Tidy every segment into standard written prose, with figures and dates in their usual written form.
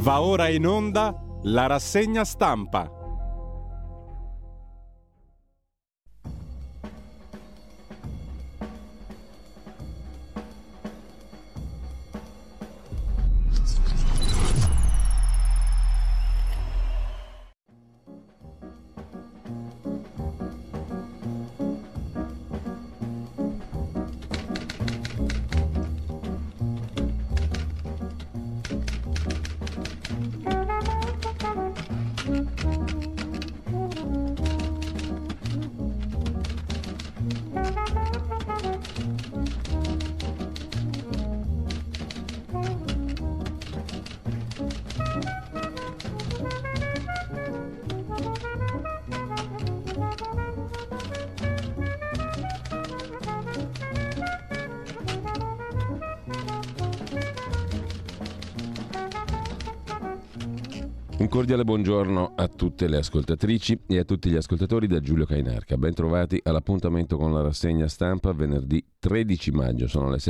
Va ora in onda la rassegna stampa. Un cordiale buongiorno a tutte le ascoltatrici e a tutti gli ascoltatori da Giulio Cainarca. Ben trovati all'appuntamento con la rassegna stampa venerdì 13 maggio. Sono le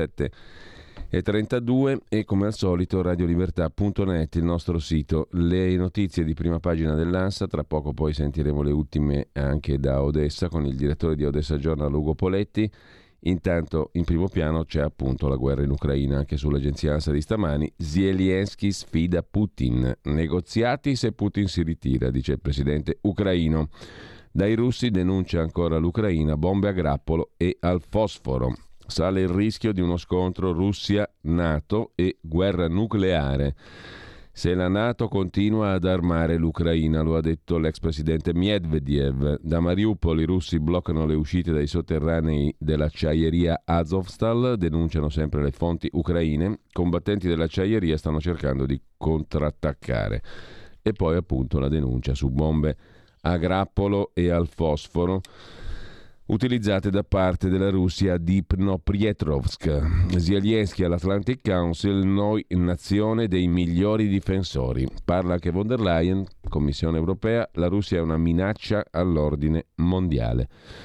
7:32 e come al solito radiolibertà.net, il nostro sito. Le notizie di prima pagina dell'ANSA, tra poco poi sentiremo le ultime anche da Odessa con il direttore di Odessa Journal Ugo Poletti. Intanto in primo piano c'è appunto la guerra in Ucraina, anche sull'agenzia ANSA di stamani. Zelensky sfida Putin, negoziati se Putin si ritira, dice il presidente ucraino. Dai russi denuncia ancora l'Ucraina, bombe a grappolo e al fosforo. Sale il rischio di uno scontro Russia-NATO e guerra nucleare. Se la NATO continua ad armare l'Ucraina, lo ha detto l'ex presidente Medvedev. Da Mariupol i russi bloccano le uscite dai sotterranei dell'acciaieria Azovstal, denunciano sempre le fonti ucraine. Combattenti dell'acciaieria stanno cercando di contrattaccare. E poi appunto la denuncia su bombe a grappolo e al fosforo utilizzate da parte della Russia a Dnipropetrovsk. Zelensky all'Atlantic Council, noi nazione dei migliori difensori. Parla anche von der Leyen, Commissione europea, la Russia è una minaccia all'ordine mondiale.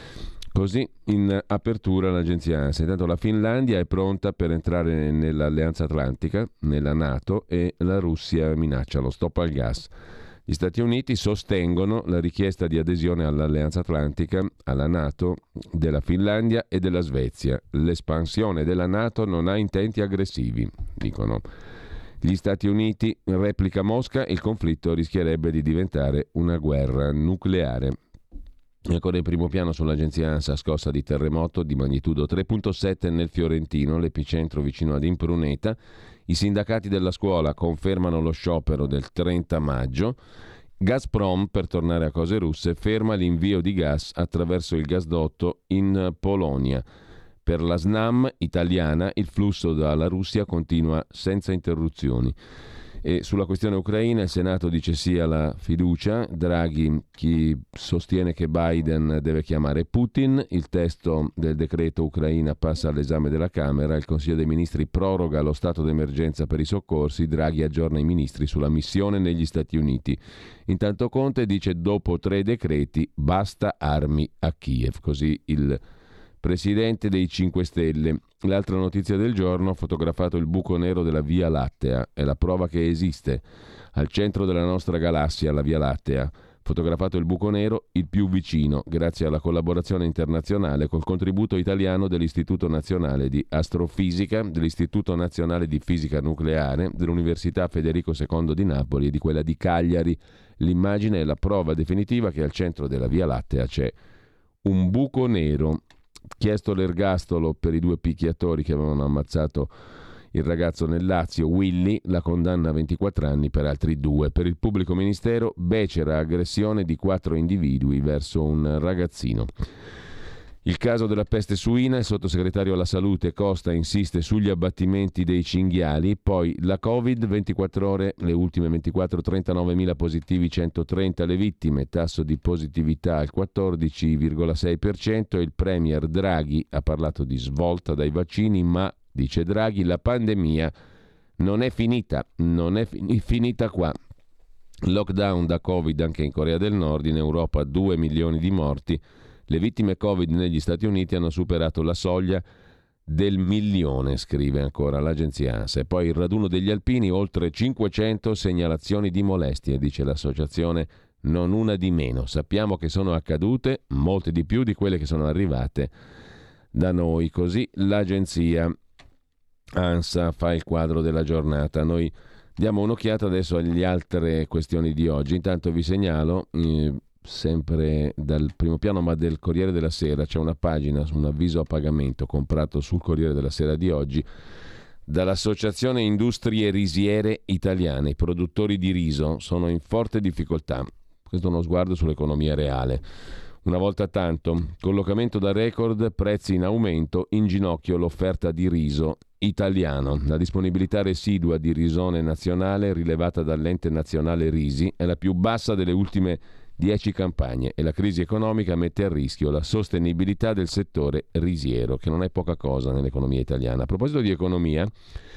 Così in apertura l'agenzia ANSA. Intanto la Finlandia è pronta per entrare nell'Alleanza Atlantica, nella NATO, e la Russia minaccia lo stop al gas. Gli Stati Uniti sostengono la richiesta di adesione all'Alleanza Atlantica, alla NATO, della Finlandia e della Svezia. L'espansione della NATO non ha intenti aggressivi, dicono gli Stati Uniti. Replica Mosca, il conflitto rischierebbe di diventare una guerra nucleare. Ancora in primo piano sull'agenzia ANSA, scossa di terremoto di magnitudo 3.7 nel Fiorentino, l'epicentro vicino ad Impruneta. I sindacati della scuola confermano lo sciopero del 30 maggio. Gazprom, per tornare a cose russe, ferma l'invio di gas attraverso il gasdotto in Polonia. Per la SNAM italiana il flusso dalla Russia continua senza interruzioni. E sulla questione ucraina il Senato dice sì alla fiducia. Draghi, chi sostiene che Biden deve chiamare Putin. Il testo del decreto Ucraina passa all'esame della Camera. Il Consiglio dei Ministri proroga lo stato d'emergenza per i soccorsi. Draghi aggiorna i ministri sulla missione negli Stati Uniti. Intanto Conte dice dopo 3 decreti basta armi a Kiev. Così il presidente dei 5 Stelle. L'altra notizia del giorno: fotografato il buco nero della Via Lattea, è la prova che esiste. Al centro della nostra galassia, la Via Lattea, fotografato il buco nero, il più vicino, grazie alla collaborazione internazionale col contributo italiano dell'Istituto Nazionale di Astrofisica, dell'Istituto Nazionale di Fisica Nucleare, dell'Università Federico II di Napoli e di quella di Cagliari. L'immagine è la prova definitiva che al centro della Via Lattea c'è un buco nero. Chiesto l'ergastolo per i 2 picchiatori che avevano ammazzato il ragazzo nel Lazio, Willy, la condanna a 24 anni per altri 2. Per il pubblico ministero, becera aggressione di 4 individui verso un ragazzino. Il caso della peste suina, il sottosegretario alla salute Costa insiste sugli abbattimenti dei cinghiali. Poi la Covid, 24 ore, le ultime 24, 39.000 positivi, 130 le vittime, tasso di positività al 14,6%. Il premier Draghi ha parlato di svolta dai vaccini, ma, dice Draghi, la pandemia non è finita, non è finita qua. Lockdown da Covid anche in Corea del Nord, in Europa 2 milioni di morti. Le vittime Covid negli Stati Uniti hanno superato la soglia del milione, scrive ancora l'agenzia ANSA. E poi il raduno degli alpini, oltre 500 segnalazioni di molestie, dice l'associazione, non una di meno. Sappiamo che sono accadute molte di più di quelle che sono arrivate da noi. Così l'agenzia ANSA fa il quadro della giornata. Noi diamo un'occhiata adesso alle altre questioni di oggi. Intanto vi segnalo, sempre dal primo piano ma del Corriere della Sera, c'è una pagina su un avviso a pagamento comprato sul Corriere della Sera di oggi dall'Associazione Industrie Risiere Italiane. I produttori di riso sono in forte difficoltà. Questo è uno sguardo sull'economia reale. Una volta tanto, collocamento da record, prezzi in aumento, in ginocchio l'offerta di riso italiano. La disponibilità residua di risone nazionale rilevata dall'ente nazionale Risi è la più bassa delle ultime 10 campagne e la crisi economica mette a rischio la sostenibilità del settore risiero, che non è poca cosa nell'economia italiana. A proposito di economia,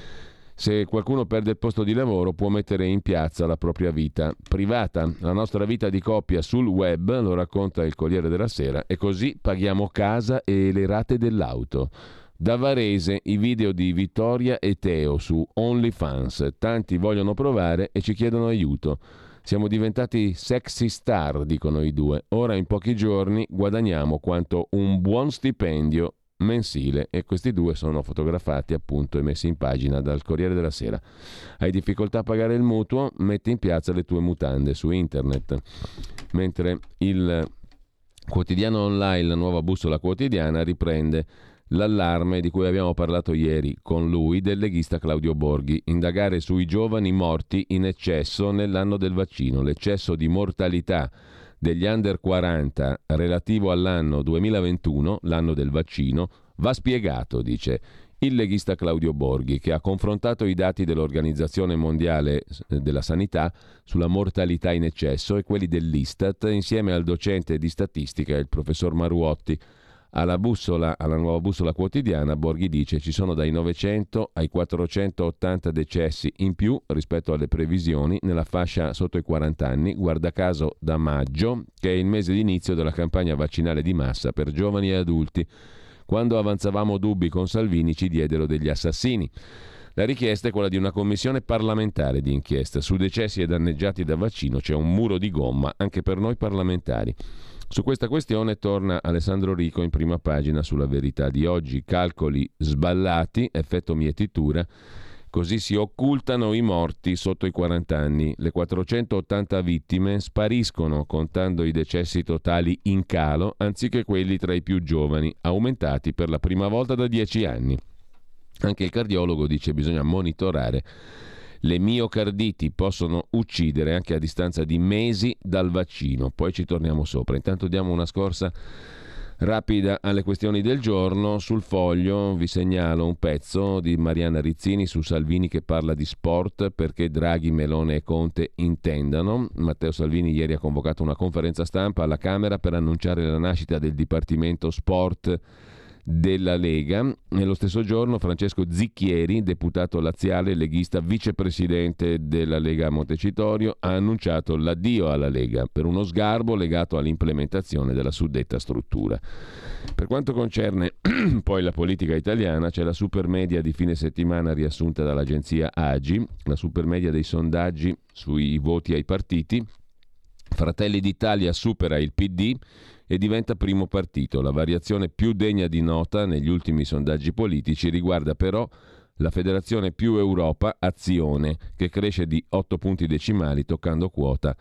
se qualcuno perde il posto di lavoro può mettere in piazza la propria vita privata. La nostra vita di coppia sul web, lo racconta il Corriere della Sera, e così paghiamo casa e le rate dell'auto. Da Varese i video di Vittoria e Teo su OnlyFans. Tanti vogliono provare e ci chiedono aiuto. Siamo diventati sexy star, dicono i due. Ora in pochi giorni guadagniamo quanto un buon stipendio mensile, e questi due sono fotografati appunto e messi in pagina dal Corriere della Sera. Hai difficoltà a pagare il mutuo? Metti in piazza le tue mutande su internet. Mentre il quotidiano online, la Nuova Bussola Quotidiana, riprende l'allarme di cui abbiamo parlato ieri con lui, del leghista Claudio Borghi. Indagare sui giovani morti in eccesso nell'anno del vaccino. L'eccesso di mortalità degli under 40 relativo all'anno 2021, l'anno del vaccino, va spiegato, dice il leghista Claudio Borghi, che ha confrontato i dati dell'Organizzazione Mondiale della Sanità sulla mortalità in eccesso e quelli dell'Istat insieme al docente di statistica, il professor Maruotti. Alla Nuova Bussola Quotidiana Borghi dice ci sono dai 900 ai 480 decessi in più rispetto alle previsioni nella fascia sotto i 40 anni, guarda caso da maggio, che è il mese di inizio della campagna vaccinale di massa per giovani e adulti. Quando avanzavamo dubbi con Salvini ci diedero degli assassini. La richiesta è quella di una commissione parlamentare di inchiesta. Su decessi e danneggiati da vaccino c'è un muro di gomma anche per noi parlamentari. Su questa questione torna Alessandro Rico in prima pagina sulla Verità di oggi. Calcoli sballati, effetto mietitura, così si occultano i morti sotto i 40 anni. Le 480 vittime spariscono contando i decessi totali in calo, anziché quelli tra i più giovani, aumentati per la prima volta da 10 anni. Anche il cardiologo dice bisogna monitorare. Le miocarditi possono uccidere anche a distanza di mesi dal vaccino. Poi ci torniamo sopra. Intanto diamo una scorsa rapida alle questioni del giorno. Sul Foglio vi segnalo un pezzo di Mariana Rizzini su Salvini che parla di sport perché Draghi, Melone e Conte intendano. Matteo Salvini ieri ha convocato una conferenza stampa alla Camera per annunciare la nascita del Dipartimento Sport della Lega. Nello stesso giorno Francesco Zicchieri, deputato laziale leghista, vicepresidente della Lega a Montecitorio, ha annunciato l'addio alla Lega per uno sgarbo legato all'implementazione della suddetta struttura. Per quanto concerne poi la politica italiana, c'è la supermedia di fine settimana riassunta dall'agenzia AGI, la supermedia dei sondaggi sui voti ai partiti. Fratelli d'Italia supera il PD e diventa primo partito. La variazione più degna di nota negli ultimi sondaggi politici riguarda però la federazione Più Europa Azione, che cresce di 8 punti decimali toccando quota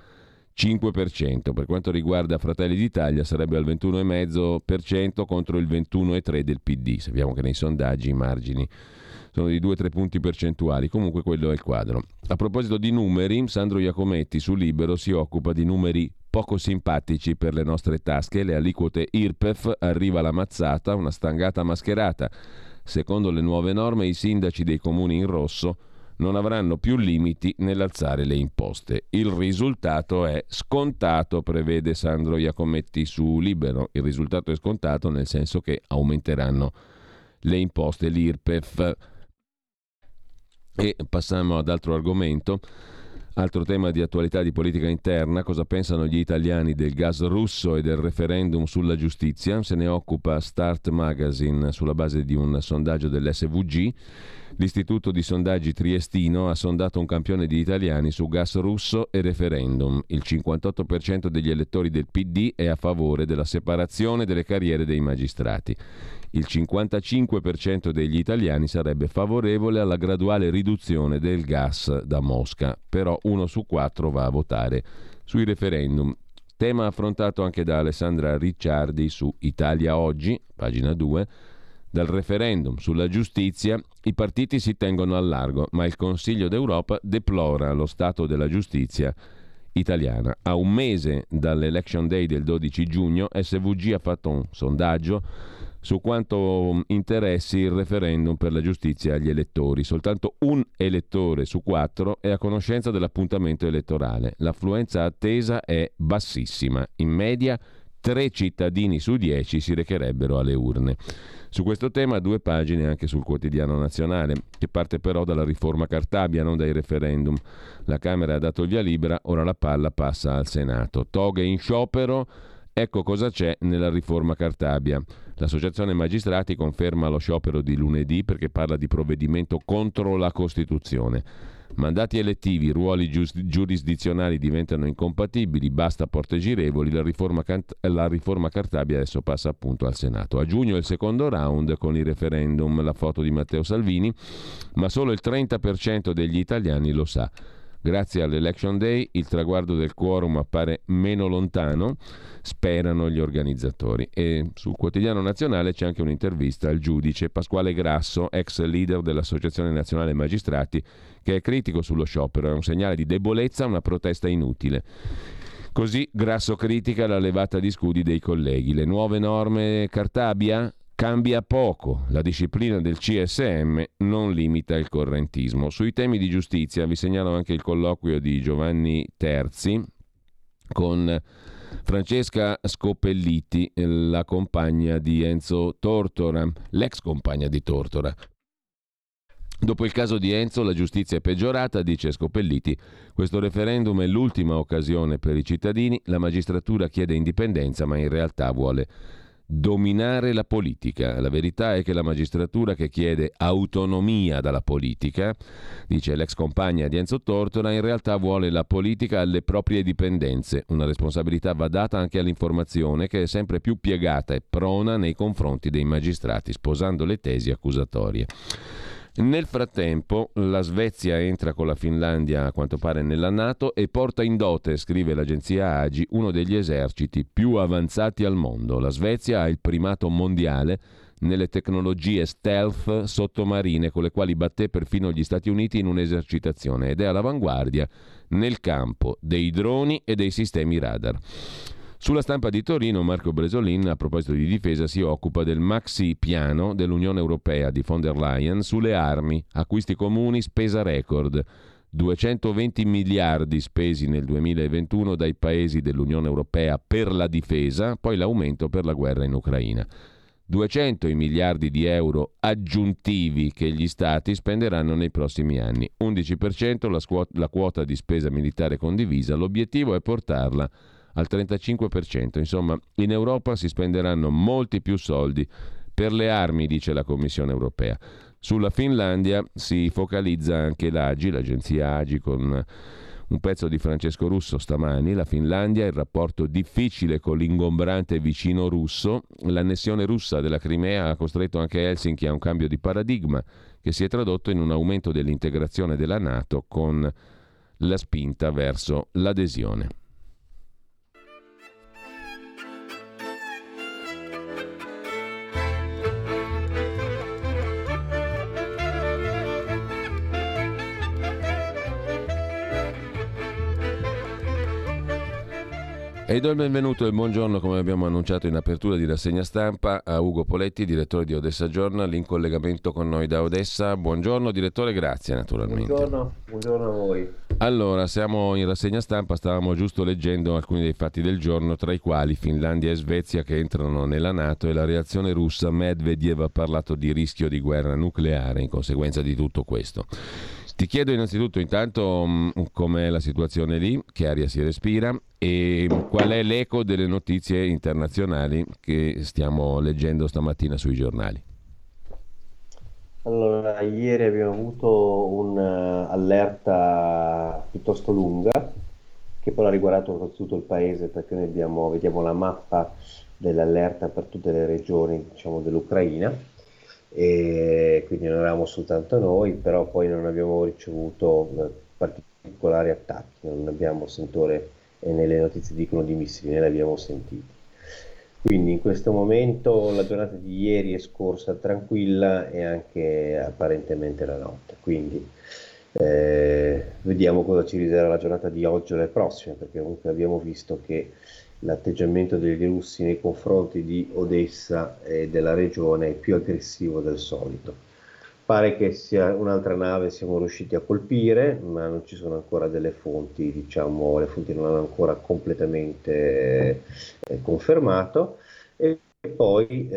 5%. Per quanto riguarda Fratelli d'Italia sarebbe al 21,5% contro il 21,3% del PD. Sappiamo che nei sondaggi i margini sono di 2-3 punti percentuali, comunque quello è il quadro. A proposito di numeri, Sandro Iacometti su Libero si occupa di numeri poco simpatici per le nostre tasche. Le aliquote IRPEF, arriva la mazzata, una stangata mascherata. Secondo le nuove norme i sindaci dei comuni in rosso non avranno più limiti nell'alzare le imposte. Il risultato è scontato, prevede Sandro Iacometti su Libero. Il risultato è scontato nel senso che aumenteranno le imposte, l'IRPEF. E passiamo ad altro argomento. Altro tema di attualità di politica interna, cosa pensano gli italiani del gas russo e del referendum sulla giustizia? Se ne occupa Start Magazine sulla base di un sondaggio dell'SVG. L'istituto di sondaggi triestino ha sondato un campione di italiani su gas russo e referendum. Il 58% degli elettori del PD è a favore della separazione delle carriere dei magistrati. Il 55% degli italiani sarebbe favorevole alla graduale riduzione del gas da Mosca, però 1 su 4 va a votare sui referendum. Tema affrontato anche da Alessandra Ricciardi su Italia Oggi, pagina 2. Dal referendum sulla giustizia i partiti si tengono al largo, ma il Consiglio d'Europa deplora lo stato della giustizia italiana. A un mese dall'Election Day del 12 giugno, SVG ha fatto un sondaggio su quanto interessi il referendum per la giustizia agli elettori. Soltanto un elettore su 4 è a conoscenza dell'appuntamento elettorale. L'affluenza attesa è bassissima. In media 3 cittadini su 10 si recherebbero alle urne. Su questo tema 2 pagine anche sul Quotidiano Nazionale, che parte però dalla riforma Cartabia, non dai referendum. La Camera ha dato il via libera, ora la palla passa al Senato. Toghe in sciopero, ecco cosa c'è nella riforma Cartabia. L'Associazione Magistrati conferma lo sciopero di lunedì perché parla di provvedimento contro la Costituzione. Mandati elettivi, ruoli giurisdizionali diventano incompatibili, basta porte girevoli, la riforma Cartabia adesso passa appunto al Senato. A giugno il secondo round con il referendum, la foto di Matteo Salvini, ma solo il 30% degli italiani lo sa. Grazie all'Election Day il traguardo del quorum appare meno lontano, sperano gli organizzatori. E sul Quotidiano Nazionale c'è anche un'intervista al giudice Pasquale Grasso, ex leader dell'Associazione Nazionale Magistrati, che è critico sullo sciopero, è un segnale di debolezza, una protesta inutile. Così Grasso critica la levata di scudi dei colleghi. Le nuove norme Cartabia? Cambia poco, la disciplina del CSM non limita il correntismo. Sui temi di giustizia vi segnalo anche il colloquio di Giovanni Terzi con Francesca Scopelliti, la compagna di Enzo Tortora, l'ex compagna di Tortora. Dopo il caso di Enzo la giustizia è peggiorata, dice Scopelliti. Questo referendum è l'ultima occasione per i cittadini, la magistratura chiede indipendenza ma in realtà vuole dominare la politica. La verità è che la magistratura che chiede autonomia dalla politica, dice l'ex compagna di Enzo Tortora, in realtà vuole la politica alle proprie dipendenze. Una responsabilità va data anche all'informazione che è sempre più piegata e prona nei confronti dei magistrati, sposando le tesi accusatorie. Nel frattempo la Svezia entra con la Finlandia a quanto pare nella NATO e porta in dote, scrive l'agenzia AGI, uno degli eserciti più avanzati al mondo. La Svezia ha il primato mondiale nelle tecnologie stealth sottomarine con le quali batté perfino gli Stati Uniti in un'esercitazione ed è all'avanguardia nel campo dei droni e dei sistemi radar. Sulla Stampa di Torino Marco Bresolin, a proposito di difesa, si occupa del maxi piano dell'Unione Europea di von der Leyen sulle armi, acquisti comuni, spesa record. 220 miliardi spesi nel 2021 dai paesi dell'Unione Europea per la difesa, poi l'aumento per la guerra in Ucraina. 200 i miliardi di euro aggiuntivi che gli stati spenderanno nei prossimi anni. 11% la quota di spesa militare condivisa, l'obiettivo è portarla al 35%. Insomma, in Europa si spenderanno molti più soldi per le armi, dice la Commissione europea. Sulla Finlandia si focalizza anche l'AGI, l'agenzia AGI, con un pezzo di Francesco Russo stamani. La Finlandia, il rapporto difficile con l'ingombrante vicino russo. L'annessione russa della Crimea ha costretto anche Helsinki a un cambio di paradigma che si è tradotto in un aumento dell'integrazione della NATO con la spinta verso l'adesione. E do il benvenuto e il buongiorno, come abbiamo annunciato in apertura di rassegna stampa, a Ugo Poletti, direttore di Odessa Journal, in collegamento con noi da Odessa. Buongiorno direttore, grazie naturalmente. Buongiorno a voi. Allora, siamo in rassegna stampa, stavamo giusto leggendo alcuni dei fatti del giorno, tra i quali Finlandia e Svezia che entrano nella NATO e la reazione russa. Medvedev ha parlato di rischio di guerra nucleare in conseguenza di tutto questo. Ti chiedo innanzitutto intanto com'è la situazione lì, che aria si respira e qual è l'eco delle notizie internazionali che stiamo leggendo stamattina sui giornali. Allora, ieri abbiamo avuto un'allerta piuttosto lunga, che poi ha riguardato quasi tutto il paese, perché noi vediamo la mappa dell'allerta per tutte le regioni, diciamo, dell'Ucraina, e quindi non eravamo soltanto noi, però poi non abbiamo ricevuto particolari attacchi, non abbiamo sentore, e nelle notizie dicono di missili, ne abbiamo sentiti. Quindi in questo momento la giornata di ieri è scorsa tranquilla e anche apparentemente la notte, quindi vediamo cosa ci riserva la giornata di oggi o le prossime, perché comunque abbiamo visto che l'atteggiamento degli russi nei confronti di Odessa e della regione è più aggressivo del solito. Pare che sia un'altra nave siamo riusciti a colpire, ma non ci sono ancora delle fonti, diciamo, le fonti non hanno ancora completamente confermato. E poi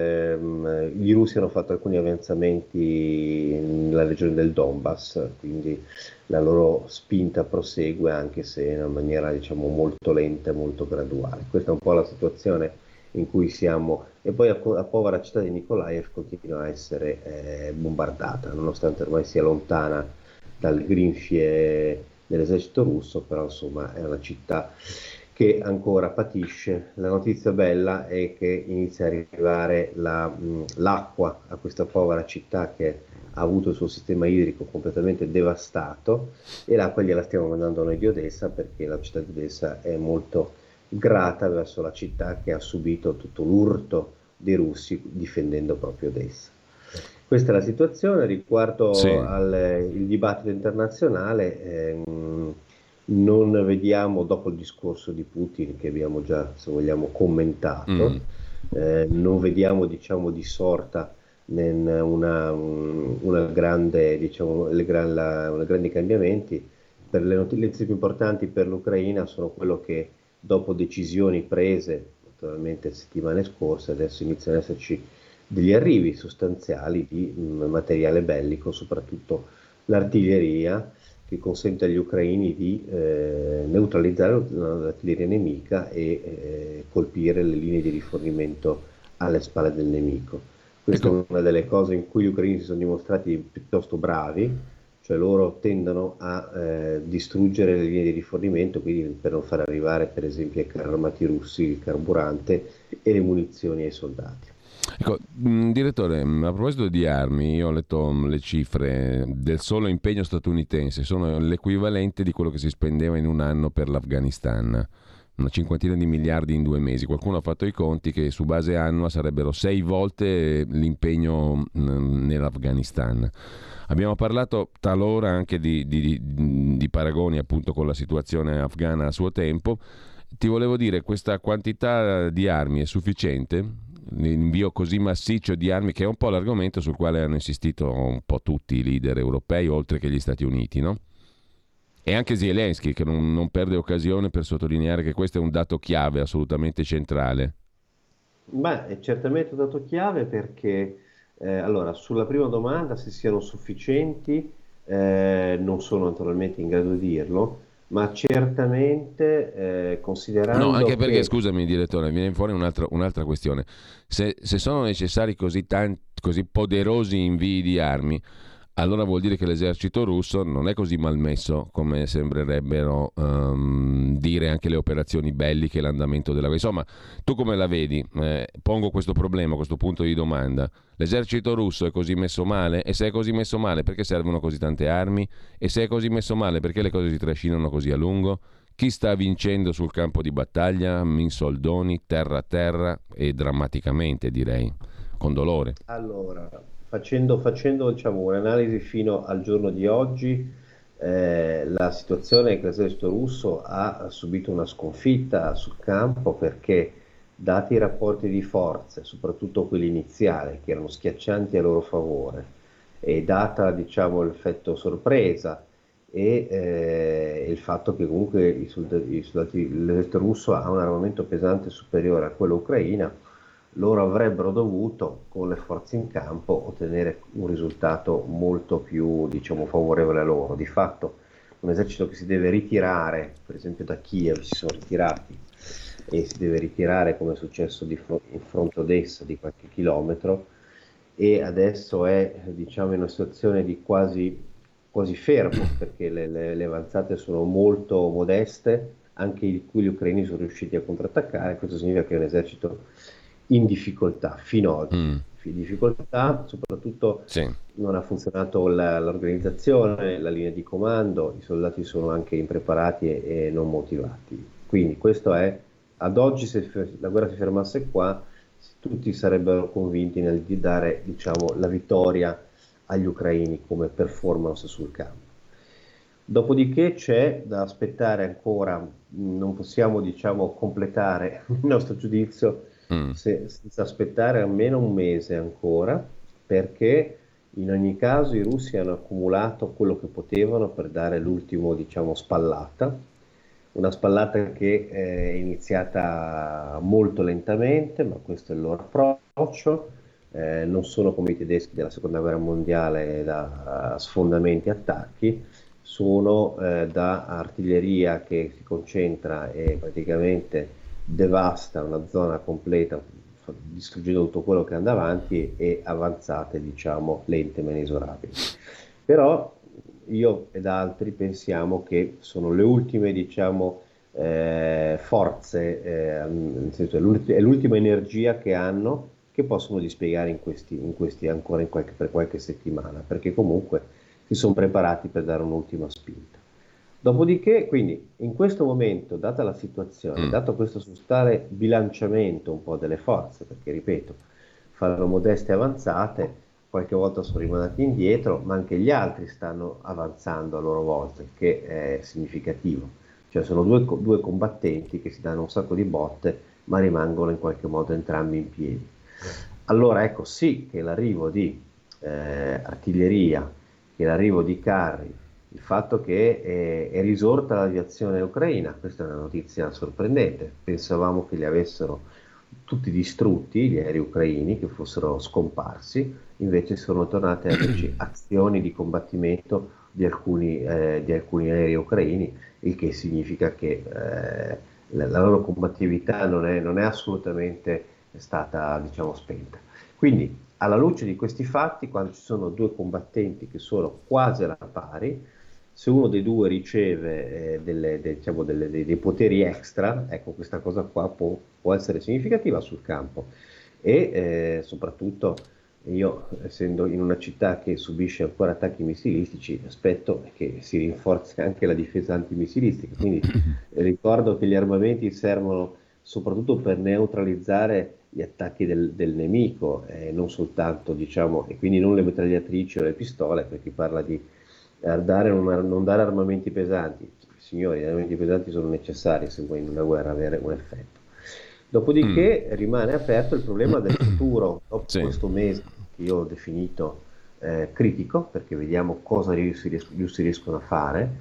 i russi hanno fatto alcuni avanzamenti nella regione del Donbass, quindi la loro spinta prosegue anche se in una maniera, diciamo, molto lenta e molto graduale. Questa è un po' la situazione in cui siamo, e poi la povera città di Nikolaev continua a essere bombardata, nonostante ormai sia lontana dalle grinfie dell'esercito russo, però insomma è una città che ancora patisce. La notizia bella è che inizia a arrivare l'acqua a questa povera città che ha avuto il suo sistema idrico completamente devastato, e l'acqua gliela stiamo mandando noi di Odessa, perché la città di Odessa è molto grata verso la città che ha subito tutto l'urto dei russi difendendo proprio Odessa. Questa è la situazione riguardo Sì. al il dibattito internazionale. Non vediamo, dopo il discorso di Putin che abbiamo già, se vogliamo, commentato, non vediamo, diciamo, di sorta una grande, diciamo, grandi cambiamenti. Per le notizie più importanti per l'Ucraina sono quello che dopo decisioni prese naturalmente settimane scorse, adesso iniziano ad esserci degli arrivi sostanziali di materiale bellico, soprattutto l'artiglieria, che consente agli ucraini di neutralizzare l'artiglieria nemica e colpire le linee di rifornimento alle spalle del nemico. Questa Ecco. è una delle cose in cui gli ucraini si sono dimostrati piuttosto bravi, cioè loro tendono a distruggere le linee di rifornimento, quindi per non far arrivare per esempio ai carri armati russi il carburante e le munizioni ai soldati. Ecco, direttore, a proposito di armi, io ho letto le cifre del solo impegno statunitense, sono l'equivalente di quello che si spendeva in un anno per l'Afghanistan, una cinquantina di miliardi in 2 mesi. Qualcuno ha fatto i conti che su base annua sarebbero 6 volte l'impegno nell'Afghanistan. Abbiamo parlato talora anche di paragoni appunto con la situazione afghana a suo tempo. Ti volevo dire, questa quantità di armi è sufficiente? L'invio così massiccio di armi, che è un po' l'argomento sul quale hanno insistito un po' tutti i leader europei, oltre che gli Stati Uniti, no? E anche Zelensky, che non perde occasione per sottolineare che questo è un dato chiave, assolutamente centrale. Beh, è certamente un dato chiave perché, allora, sulla prima domanda, se siano sufficienti, non sono naturalmente in grado di dirlo, ma certamente, No, anche considerando perché, che scusami direttore, viene fuori un'altra questione. Se sono necessari così poderosi invii di armi, allora vuol dire che l'esercito russo non è così malmesso come sembrerebbero dire anche le operazioni belliche e l'andamento della guerra. Insomma, tu come la vedi? Pongo questo problema, questo punto di domanda. L'esercito russo è così messo male? E se è così messo male, perché servono così tante armi? E se è così messo male, perché le cose si trascinano così a lungo? Chi sta vincendo sul campo di battaglia? In soldoni, terra a terra e drammaticamente, direi, con dolore. allora, facendo diciamo, un'analisi fino al giorno di oggi, la situazione è che l'esercito russo ha subito una sconfitta sul campo perché, dati i rapporti di forze, soprattutto quelli iniziali, che erano schiaccianti a loro favore, e data diciamo, l'effetto sorpresa e il fatto che comunque l'esercito russo ha un armamento pesante superiore a quello ucraino, loro avrebbero dovuto, con le forze in campo, ottenere un risultato molto più, diciamo, favorevole a loro. Di fatto, un esercito che si deve ritirare, per esempio da Kiev si sono ritirati e si deve ritirare, come è successo in fronte a Odessa, di qualche chilometro, e adesso è, diciamo, in una situazione di quasi fermo, perché le avanzate sono molto modeste, anche di cui gli ucraini sono riusciti a contrattaccare. Questo significa che è un esercito in difficoltà fino ad oggi. Mm, In difficoltà, soprattutto sì. non ha funzionato l'organizzazione, la linea di comando, i soldati sono anche impreparati e non motivati. Quindi questo è, ad oggi, se la guerra si fermasse qua, tutti sarebbero convinti nel di dare, diciamo, la vittoria agli ucraini come performance sul campo. Dopodiché c'è da aspettare ancora, non possiamo, diciamo, completare il nostro giudizio Mm, senza aspettare almeno un mese ancora, perché in ogni caso i russi hanno accumulato quello che potevano per dare l'ultimo, diciamo, spallata, una spallata che è iniziata molto lentamente, ma questo è il loro approccio. Non sono come i tedeschi della seconda guerra mondiale da sfondamenti e attacchi, sono da artiglieria che si concentra e praticamente devasta una zona completa, distruggendo tutto quello che anda avanti, e avanzate, diciamo, lente ma inesorabili. Però io ed altri pensiamo che sono le ultime, diciamo, forze, nel senso è l'ultima energia che hanno, che possono dispiegare in questi ancora per qualche settimana, perché comunque si sono preparati per dare un'ultima spinta. Dopodiché, quindi, in questo momento, data la situazione, mm. dato questo sustare bilanciamento un po' delle forze, perché ripeto, fanno modeste avanzate, qualche volta sono rimandati indietro, ma anche gli altri stanno avanzando a loro volta, il che è significativo. Cioè sono due combattenti che si danno un sacco di botte, ma rimangono in qualche modo entrambi in piedi. Allora ecco sì che l'arrivo di artiglieria, che l'arrivo di carri, il fatto che è risorta l'aviazione ucraina, questa è una notizia sorprendente. Pensavamo che li avessero tutti distrutti, gli aerei ucraini, che fossero scomparsi, invece sono tornate ad esserci azioni di combattimento di alcuni aerei ucraini, il che significa che la loro combattività non è assolutamente stata, diciamo, spenta. Quindi, alla luce di questi fatti, quando ci sono due combattenti che sono quasi alla pari, se uno dei due riceve diciamo, dei poteri extra, ecco, questa cosa qua può essere significativa sul campo. E soprattutto io, essendo in una città che subisce ancora attacchi missilistici, aspetto che si rinforzi anche la difesa antimissilistica. Quindi ricordo che gli armamenti servono soprattutto per neutralizzare gli attacchi del nemico, non soltanto, diciamo, e quindi non le mitragliatrici o le pistole, per chi parla di non dare armamenti pesanti. Signori, gli armamenti pesanti sono necessari se vuoi in una guerra avere un effetto. Mm. Dopodiché rimane aperto il problema del futuro, dopo Sì. questo mese che io ho definito critico, perché vediamo cosa si riescono a fare.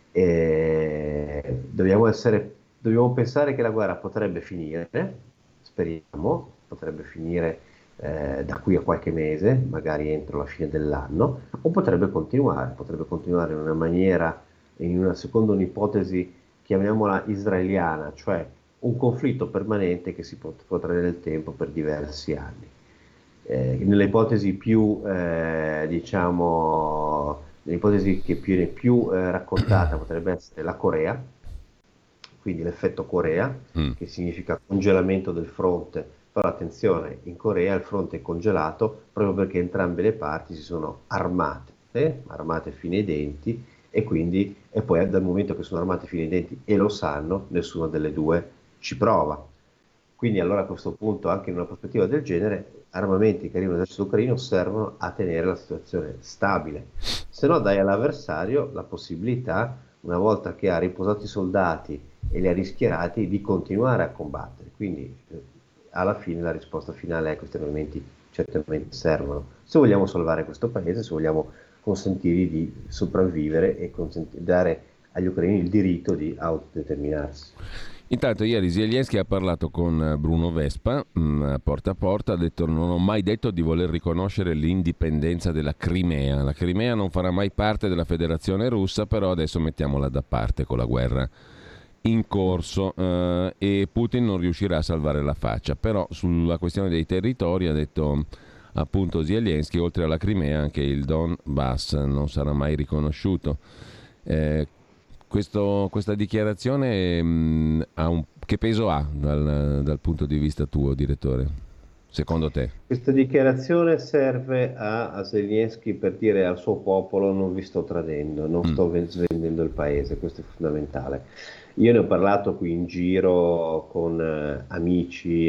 Dobbiamo pensare che la guerra potrebbe finire, speriamo, potrebbe finire da qui a qualche mese, magari entro la fine dell'anno, o potrebbe continuare in una maniera, secondo un'ipotesi, chiamiamola israeliana, cioè un conflitto permanente che si potrà nel tempo per diversi anni. Nelle ipotesi più, diciamo, l'ipotesi che viene più raccontata potrebbe essere la Corea, quindi l'effetto Corea, Mm. che significa congelamento del fronte, però attenzione, in Corea il fronte è congelato proprio perché entrambe le parti si sono armate fino ai denti, e poi dal momento che sono armate fino ai denti e lo sanno, nessuna delle due ci prova. Quindi allora a questo punto, anche in una prospettiva del genere, armamenti che arrivano dall'esercito ucraino servono a tenere la situazione stabile. Se no dai all'avversario la possibilità, una volta che ha riposato i soldati e li ha rischierati, di continuare a combattere. Quindi alla fine la risposta finale è che questi armamenti certamente servono. Se vogliamo salvare questo paese, se vogliamo consentirgli di sopravvivere e dare agli ucraini il diritto di autodeterminarsi. Intanto ieri Zelensky ha parlato con Bruno Vespa, porta a porta, ha detto: non ho mai detto di voler riconoscere l'indipendenza della Crimea. La Crimea non farà mai parte della Federazione Russa, però adesso mettiamola da parte con la guerra in corso, e Putin non riuscirà a salvare la faccia. Però sulla questione dei territori ha detto appunto Zelensky, oltre alla Crimea anche il Donbass non sarà mai riconosciuto. Eh, questa dichiarazione che peso ha dal punto di vista tuo, direttore, secondo te? Questa dichiarazione serve a Zelensky per dire al suo popolo: non vi sto tradendo, non sto svendendo il paese. Questo è fondamentale. Io ne ho parlato qui in giro con amici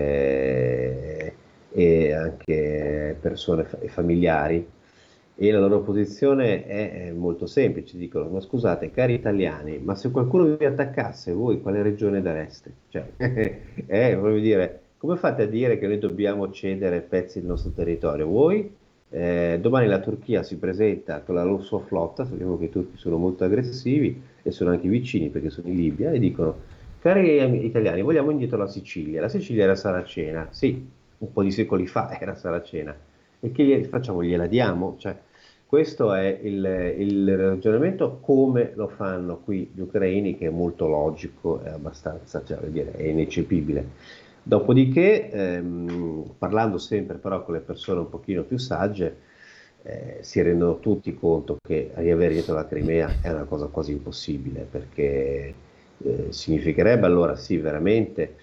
e anche persone e familiari, e la loro posizione è molto semplice. Dicono: ma scusate, cari italiani, ma se qualcuno vi attaccasse, voi quale regione dareste? Cioè, voglio dire, come fate a dire che noi dobbiamo cedere pezzi del nostro territorio? Voi, domani la Turchia si presenta con la loro sua flotta, sappiamo che i turchi sono molto aggressivi e sono anche vicini perché sono in Libia, e dicono: cari italiani, vogliamo indietro la Sicilia. La Sicilia era saracena, sì, un po' di secoli fa era saracena. E che facciamo? Gliela diamo? Cioè, questo è il ragionamento. Come lo fanno qui gli ucraini, che è molto logico, è abbastanza, cioè, voglio dire, è ineccepibile. Dopodiché, parlando sempre però con le persone un pochino più sagge, si rendono tutti conto che riavere dietro la Crimea è una cosa quasi impossibile, perché significherebbe allora sì, veramente,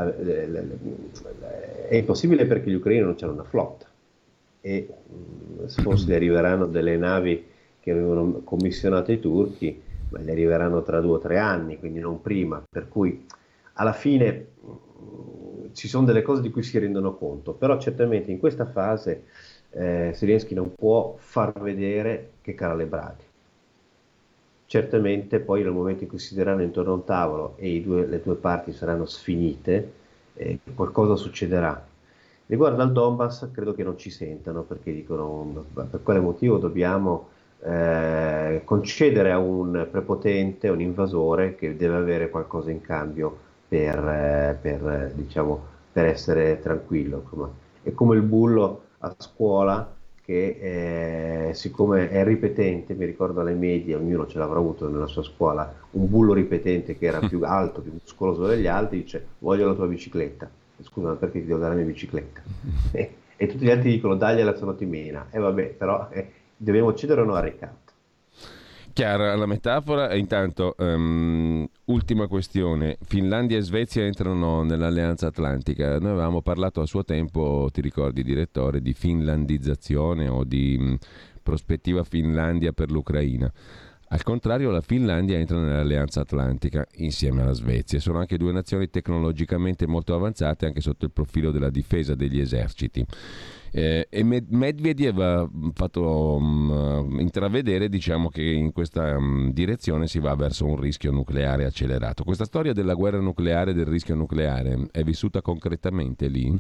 è impossibile perché gli ucraini non c'hanno una flotta, e forse gli arriveranno delle navi che avevano commissionato i turchi, ma gli arriveranno tra 2 o 3 anni, quindi non prima, per cui alla fine ci sono delle cose di cui si rendono conto, però certamente in questa fase Zelensky non può far vedere che cala le braghe. Certamente poi nel momento in cui si siederanno intorno a un tavolo e le due parti saranno sfinite, qualcosa succederà. Riguardo al Donbass, credo che non ci sentano, perché dicono: per quale motivo dobbiamo concedere a un prepotente, un invasore che deve avere qualcosa in cambio diciamo, per essere tranquillo. Insomma. È come il bullo a scuola che, siccome è ripetente, mi ricordo alle medie, ognuno ce l'avrà avuto nella sua scuola, un bullo ripetente che era più alto, più muscoloso degli altri, dice: voglio la tua bicicletta. Scusa, ma perché ti devo dare la mia bicicletta? E tutti gli altri dicono: dagliela, se no ti mena. E vabbè, però dobbiamo cedere o no al ricatto? Chiara la metafora. E intanto, ultima questione: Finlandia e Svezia entrano nell'Alleanza Atlantica. Noi avevamo parlato a suo tempo, ti ricordi, direttore, di finlandizzazione o di prospettiva Finlandia per l'Ucraina. Al contrario, la Finlandia entra nell'Alleanza Atlantica insieme alla Svezia. Sono anche due nazioni tecnologicamente molto avanzate anche sotto il profilo della difesa degli eserciti. E Medvedev ha fatto intravedere, diciamo, che in questa direzione si va verso un rischio nucleare accelerato. Questa storia della guerra nucleare, del rischio nucleare, è vissuta concretamente lì?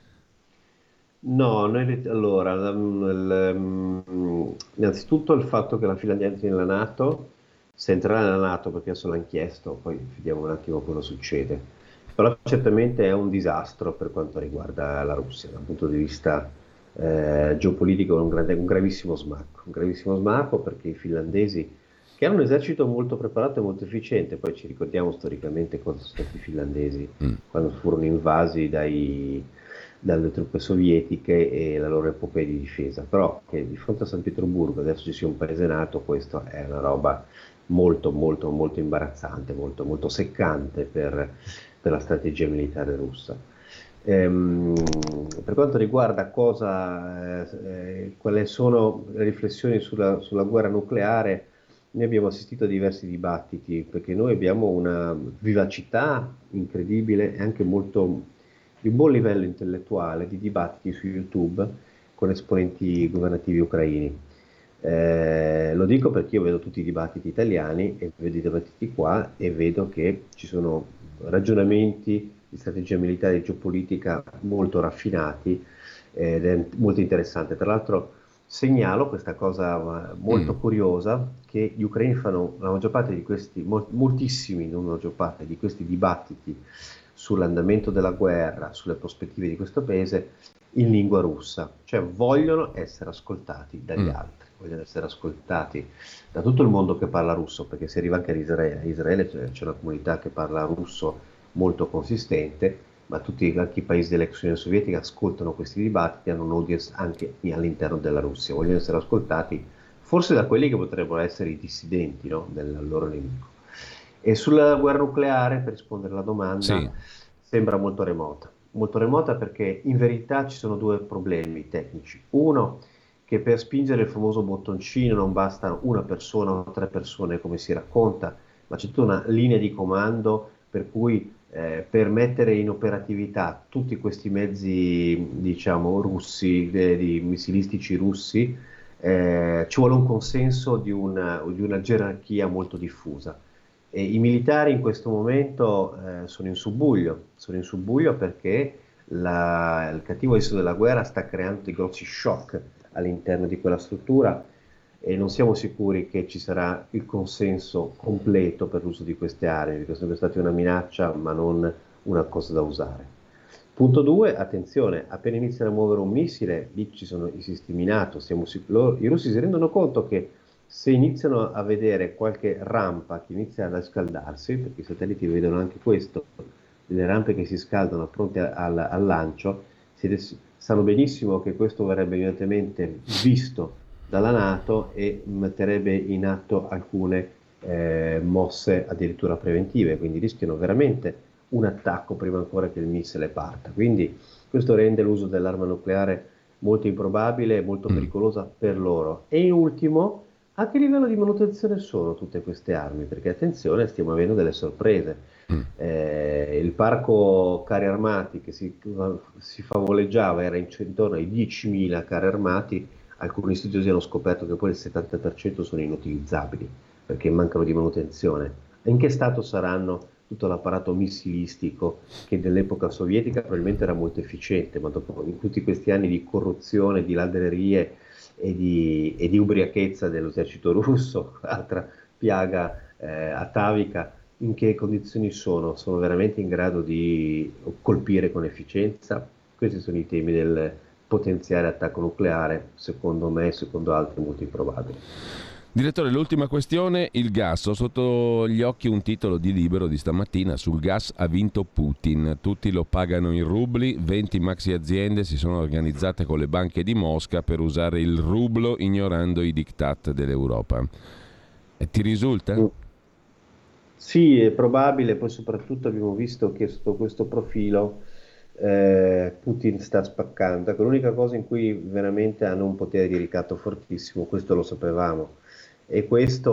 No, allora, innanzitutto il fatto che la Finlandia entri nella NATO, se entrerà nella NATO, perché adesso l'hanno chiesto, poi vediamo un attimo cosa succede. Però certamente è un disastro per quanto riguarda la Russia, dal punto di vista geopolitico è un gravissimo smacco, perché i finlandesi, che hanno un esercito molto preparato e molto efficiente, poi ci ricordiamo storicamente cosa sono stati i finlandesi quando furono invasi dalle truppe sovietiche e la loro epopea di difesa, però che di fronte a San Pietroburgo adesso ci sia un paese nato, questo è una roba molto molto molto imbarazzante, molto molto seccante per la strategia militare russa. Per quanto riguarda quali sono le riflessioni sulla guerra nucleare, noi abbiamo assistito a diversi dibattiti, perché noi abbiamo una vivacità incredibile e anche molto di un buon livello intellettuale di dibattiti su YouTube con esponenti governativi ucraini. Lo dico perché io vedo tutti i dibattiti italiani e vedo i dibattiti qua e vedo che ci sono ragionamenti di strategia militare e geopolitica molto raffinati, ed è molto interessante. Tra l'altro Segnalo questa cosa molto curiosa, che gli ucraini fanno la maggior parte di questi, moltissimi, non la maggior parte di questi dibattiti sull'andamento della guerra, sulle prospettive di questo paese in lingua russa, cioè vogliono essere ascoltati dagli altri, vogliono essere ascoltati da tutto il mondo che parla russo, perché si arriva anche ad Israele. In Israele c'è una comunità che parla russo molto consistente, ma anche i paesi dell'ex Unione Sovietica ascoltano questi dibattiti, hanno un audience anche all'interno della Russia, vogliono essere ascoltati forse da quelli che potrebbero essere i dissidenti, no, del loro nemico. E sulla guerra nucleare, per rispondere alla domanda, Sì. sembra molto remota perché in verità ci sono due problemi tecnici. Uno, che per spingere il famoso bottoncino non basta una persona o tre persone come si racconta, ma c'è tutta una linea di comando per cui per mettere in operatività tutti questi mezzi, diciamo, russi, di missilistici russi, ci vuole un consenso di una gerarchia molto diffusa. E i militari in questo momento sono in subbuglio perché il cattivo esito della guerra sta creando dei grossi shock all'interno di quella struttura e non siamo sicuri che ci sarà il consenso completo per l'uso di queste armi, perché sono state una minaccia ma non una cosa da usare. Punto 2, attenzione, appena iniziano a muovere un missile, lì ci sono i sistemi NATO, i russi si rendono conto che se iniziano a vedere qualche rampa che inizia ad scaldarsi, perché i satelliti vedono anche questo, delle rampe che si scaldano a fronte al lancio, sanno benissimo che questo verrebbe evidentemente visto dalla NATO e metterebbe in atto alcune mosse addirittura preventive, quindi rischiano veramente un attacco prima ancora che il missile parta. Quindi questo rende l'uso dell'arma nucleare molto improbabile e molto pericolosa per loro. E in ultimo, a che livello di manutenzione sono tutte queste armi? Perché attenzione, stiamo avendo delle sorprese. Il parco carri armati che si favoleggiava era intorno ai 10.000 carri armati, alcuni studiosi hanno scoperto che poi il 70% sono inutilizzabili perché mancano di manutenzione. In che stato saranno tutto l'apparato missilistico che nell'epoca sovietica probabilmente era molto efficiente, ma dopo in tutti questi anni di corruzione, di ladrerie e di ubriachezza dell'esercito russo, altra piaga atavica, in che condizioni sono? Sono veramente in grado di colpire con efficienza? Questi sono i temi del potenziale attacco nucleare, secondo me e secondo altri molto improbabili. Direttore, l'ultima questione, il gas. Ho sotto gli occhi un titolo di Libero di stamattina: sul gas ha vinto Putin, tutti lo pagano in rubli, 20 maxi aziende si sono organizzate con le banche di Mosca per usare il rublo ignorando i diktat dell'Europa. E ti risulta? Sì, è probabile, poi soprattutto abbiamo visto che sotto questo profilo Putin sta spaccando. Ecco, l'unica cosa in cui veramente hanno un potere di ricatto fortissimo, questo lo sapevamo, e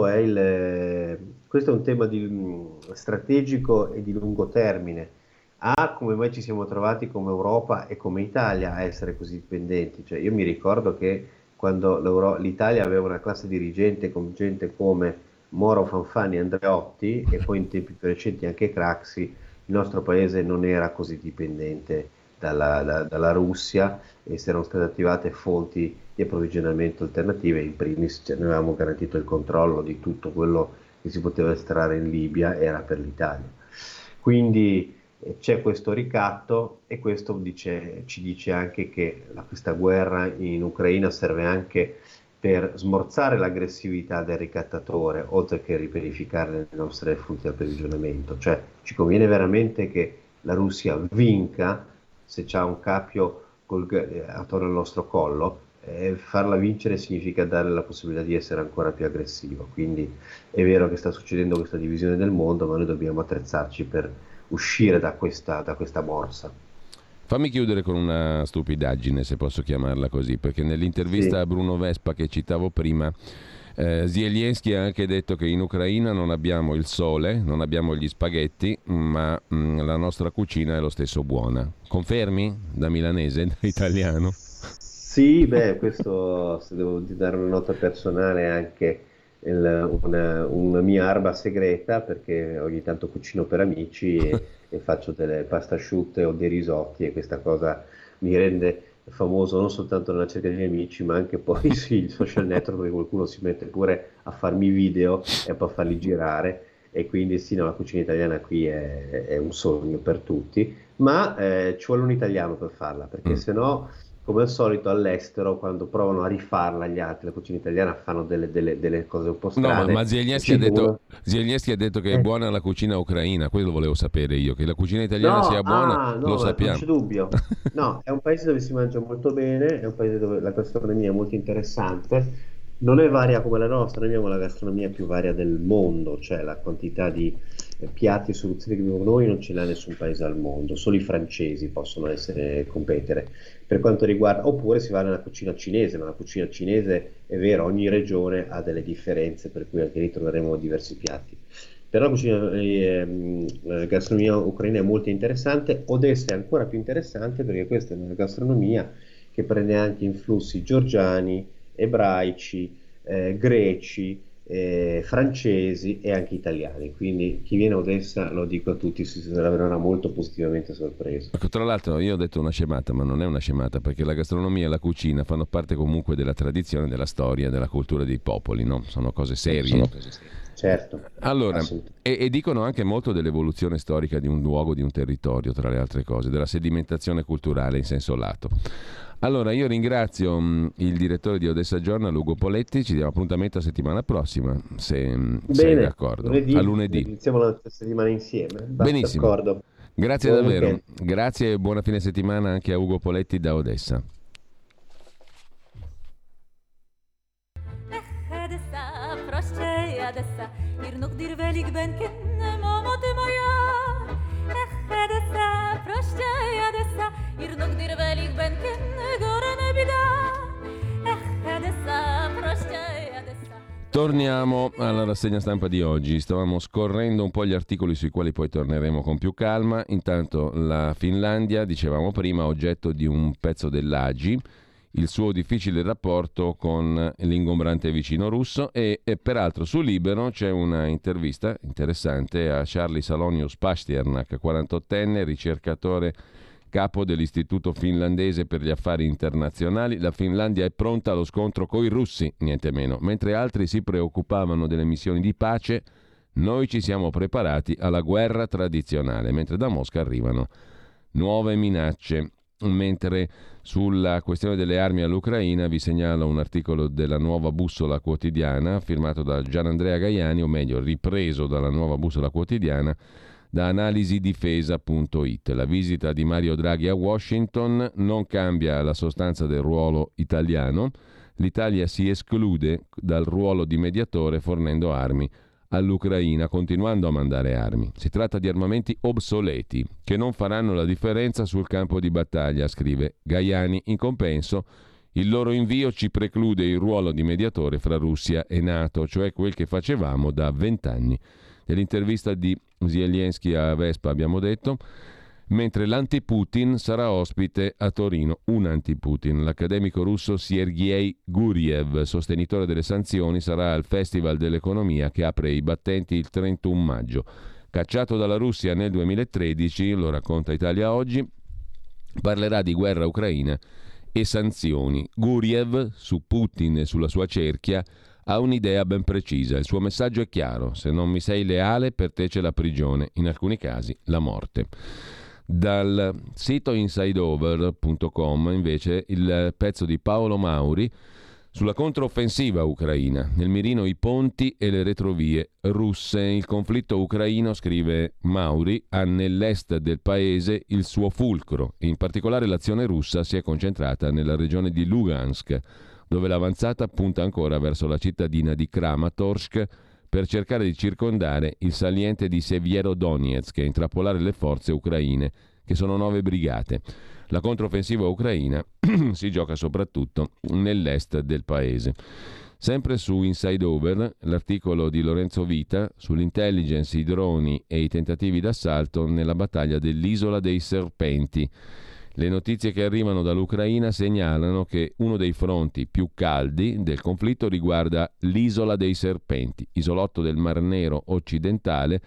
questo è un tema strategico e di lungo termine. Come mai ci siamo trovati come Europa e come Italia a essere così dipendenti? Cioè, io mi ricordo che quando l'Italia aveva una classe dirigente con gente come Moro, Fanfani, Andreotti e poi in tempi più recenti anche Craxi, il nostro paese non era così dipendente dalla Russia e si erano state attivate fonti di approvvigionamento alternative, in primis noi avevamo garantito il controllo di tutto quello che si poteva estrarre in Libia, era per l'Italia. Quindi c'è questo ricatto e questo ci dice anche che questa guerra in Ucraina serve anche per smorzare l'aggressività del ricattatore, oltre che riperificare le nostre fonti di approvvigionamento. Cioè ci conviene veramente che la Russia vinca se c'ha un cappio attorno al nostro collo. Farla vincere significa dare la possibilità di essere ancora più aggressivo. Quindi è vero che sta succedendo questa divisione del mondo, ma noi dobbiamo attrezzarci per uscire da questa morsa. Fammi chiudere con una stupidaggine, se posso chiamarla così, perché nell'intervista a Bruno Vespa che citavo prima, Zelensky ha anche detto che in Ucraina non abbiamo il sole, non abbiamo gli spaghetti, ma la nostra cucina è lo stesso buona. Confermi? Da milanese, da italiano? Sì, questo, se devo dare una nota personale, anche una mia arma segreta, perché ogni tanto cucino per amici e faccio delle pasta asciutte o dei risotti e questa cosa mi rende famoso non soltanto nella cerca degli amici, ma anche poi sui social network, dove qualcuno si mette pure a farmi video e poi a farli girare. E quindi sì, no, la cucina italiana qui è un sogno per tutti, ma ci vuole un italiano per farla, perché Mm. se no, come al solito all'estero, quando provano a rifarla gli altri, la cucina italiana fanno delle cose un po' No, ma strane. Cito uno. Zelensky ha detto che è eh, buona la cucina ucraina, quello volevo sapere io, che la cucina italiana No, sia buona, lo no, ma non sappiamo. c'è dubbio. No, è un paese dove si mangia molto bene, è un paese dove la gastronomia è molto interessante, non è varia come la nostra, noi abbiamo la gastronomia più varia del mondo, cioè la quantità di piatti e soluzioni che abbiamo noi non ce l'ha nessun paese al mondo, solo i francesi possono competere. Per quanto riguarda, oppure si va nella cucina cinese, ma la cucina cinese è vero, ogni regione ha delle differenze, per cui anche lì troveremo diversi piatti. Però la cucina, la gastronomia ucraina è molto interessante, Odessa è ancora più interessante perché questa è una gastronomia che prende anche influssi georgiani, ebraici, greci, francesi e anche italiani. Quindi chi viene a Odessa, lo dico a tutti, si verrà molto positivamente sorpreso. Ecco, tra l'altro io ho detto una scemata, ma non è una scemata, perché la gastronomia e la cucina fanno parte comunque della tradizione, della storia, della cultura dei popoli, no? Sono cose serie. Certo, Allora, assolutamente. e dicono anche molto dell'evoluzione storica di un luogo, di un territorio, tra le altre cose, della sedimentazione culturale in senso lato. Allora, io ringrazio il direttore di Odessa Journal, Ugo Poletti, ci diamo appuntamento la settimana prossima, se sei Bene, d'accordo. A lunedì lunedì. iniziamo la settimana insieme. Benissimo. D'accordo. Grazie Buon davvero. weekend. Grazie e buona fine settimana anche a Ugo Poletti da Odessa. Одеса, прощай, Одеса, Ирнук дирвелик бенкен, мама ты моя. Одеса, прощай, Одеса, Ирнук дирвелик бенкен, горе не беда. Одеса, прощай, Одеса. Torniamo alla rassegna stampa di oggi. Stavamo scorrendo un po' gli articoli sui quali poi torneremo con più calma. Intanto la Finlandia, dicevamo prima, oggetto di un pezzo dell'AGI, il suo difficile rapporto con l'ingombrante vicino russo e peraltro su Libero c'è una intervista interessante a Charlie Salonius Pasternak, 48enne, ricercatore capo dell'Istituto finlandese per gli affari internazionali. La Finlandia è pronta allo scontro coi russi, niente meno. Mentre altri si preoccupavano delle missioni di pace, noi ci siamo preparati alla guerra tradizionale, mentre da Mosca arrivano nuove minacce. Mentre sulla questione delle armi all'Ucraina vi segnalo un articolo della Nuova Bussola Quotidiana firmato da Gianandrea Gaiani, o meglio ripreso dalla Nuova Bussola Quotidiana da analisidifesa.it. La visita di Mario Draghi a Washington non cambia la sostanza del ruolo italiano. L'Italia si esclude dal ruolo di mediatore fornendo armi all'Ucraina, continuando a mandare armi. Si tratta di armamenti obsoleti che non faranno la differenza sul campo di battaglia, scrive Gaiani. In compenso, il loro invio ci preclude il ruolo di mediatore fra Russia e NATO, cioè quel che facevamo da 20 anni. Nell'intervista di Zelensky a Vespa abbiamo detto, mentre l'anti-Putin sarà ospite a Torino, un anti-Putin. L'accademico russo Sergei Guriev, sostenitore delle sanzioni, sarà al Festival dell'Economia che apre i battenti il 31 maggio. Cacciato dalla Russia nel 2013, lo racconta Italia Oggi, parlerà di guerra ucraina e sanzioni. Guriev, su Putin e sulla sua cerchia, ha un'idea ben precisa. Il suo messaggio è chiaro: se non mi sei leale, per te c'è la prigione, in alcuni casi la morte. Dal sito insideover.com invece il pezzo di Paolo Mauri sulla controffensiva ucraina, nel mirino i ponti e le retrovie russe. Il conflitto ucraino, scrive Mauri, ha nell'est del paese il suo fulcro. In particolare l'azione russa si è concentrata nella regione di Lugansk, dove l'avanzata punta ancora verso la cittadina di Kramatorsk per cercare di circondare il saliente di Sevierodonetsk e intrappolare le forze ucraine, che sono 9 brigate. La controffensiva ucraina si gioca soprattutto nell'est del paese. Sempre su Inside Over, l'articolo di Lorenzo Vita sull'intelligence, i droni e i tentativi d'assalto nella battaglia dell'Isola dei Serpenti. Le notizie che arrivano dall'Ucraina segnalano che uno dei fronti più caldi del conflitto riguarda l'Isola dei Serpenti, isolotto del Mar Nero occidentale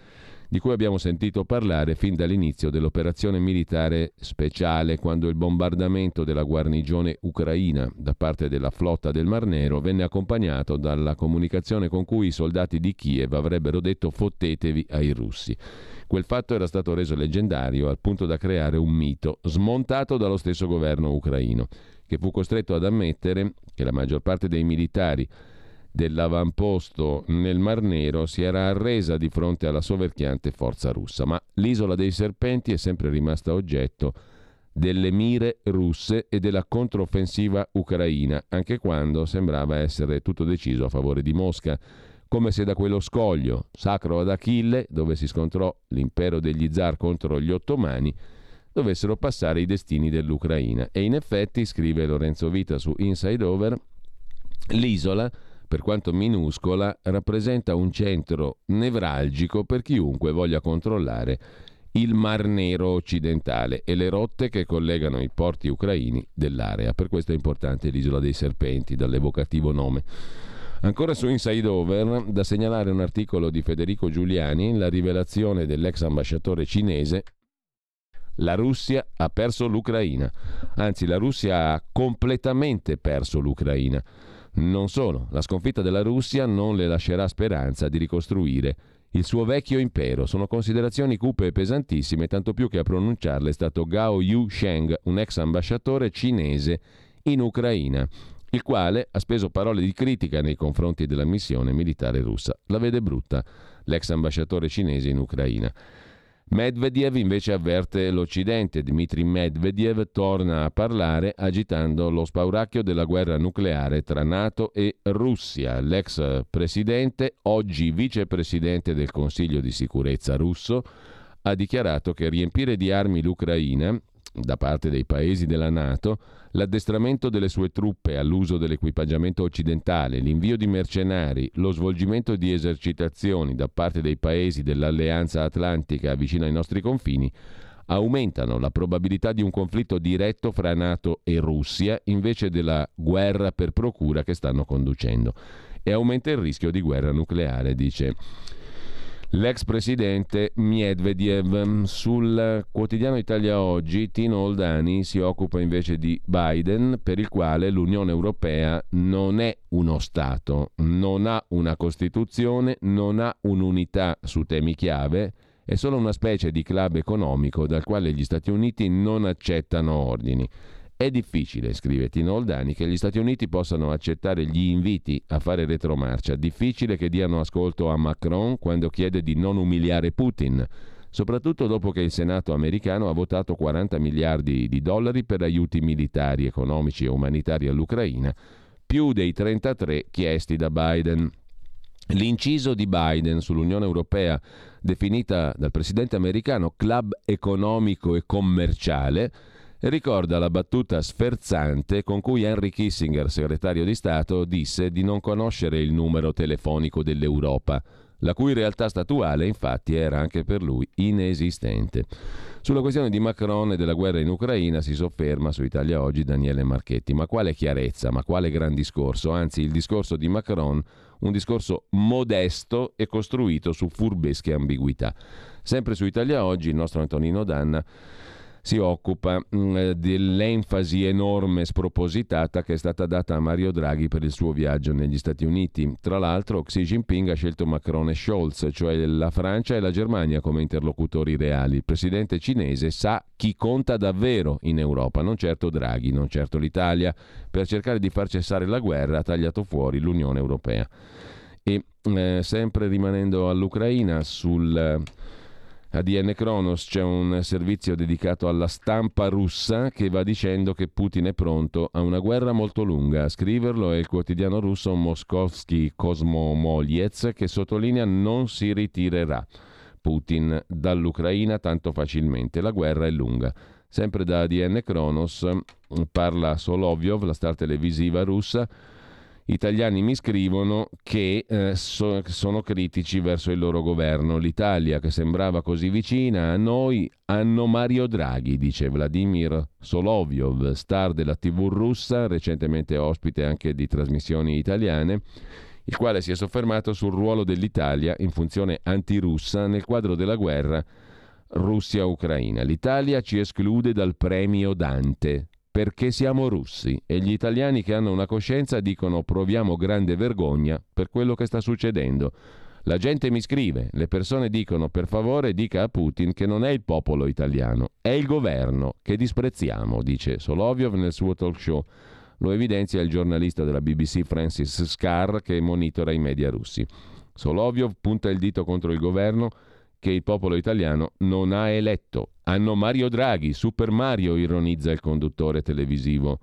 di cui abbiamo sentito parlare fin dall'inizio dell'operazione militare speciale, quando il bombardamento della guarnigione ucraina da parte della flotta del Mar Nero venne accompagnato dalla comunicazione con cui i soldati di Kiev avrebbero detto fottetevi ai russi. Quel fatto era stato reso leggendario al punto da creare un mito, smontato dallo stesso governo ucraino, che fu costretto ad ammettere che la maggior parte dei militari dell'avamposto nel Mar Nero si era arresa di fronte alla soverchiante forza russa. Ma l'isola dei serpenti è sempre rimasta oggetto delle mire russe e della controffensiva ucraina, anche quando sembrava essere tutto deciso a favore di Mosca, come se da quello scoglio sacro ad Achille, dove si scontrò l'impero degli zar contro gli ottomani, dovessero passare i destini dell'Ucraina. E in effetti, scrive Lorenzo Vita su Inside Over, l'isola, per quanto minuscola, rappresenta un centro nevralgico per chiunque voglia controllare il Mar Nero occidentale e le rotte che collegano i porti ucraini dell'area. Per questo è importante l'isola dei serpenti, dall'evocativo nome. Ancora su Inside Over, da segnalare un articolo di Federico Giuliani, la rivelazione dell'ex ambasciatore cinese: la Russia ha perso l'Ucraina. Anzi, la Russia ha completamente perso l'Ucraina. Non solo, la sconfitta della Russia non le lascerà speranza di ricostruire il suo vecchio impero. Sono considerazioni cupe e pesantissime, tanto più che a pronunciarle è stato Gao Yusheng, un ex ambasciatore cinese in Ucraina, il quale ha speso parole di critica nei confronti della missione militare russa. La vede brutta l'ex ambasciatore cinese in Ucraina. Medvedev invece avverte l'Occidente. Dmitry Medvedev torna a parlare agitando lo spauracchio della guerra nucleare tra NATO e Russia. L'ex presidente, oggi vicepresidente del Consiglio di sicurezza russo, ha dichiarato che riempire di armi l'Ucraina da parte dei paesi della NATO, l'addestramento delle sue truppe all'uso dell'equipaggiamento occidentale, l'invio di mercenari, lo svolgimento di esercitazioni da parte dei paesi dell'Alleanza Atlantica vicino ai nostri confini aumentano la probabilità di un conflitto diretto fra NATO e Russia invece della guerra per procura che stanno conducendo, e aumenta il rischio di guerra nucleare, dice l'ex presidente Medvedev. Sul quotidiano Italia Oggi, Tino Oldani si occupa invece di Biden, per il quale l'Unione Europea non è uno Stato, non ha una Costituzione, non ha un'unità su temi chiave, è solo una specie di club economico dal quale gli Stati Uniti non accettano ordini. È difficile, scrive Tino Oldani, che gli Stati Uniti possano accettare gli inviti a fare retromarcia. Difficile che diano ascolto a Macron quando chiede di non umiliare Putin, soprattutto dopo che il Senato americano ha votato 40 miliardi di dollari per aiuti militari, economici e umanitari all'Ucraina, più dei 33 chiesti da Biden. L'inciso di Biden sull'Unione Europea, definita dal presidente americano club economico e commerciale, ricorda la battuta sferzante con cui Henry Kissinger, segretario di Stato, disse di non conoscere il numero telefonico dell'Europa, la cui realtà statuale infatti era anche per lui inesistente. Sulla questione di Macron e della guerra in Ucraina si sofferma su Italia Oggi Daniele Marchetti. Ma quale chiarezza, ma quale gran discorso? Anzi, il discorso di Macron, un discorso modesto e costruito su furbesche ambiguità. Sempre su Italia Oggi il nostro Antonino Danna si occupa dell'enfasi enorme spropositata che è stata data a Mario Draghi per il suo viaggio negli Stati Uniti. Tra l'altro Xi Jinping ha scelto Macron e Scholz, cioè la Francia e la Germania, come interlocutori reali. Il presidente cinese sa chi conta davvero in Europa, non certo Draghi, non certo l'Italia. Per cercare di far cessare la guerra ha tagliato fuori l'Unione Europea. E sempre rimanendo all'Ucraina, sul ADN Kronos c'è un servizio dedicato alla stampa russa che va dicendo che Putin è pronto a una guerra molto lunga. A scriverlo è il quotidiano russo Moskovsky Kosmomolyets, che sottolinea non si ritirerà Putin dall'Ucraina tanto facilmente, la guerra è lunga. Sempre da ADN Kronos parla Solovyov, la star televisiva russa. Italiani mi scrivono che sono critici verso il loro governo. L'Italia, che sembrava così vicina a noi, hanno Mario Draghi, dice Vladimir Solovyov, star della TV russa, recentemente ospite anche di trasmissioni italiane. il quale si è soffermato sul ruolo dell'Italia in funzione antirussa nel quadro della guerra Russia-Ucraina. L'Italia ci esclude dal premio Dante perché siamo russi e gli italiani che hanno una coscienza dicono proviamo grande vergogna per quello che sta succedendo. La gente mi scrive, le persone dicono per favore dica a Putin che non è il popolo italiano, è il governo che disprezziamo, dice Solovyov nel suo talk show. Lo evidenzia il giornalista della BBC Francis Scarr che monitora i media russi. Solovyov punta il dito contro il governo che il popolo italiano non ha eletto. Hanno Mario Draghi, Super Mario, ironizza il conduttore televisivo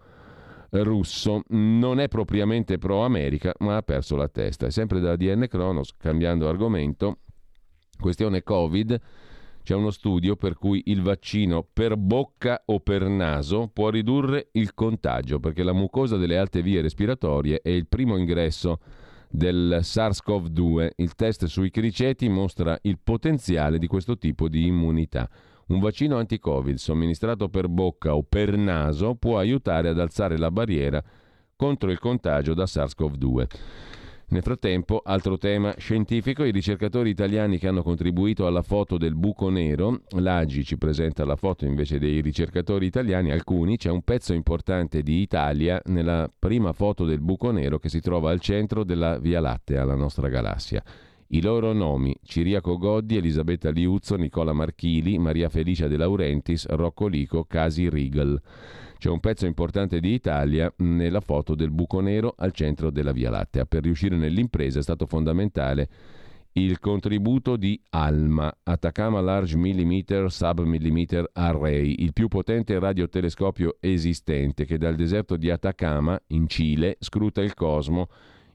russo. Non è propriamente pro-America, ma ha perso la testa. E sempre da DN Kronos, cambiando argomento, questione Covid, c'è uno studio per cui il vaccino per bocca o per naso può ridurre il contagio, perché la mucosa delle alte vie respiratorie è il primo ingresso del SARS-CoV-2. Il test sui criceti mostra il potenziale di questo tipo di immunità. Un vaccino anti-Covid somministrato per bocca o per naso può aiutare ad alzare la barriera contro il contagio da SARS-CoV-2. Nel frattempo, altro tema scientifico, i ricercatori italiani che hanno contribuito alla foto del buco nero, l'AGI ci presenta la foto invece dei ricercatori italiani, alcuni, c'è un pezzo importante di Italia nella prima foto del buco nero che si trova al centro della Via Lattea, la nostra galassia. I loro nomi: Ciriaco Goddi, Elisabetta Liuzzo, Nicola Marchili, Maria Felicia De Laurentiis, Rocco Lico, Casi Riegel. C'è un pezzo importante di Italia nella foto del buco nero al centro della Via Lattea. Per riuscire nell'impresa è stato fondamentale il contributo di ALMA, Atacama Large Millimeter Submillimeter Array, il più potente radiotelescopio esistente che dal deserto di Atacama, in Cile, scruta il cosmo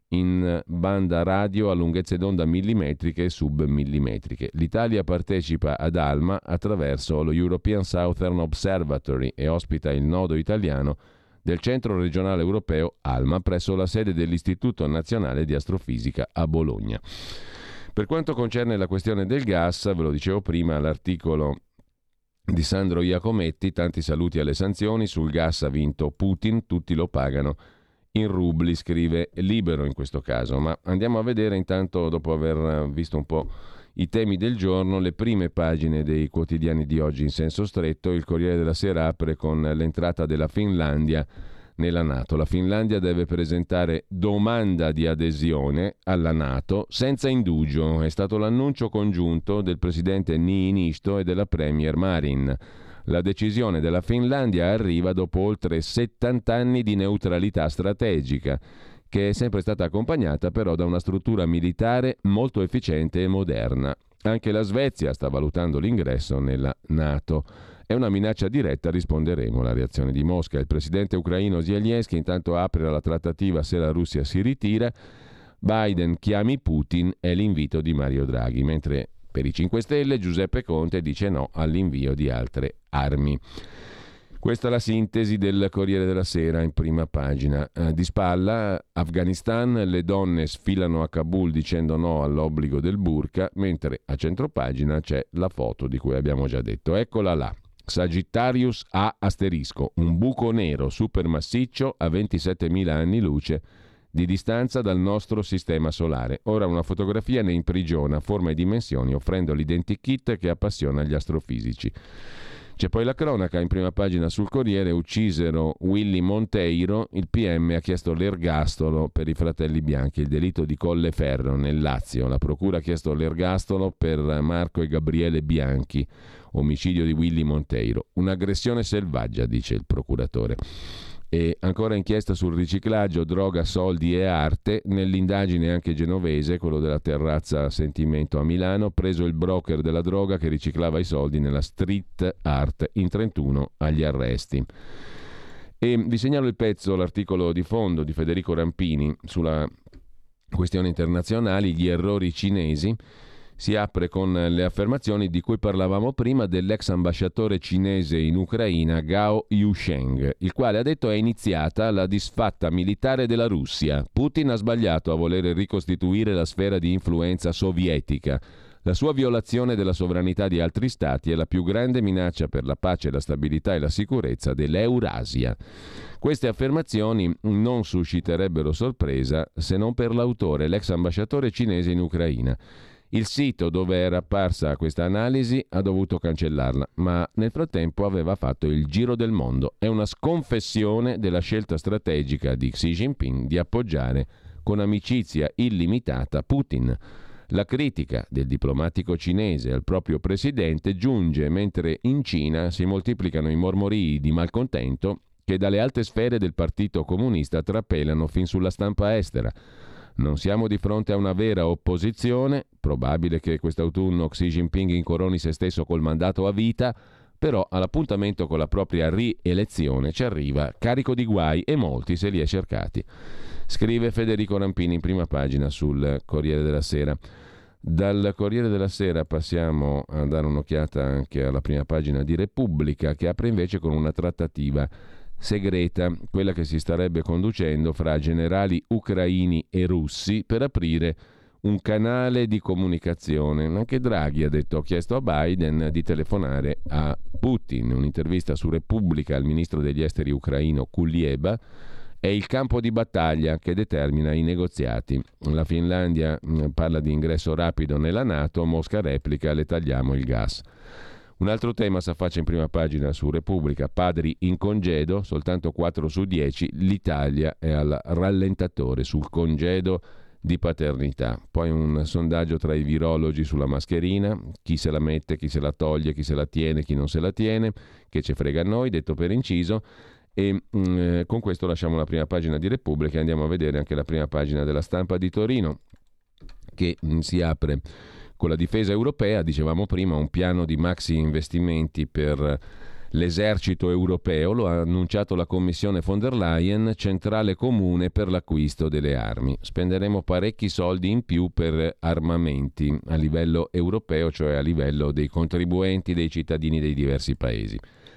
in banda radio a lunghezze d'onda millimetriche e submillimetriche. L'Italia partecipa ad ALMA attraverso lo European Southern Observatory e ospita il nodo italiano del Centro regionale europeo ALMA presso la sede dell'Istituto Nazionale di Astrofisica a Bologna. Per quanto concerne la questione del gas, ve lo dicevo prima, l'articolo di Sandro Iacometti, tanti saluti alle sanzioni, sul gas ha vinto Putin, tutti lo pagano in rubli, scrive Libero in questo caso. Ma andiamo a vedere intanto, dopo aver visto un po' i temi del giorno, le prime pagine dei quotidiani di oggi in senso stretto. Il Corriere della Sera apre con l'entrata della Finlandia nella NATO. La Finlandia deve presentare domanda di adesione alla NATO senza indugio. È stato l'annuncio congiunto del presidente Niinisto e della premier Marin. La decisione della Finlandia arriva dopo oltre 70 anni di neutralità strategica, che è sempre stata accompagnata però da una struttura militare molto efficiente e moderna. Anche la Svezia sta valutando l'ingresso nella NATO. È una minaccia diretta, risponderemo alla reazione di Mosca. Il presidente ucraino Zelensky intanto apre la trattativa se la Russia si ritira. Biden chiami Putin è l'invito di Mario Draghi, mentre per i 5 Stelle Giuseppe Conte dice no all'invio di altre armi. Questa è la sintesi del Corriere della Sera in prima pagina. Di spalla, Afghanistan, le donne sfilano a Kabul dicendo no all'obbligo del burqa, mentre a centropagina c'è la foto di cui abbiamo già detto. Eccola là. Sagittarius A**, un buco nero supermassiccio a 27.000 anni luce di distanza dal nostro sistema solare. Ora una fotografia ne imprigiona forma e dimensioni, offrendo l'identikit che appassiona gli astrofisici. C'è poi la cronaca in prima pagina sul Corriere. Uccisero Willy Monteiro, il PM ha chiesto l'ergastolo per i fratelli Bianchi, il delitto di Colleferro nel Lazio. La procura ha chiesto l'ergastolo per Marco e Gabriele Bianchi, omicidio di Willy Monteiro. Un'aggressione selvaggia, dice il procuratore. E ancora inchiesta sul riciclaggio, droga, soldi e arte. Nell'indagine anche genovese, quello della terrazza Sentimento a Milano, preso il broker della droga che riciclava i soldi nella street art, in 31 agli arresti. E vi segnalo il pezzo, l'articolo di fondo di Federico Rampini sulla questione internazionali, gli errori cinesi. Si apre con le affermazioni di cui parlavamo prima dell'ex ambasciatore cinese in Ucraina Gao Yusheng, il quale ha detto è iniziata la disfatta militare della Russia. Putin ha sbagliato a voler ricostituire la sfera di influenza sovietica. La sua violazione della sovranità di altri stati è la più grande minaccia per la pace, la stabilità e la sicurezza dell'Eurasia. Queste affermazioni non susciterebbero sorpresa se non per l'autore, l'ex ambasciatore cinese in Ucraina. Il sito dove era apparsa questa analisi ha dovuto cancellarla, ma nel frattempo aveva fatto il giro del mondo. È una sconfessione della scelta strategica di Xi Jinping di appoggiare con amicizia illimitata Putin. La critica del diplomatico cinese al proprio presidente giunge mentre in Cina si moltiplicano i mormorii di malcontento che dalle alte sfere del Partito Comunista trapelano fin sulla stampa estera. Non siamo di fronte a una vera opposizione, probabile che quest'autunno Xi Jinping incoroni se stesso col mandato a vita, però all'appuntamento con la propria rielezione ci arriva carico di guai e molti se li è cercati. Scrive Federico Rampini in prima pagina sul Corriere della Sera. Dal Corriere della Sera passiamo a dare un'occhiata anche alla prima pagina di Repubblica, che apre invece con una trattativa segreta, quella che si starebbe conducendo fra generali ucraini e russi per aprire un canale di comunicazione. Anche Draghi ha chiesto a Biden di telefonare a Putin. Un'intervista su Repubblica al ministro degli esteri ucraino Kulieba. È il campo di battaglia che determina i negoziati. La Finlandia parla di ingresso rapido nella NATO, Mosca replica: le tagliamo il gas. Un altro tema si affaccia in prima pagina su Repubblica: padri in congedo, soltanto 4 su 10, l'Italia è al rallentatore sul congedo di paternità. Poi un sondaggio tra i virologi sulla mascherina, chi se la mette, chi se la toglie, chi se la tiene, chi non se la tiene, che ce frega a noi, detto per inciso. E con questo lasciamo la prima pagina di Repubblica e andiamo a vedere anche la prima pagina della Stampa di Torino, che si apre con la difesa europea. Dicevamo prima, un piano di maxi investimenti per l'esercito europeo, lo ha annunciato la Commissione von der Leyen, centrale comune per l'acquisto delle armi. Spenderemo parecchi soldi in più per armamenti a livello europeo, cioè a livello dei contribuenti, dei cittadini dei diversi paesi.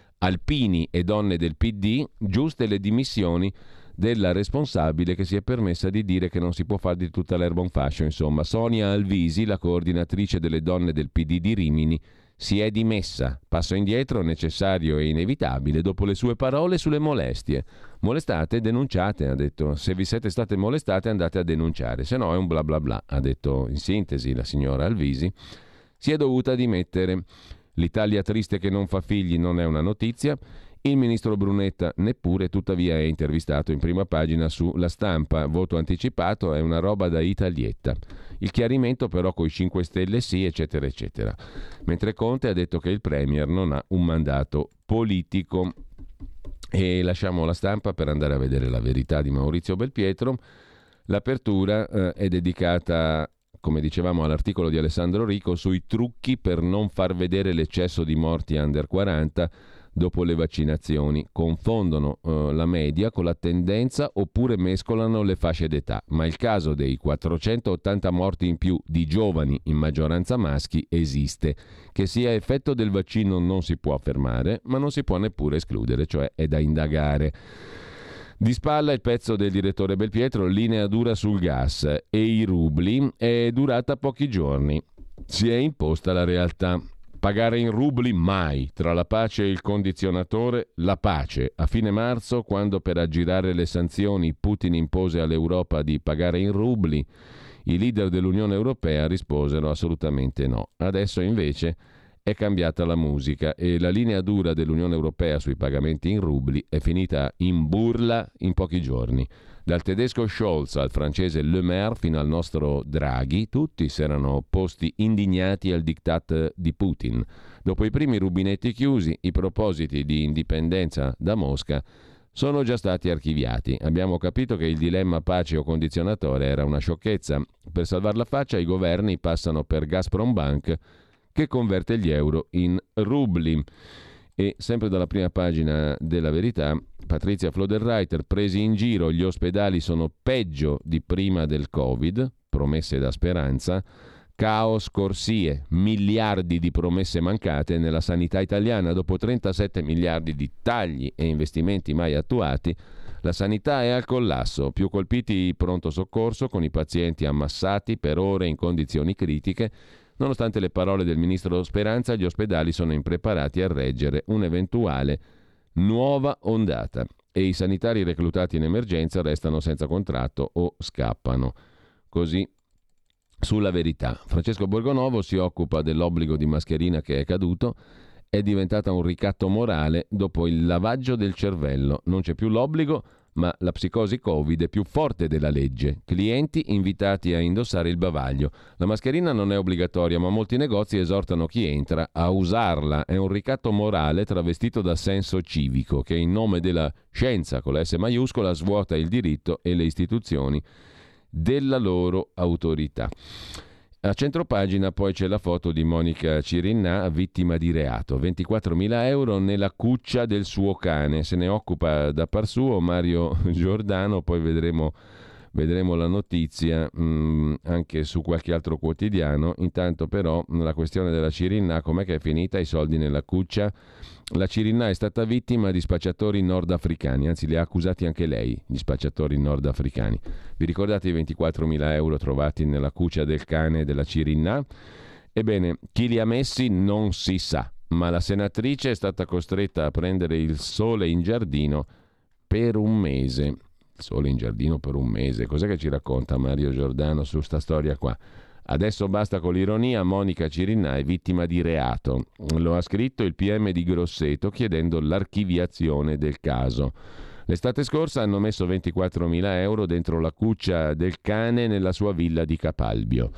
Alpini e donne del PD, giuste le dimissioni della responsabile che si è permessa di dire che non si può fare di tutta l'erba un fascio. Insomma, Sonia Alvisi, la coordinatrice delle donne del PD di Rimini, si è dimessa. Passo indietro necessario e inevitabile dopo le sue parole sulle molestie. Molestate, denunciate, ha detto. Se vi siete state molestate andate a denunciare, se no è un bla bla bla, ha detto in sintesi la signora Alvisi. Si è dovuta dimettere. L'Italia triste che non fa figli non è una notizia. Il ministro Brunetta neppure, tuttavia è intervistato in prima pagina su La Stampa. Voto anticipato è una roba da Italietta. Il chiarimento però coi 5 Stelle sì, eccetera, eccetera. Mentre Conte ha detto che il Premier non ha un mandato politico. E lasciamo La Stampa per andare a vedere La Verità di Maurizio Belpietro. L'apertura è dedicata, come dicevamo, all'articolo di Alessandro Rico sui trucchi per non far vedere l'eccesso di morti under 40 dopo le vaccinazioni. Confondono la media con la tendenza oppure mescolano le fasce d'età, ma il caso dei 480 morti in più di giovani, in maggioranza maschi, esiste. Che sia effetto del vaccino non si può affermare, ma non si può neppure escludere, cioè è da indagare. Di spalla il pezzo del direttore Belpietro, linea dura sul gas e i rubli, è durata pochi giorni. Si è imposta la realtà. Pagare in rubli mai. Tra la pace e il condizionatore, la pace. A fine marzo, quando per aggirare le sanzioni Putin impose all'Europa di pagare in rubli, i leader dell'Unione Europea risposero assolutamente no. Adesso invece è cambiata la musica e la linea dura dell'Unione Europea sui pagamenti in rubli è finita in burla in pochi giorni. Dal tedesco Scholz al francese Le Maire fino al nostro Draghi, tutti si erano opposti indignati al diktat di Putin. Dopo i primi rubinetti chiusi, i propositi di indipendenza da Mosca sono già stati archiviati. Abbiamo capito che il dilemma pace o condizionatore era una sciocchezza. Per salvar la faccia i governi passano per Gazprombank, che converte gli euro in rubli. E sempre dalla prima pagina della Verità, Patrizia Floderreiter, presi in giro, gli ospedali sono peggio di prima del Covid, promesse da Speranza, caos corsie, miliardi di promesse mancate nella sanità italiana. Dopo 37 miliardi di tagli e investimenti mai attuati, la sanità è al collasso, più colpiti i pronto soccorso con i pazienti ammassati per ore in condizioni critiche, Nonostante le parole del ministro Speranza, gli ospedali sono impreparati a reggere un'eventuale nuova ondata e i sanitari reclutati in emergenza restano senza contratto o scappano. Così sulla Verità. Francesco Borgonovo si occupa dell'obbligo di mascherina che è caduto. È diventata un ricatto morale dopo il lavaggio del cervello. Non c'è più l'obbligo, ma la psicosi Covid è più forte della legge. Clienti invitati a indossare il bavaglio. La mascherina non è obbligatoria, ma molti negozi esortano chi entra a usarla. È un ricatto morale travestito da senso civico che in nome della scienza, con la S maiuscola, svuota il diritto e le istituzioni della loro autorità. A centropagina poi c'è la foto di Monica Cirinnà, vittima di reato. 24.000 euro nella cuccia del suo cane. Se ne occupa da par suo Mario Giordano, poi vedremo la notizia anche su qualche altro quotidiano. Intanto però la questione della Cirinnà, com'è che è finita? I soldi nella cuccia? La Cirinnà è stata vittima di spacciatori nordafricani, anzi li ha accusati anche lei, gli spacciatori nordafricani. Vi ricordate i 24.000 euro trovati nella cuccia del cane della Cirinnà? Ebbene, chi li ha messi non si sa, ma la senatrice è stata costretta a prendere il sole in giardino per un mese. Il sole in giardino per un mese. Cos'è che ci racconta Mario Giordano su sta storia qua? Adesso basta con l'ironia, Monica Cirinnà è vittima di reato. Lo ha scritto il PM di Grosseto chiedendo l'archiviazione del caso. L'estate scorsa hanno messo 24.000 euro dentro la cuccia del cane nella sua villa di Capalbio.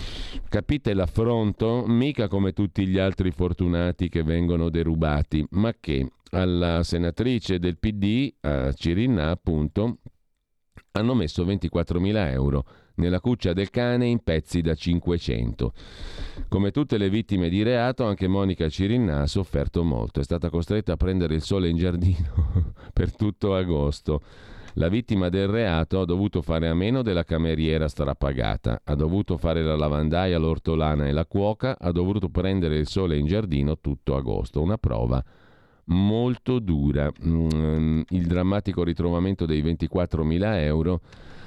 Capite l'affronto? Mica come tutti gli altri fortunati che vengono derubati, ma che alla senatrice del PD, a Cirinnà appunto, hanno messo 24.000 euro nella cuccia del cane in pezzi da 500. Come tutte le vittime di reato, anche Monica Cirinnà ha sofferto molto. È stata costretta a prendere il sole in giardino per tutto agosto. La vittima del reato ha dovuto fare a meno della cameriera strapagata, ha dovuto fare la lavandaia, l'ortolana e la cuoca, ha dovuto prendere il sole in giardino tutto agosto. Una prova molto dura. Il drammatico ritrovamento dei 24.000 euro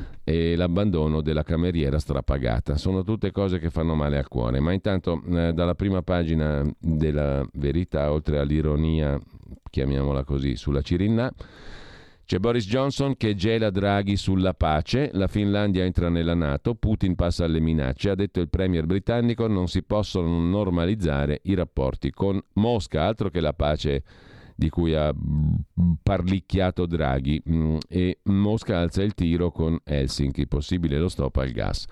e l'abbandono della cameriera strapagata sono tutte cose che fanno male al cuore. Ma intanto dalla prima pagina della Verità, oltre all'ironia, chiamiamola così, sulla Cirinnà, c'è Boris Johnson che gela Draghi sulla pace, la Finlandia entra nella NATO, Putin passa alle minacce, ha detto il premier britannico, non si possono normalizzare i rapporti con Mosca, altro che la pace di cui ha parlicchiato Draghi, e Mosca alza il tiro con Helsinki, possibile lo stop al gas.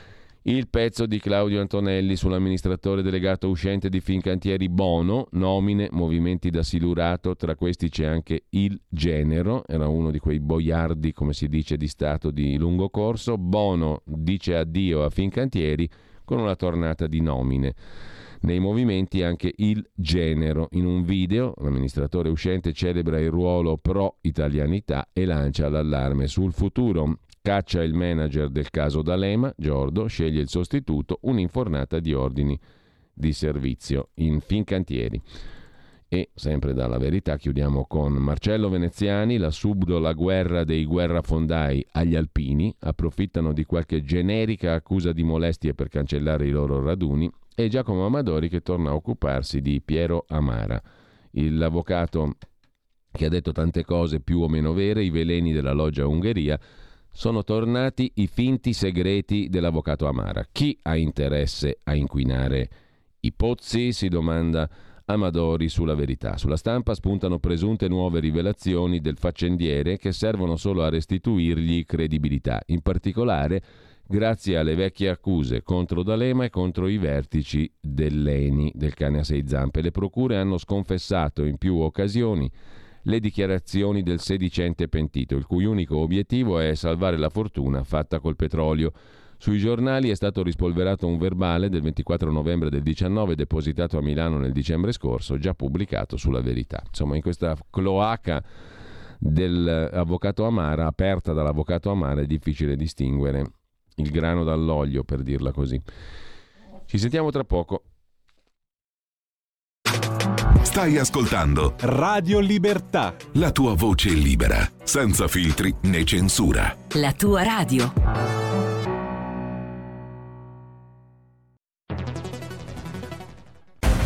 Il pezzo di Claudio Antonelli sull'amministratore delegato uscente di Fincantieri Bono, nomine, movimenti da silurato, tra questi c'è anche il Genero, era uno di quei boiardi, come si dice, di Stato di lungo corso. Bono dice addio a Fincantieri con una tornata di nomine. Nei movimenti anche il Genero. In un video l'amministratore uscente celebra il ruolo pro-italianità e lancia l'allarme sul futuro. Caccia il manager del caso D'Alema, Giordo, sceglie il sostituto, un'infornata di ordini di servizio in Fincantieri. E sempre dalla Verità chiudiamo con Marcello Veneziani, la subdola guerra dei guerrafondai agli alpini, approfittano di qualche generica accusa di molestie per cancellare i loro raduni, e Giacomo Amadori che torna a occuparsi di Piero Amara, l'avvocato che ha detto tante cose più o meno vere, i veleni della loggia Ungheria. Sono tornati i finti segreti dell'avvocato Amara. Chi ha interesse a inquinare i pozzi? Si domanda Amadori sulla Verità. Sulla Stampa spuntano presunte nuove rivelazioni del faccendiere che servono solo a restituirgli credibilità, in particolare grazie alle vecchie accuse contro D'Alema e contro i vertici dell'ENI, del cane a sei zampe. Le procure hanno sconfessato in più occasioni le dichiarazioni del sedicente pentito, il cui unico obiettivo è salvare la fortuna fatta col petrolio. Sui giornali è stato rispolverato un verbale del 24 novembre del 19 depositato a Milano nel dicembre scorso, già pubblicato sulla Verità. Insomma, in questa cloaca dell'avvocato Amara, aperta dall'avvocato Amara, è difficile distinguere il grano dall'olio, per dirla così. Ci sentiamo tra poco. Stai ascoltando Radio Libertà, la tua voce libera, senza filtri né censura. La tua radio.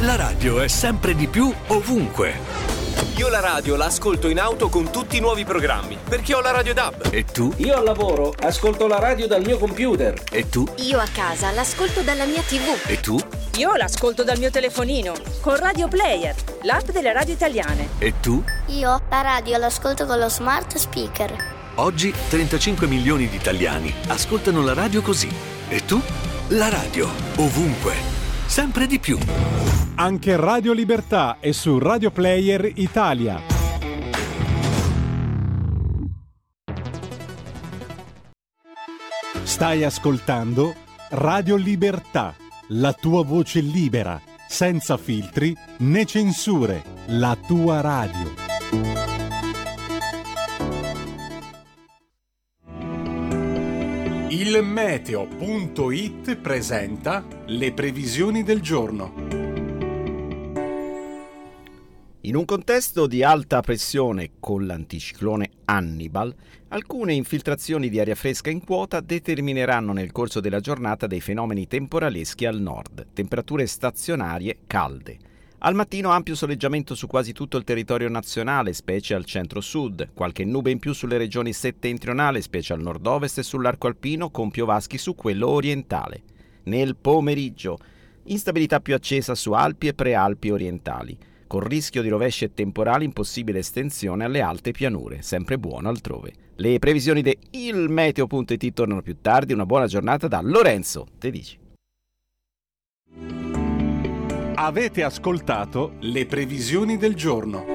La radio è sempre di più ovunque. Io la radio la ascolto in auto con tutti i nuovi programmi, perché ho la Radio DAB. E tu? Io al lavoro ascolto la radio dal mio computer. E tu? Io a casa l'ascolto dalla mia TV. E tu? Io l'ascolto dal mio telefonino, con Radio Player, l'app delle radio italiane. E tu? Io la radio l'ascolto con lo smart speaker. Oggi 35 milioni di italiani ascoltano la radio così. E tu? La radio, ovunque, sempre di più. Anche Radio Libertà è su Radio Player Italia. Stai ascoltando Radio Libertà, la tua voce libera, senza filtri né censure, la tua radio. Il meteo.it presenta le previsioni del giorno. In un contesto di alta pressione con l'anticiclone Hannibal, alcune infiltrazioni di aria fresca in quota determineranno nel corso della giornata dei fenomeni temporaleschi al nord, temperature stazionarie calde. Al mattino ampio soleggiamento su quasi tutto il territorio nazionale, specie al centro-sud, qualche nube in più sulle regioni settentrionali, specie al nord-ovest e sull'arco alpino, con piovaschi su quello orientale. Nel pomeriggio, instabilità più accesa su Alpi e Prealpi orientali, con rischio di rovesci e temporali in possibile estensione alle alte pianure, sempre buono altrove. Le previsioni di ilmeteo.it tornano più tardi. Una buona giornata da Lorenzo Tedici. Avete ascoltato le previsioni del giorno.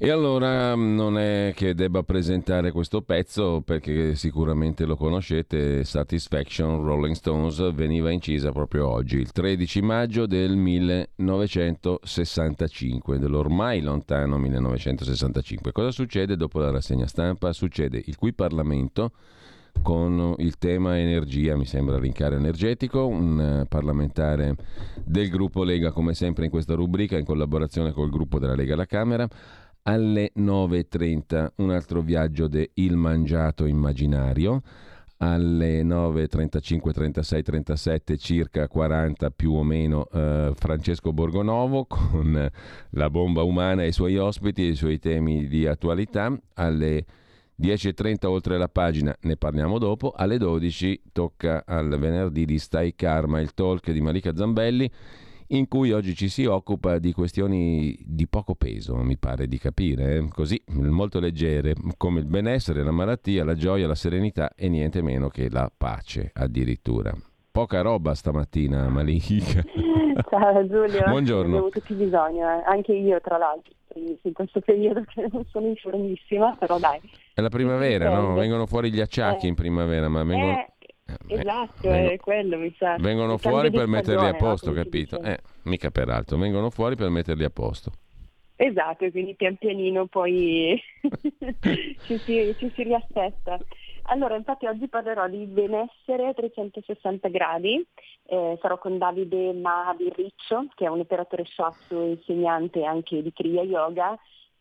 E allora non è che debba presentare questo pezzo perché sicuramente lo conoscete, Satisfaction Rolling Stones veniva incisa proprio oggi, il 13 maggio del 1965, dell'ormai lontano 1965. Cosa succede dopo la rassegna stampa? Succede il cui Parlamento con il tema energia, mi sembra rincaro energetico, un parlamentare del gruppo Lega come sempre in questa rubrica in collaborazione col gruppo della Lega alla Camera. Alle 9.30 un altro viaggio de Il Mangiato Immaginario, alle 9.35, 36, 37, circa 40 più o meno Francesco Borgonovo con la bomba umana e i suoi ospiti e i suoi temi di attualità. Alle 10.30 oltre la pagina, ne parliamo dopo. Alle 12 tocca al venerdì di Stai Karma, il talk di Malika Zambelli, in cui oggi ci si occupa di questioni di poco peso, mi pare di capire, così molto leggere, come il benessere, la malattia, la gioia, la serenità e niente meno che la pace addirittura. Poca roba stamattina, Malika. Ciao Giulio. Buongiorno. Abbiamo tutti bisogno, anche io tra l'altro, in questo periodo che non sono in formissima, però dai. È la primavera, no? Vengono fuori gli acciacchi in primavera, ma vengono... Esatto, è quello mi sa. Vengono fuori per metterli a posto, capito? Mica peraltro, vengono fuori per metterli a posto. Esatto, quindi pian pianino poi ci si riaspetta. Allora, infatti oggi parlerò di benessere a 360 gradi, sarò con Davide Mahabirriccio, che è un operatore shiatsu e insegnante anche di Kriya Yoga,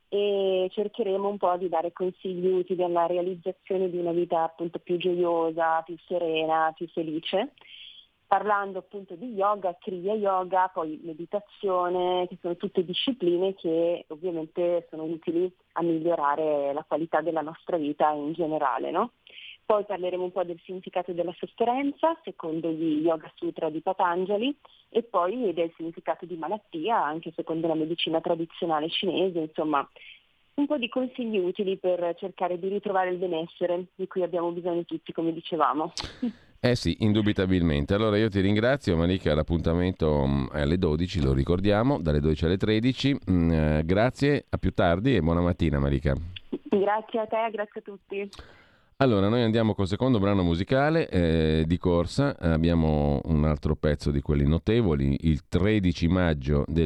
e cercheremo un po' di dare consigli utili alla realizzazione di una vita appunto più gioiosa, più serena, più felice, parlando appunto di yoga, Kriya Yoga, poi meditazione, che sono tutte discipline che ovviamente sono utili a migliorare la qualità della nostra vita in generale, no? Poi parleremo un po' del significato della sofferenza, secondo gli Yoga Sutra di Patanjali, e poi del significato di malattia, anche secondo la medicina tradizionale cinese, insomma, un po' di consigli utili per cercare di ritrovare il benessere di cui abbiamo bisogno tutti, come dicevamo. Eh sì, indubitabilmente. Allora io ti ringrazio, Malika, l'appuntamento è alle 12, lo ricordiamo, dalle 12 alle 13. Grazie, a più tardi e buona mattina, Malika. Grazie a te, grazie a tutti. Allora, noi andiamo col secondo brano musicale di corsa, abbiamo un altro pezzo di quelli notevoli, il 13 maggio del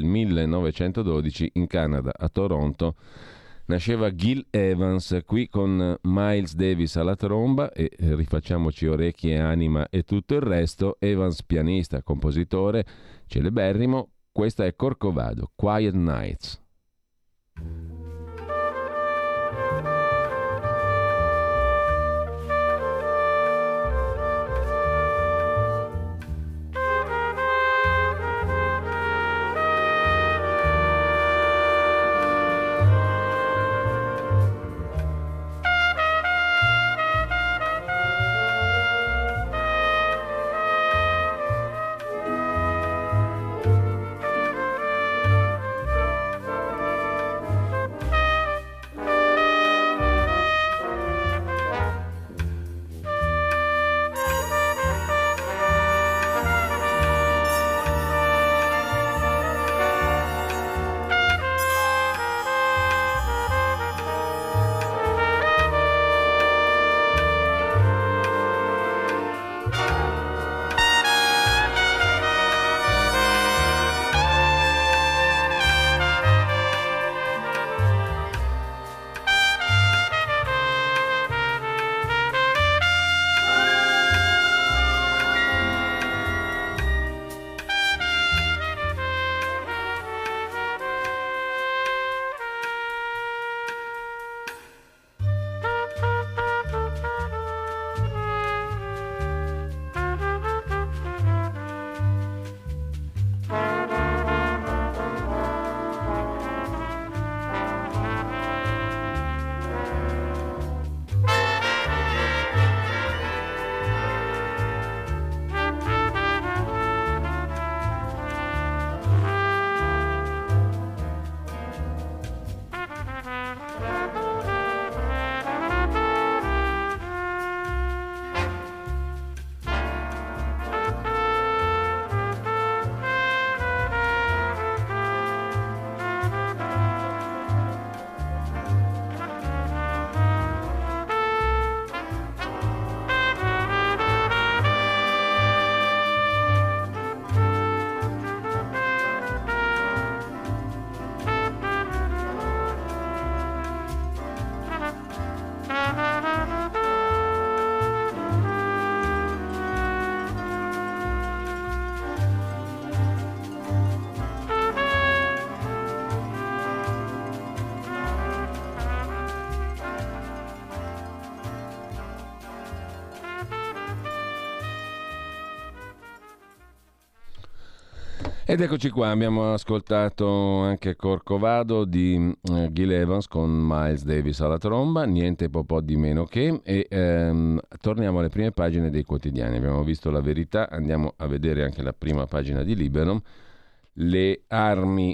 1912 in Canada, a Toronto, nasceva Gil Evans, qui con Miles Davis alla tromba e rifacciamoci orecchie, anima e tutto il resto. Evans pianista, compositore, celeberrimo, questa è Corcovado, Quiet Nights. Ed eccoci qua, abbiamo ascoltato anche Corcovado di Gil Evans con Miles Davis alla tromba, niente po' di meno che, e torniamo alle prime pagine dei quotidiani. Abbiamo visto La Verità, andiamo a vedere anche la prima pagina di Libero. Le armi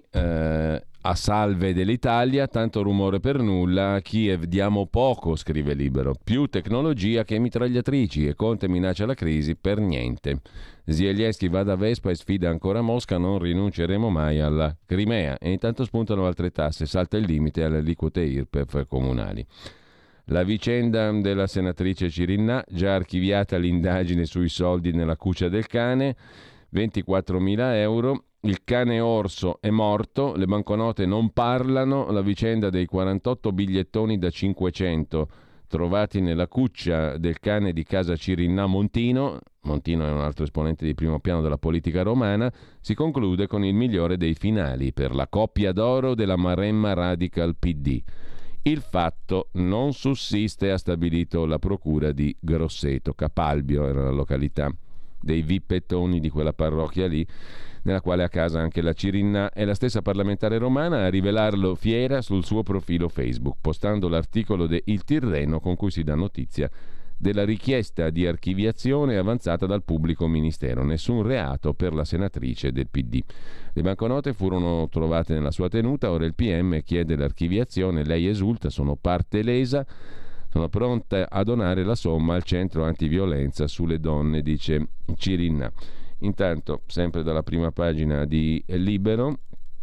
a salve dell'Italia, tanto rumore per nulla, a Kiev diamo poco, scrive Libero, più tecnologia che mitragliatrici e Conte minaccia la crisi per niente. Zelensky va da Vespa e sfida ancora Mosca, non rinunceremo mai alla Crimea, e intanto spuntano altre tasse, salta il limite alle aliquote IRPEF comunali. La vicenda della senatrice Cirinnà, già archiviata l'indagine sui soldi nella cuccia del cane, 24.000 euro. Il cane orso è morto, le banconote non parlano, la vicenda dei 48 bigliettoni da 500 trovati nella cuccia del cane di casa Cirinnà Montino è un altro esponente di primo piano della politica romana, si conclude con il migliore dei finali per la coppia d'oro della Maremma Radical PD. Il fatto non sussiste, ha stabilito la procura di Grosseto. Capalbio era la località dei vippettoni di quella parrocchia lì, nella quale ha casa anche la Cirinnà, è la stessa parlamentare romana a rivelarlo fiera sul suo profilo Facebook, postando l'articolo de Il Tirreno con cui si dà notizia della richiesta di archiviazione avanzata dal pubblico ministero. Nessun reato per la senatrice del PD. Le banconote furono trovate nella sua tenuta, ora il PM chiede l'archiviazione, lei esulta, sono parte lesa, sono pronta a donare la somma al centro antiviolenza sulle donne, dice Cirinnà. Intanto, sempre dalla prima pagina di Libero,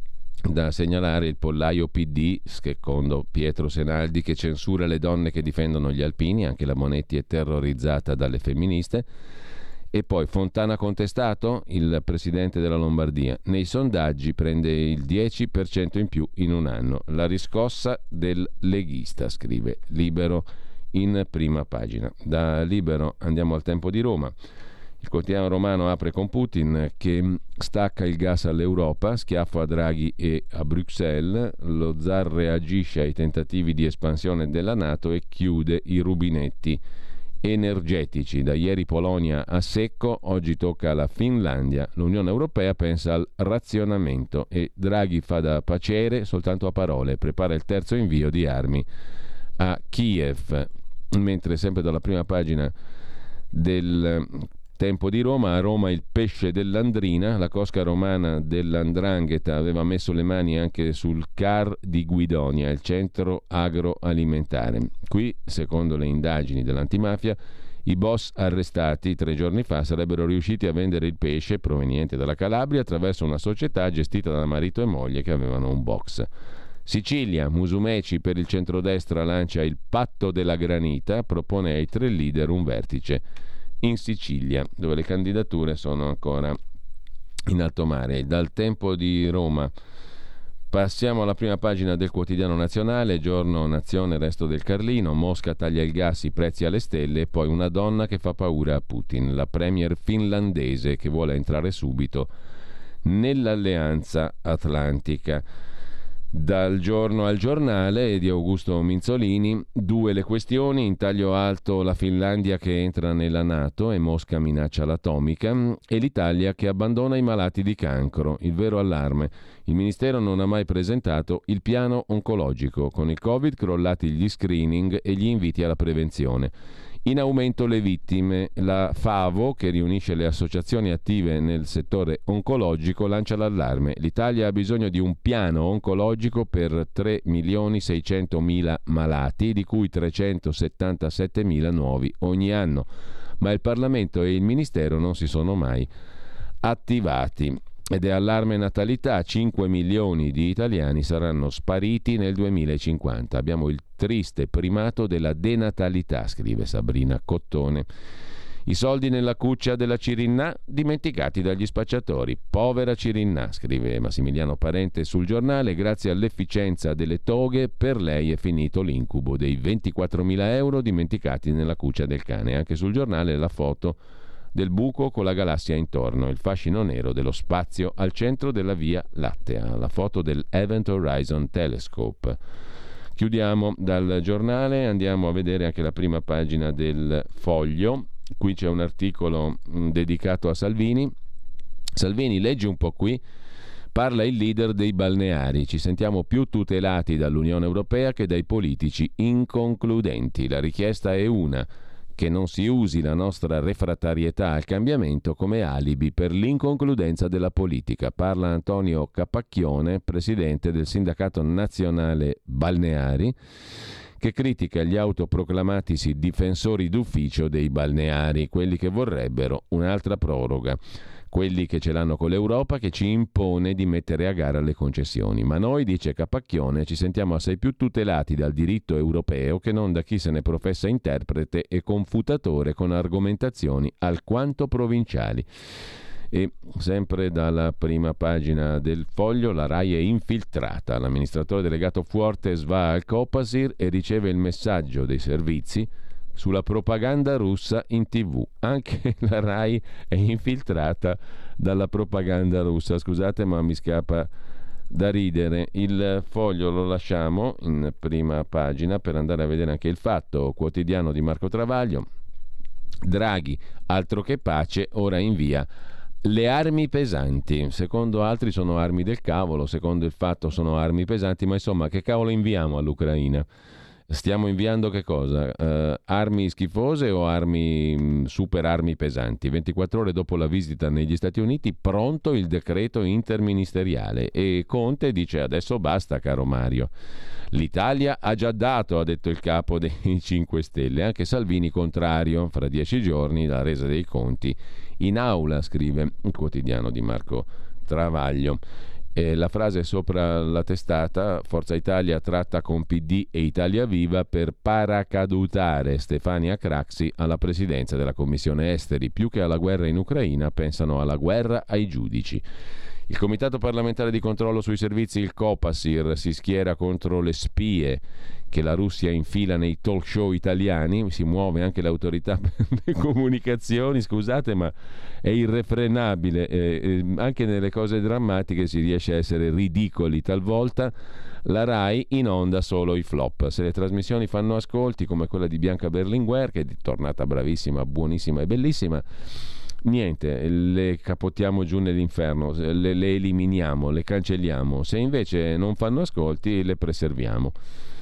da segnalare il pollaio PD, secondo Pietro Senaldi, che censura le donne che difendono gli alpini, anche la Monetti è terrorizzata dalle femministe. E poi Fontana contestato, il presidente della Lombardia, nei sondaggi prende il 10% in più in un anno, la riscossa del leghista, scrive Libero in prima pagina. Da Libero andiamo al Tempo di Roma. Il quotidiano romano apre con Putin che stacca il gas all'Europa, schiaffo a Draghi e a Bruxelles, lo zar reagisce ai tentativi di espansione della NATO e chiude i rubinetti energetici. Da ieri Polonia a secco, oggi tocca alla Finlandia. L'Unione Europea pensa al razionamento e Draghi fa da paciere soltanto a parole, prepara il terzo invio di armi a Kiev. Mentre sempre dalla prima pagina del Tempo di Roma, a Roma il pesce dell'Andrina, la cosca romana dell''ndrangheta aveva messo le mani anche sul CAR di Guidonia, il centro agroalimentare. Qui, secondo le indagini dell'antimafia, i boss arrestati 3 giorni fa sarebbero riusciti a vendere il pesce proveniente dalla Calabria attraverso una società gestita da marito e moglie che avevano un box. Sicilia, Musumeci per il centrodestra lancia il patto della granita, propone ai 3 leader un vertice in Sicilia, dove le candidature sono ancora in alto mare. Dal Tempo di Roma passiamo alla prima pagina del Quotidiano Nazionale, Giorno, Nazione, Resto del Carlino. Mosca taglia il gas, i prezzi alle stelle, e poi una donna che fa paura a Putin, la premier finlandese che vuole entrare subito nell'alleanza atlantica. Dal Giorno al Giornale di Augusto Minzolini, 2 le questioni, in taglio alto la Finlandia che entra nella NATO e Mosca minaccia l'atomica, e l'Italia che abbandona i malati di cancro, il vero allarme. Il Ministero non ha mai presentato il piano oncologico, con il Covid crollati gli screening e gli inviti alla prevenzione. In aumento le vittime, la FAVO, che riunisce le associazioni attive nel settore oncologico, lancia l'allarme. L'Italia ha bisogno di un piano oncologico per 3.600.000 malati, di cui 377.000 nuovi ogni anno. Ma il Parlamento e il Ministero non si sono mai attivati. Ed è allarme natalità, 5 milioni di italiani saranno spariti nel 2050. Abbiamo il triste primato della denatalità, scrive Sabrina Cottone. I soldi nella cuccia della Cirinnà dimenticati dagli spacciatori. Povera Cirinnà, scrive Massimiliano Parente sul Giornale, grazie all'efficienza delle toghe per lei è finito l'incubo dei 24.000 euro dimenticati nella cuccia del cane. Anche sul Giornale la foto del buco con la galassia intorno, il fascino nero dello spazio al centro della Via Lattea, la foto del Event Horizon Telescope. Chiudiamo dal Giornale, andiamo a vedere anche la prima pagina del Foglio. Qui c'è un articolo dedicato a Salvini. Salvini, leggi un po' qui, parla il leader dei balneari. Ci sentiamo più tutelati dall'Unione Europea che dai politici inconcludenti. La richiesta è una: che non si usi la nostra refrattarietà al cambiamento come alibi per l'inconcludenza della politica. Parla Antonio Capacchione, presidente del Sindacato Nazionale Balneari, che critica gli autoproclamatisi difensori d'ufficio dei balneari, quelli che vorrebbero un'altra proroga, quelli che ce l'hanno con l'Europa che ci impone di mettere a gara le concessioni. Ma noi, dice Capacchione, ci sentiamo assai più tutelati dal diritto europeo che non da chi se ne professa interprete e confutatore con argomentazioni alquanto provinciali. E sempre dalla prima pagina del Foglio, la RAI è infiltrata. L'amministratore delegato Fuertes va al Copasir e riceve il messaggio dei servizi sulla propaganda russa in TV. Anche la RAI è infiltrata dalla propaganda russa. Scusate, ma mi scappa da ridere. Il Foglio lo lasciamo in prima pagina per andare a vedere anche il Fatto Quotidiano di Marco Travaglio. Draghi, altro che pace, ora invia le armi pesanti. Secondo altri sono armi del cavolo, secondo il Fatto sono armi pesanti, ma insomma, che cavolo inviamo all'Ucraina? Stiamo inviando che cosa? Armi schifose o super armi pesanti? 24 ore dopo la visita negli Stati Uniti, pronto il decreto interministeriale e Conte dice: adesso basta, caro Mario. L'Italia ha già dato, ha detto il capo dei 5 Stelle. Anche Salvini contrario, fra 10 giorni la resa dei conti in aula, scrive il quotidiano di Marco Travaglio. La frase sopra la testata: Forza Italia tratta con PD e Italia Viva per paracadutare Stefania Craxi alla presidenza della Commissione Esteri. Più che alla guerra in Ucraina pensano alla guerra ai giudici. Il Comitato parlamentare di controllo sui servizi, il Copasir, si schiera contro le spie che la Russia infila nei talk show italiani. Si muove anche l'autorità per le comunicazioni. Scusate, ma è irrefrenabile. Anche nelle cose drammatiche si riesce a essere ridicoli. Talvolta la RAI in onda solo i flop. Se le trasmissioni fanno ascolti, come quella di Bianca Berlinguer, che è tornata bravissima, buonissima e bellissima, niente, le capottiamo giù nell'inferno, le eliminiamo, le cancelliamo. Se invece non fanno ascolti, le preserviamo.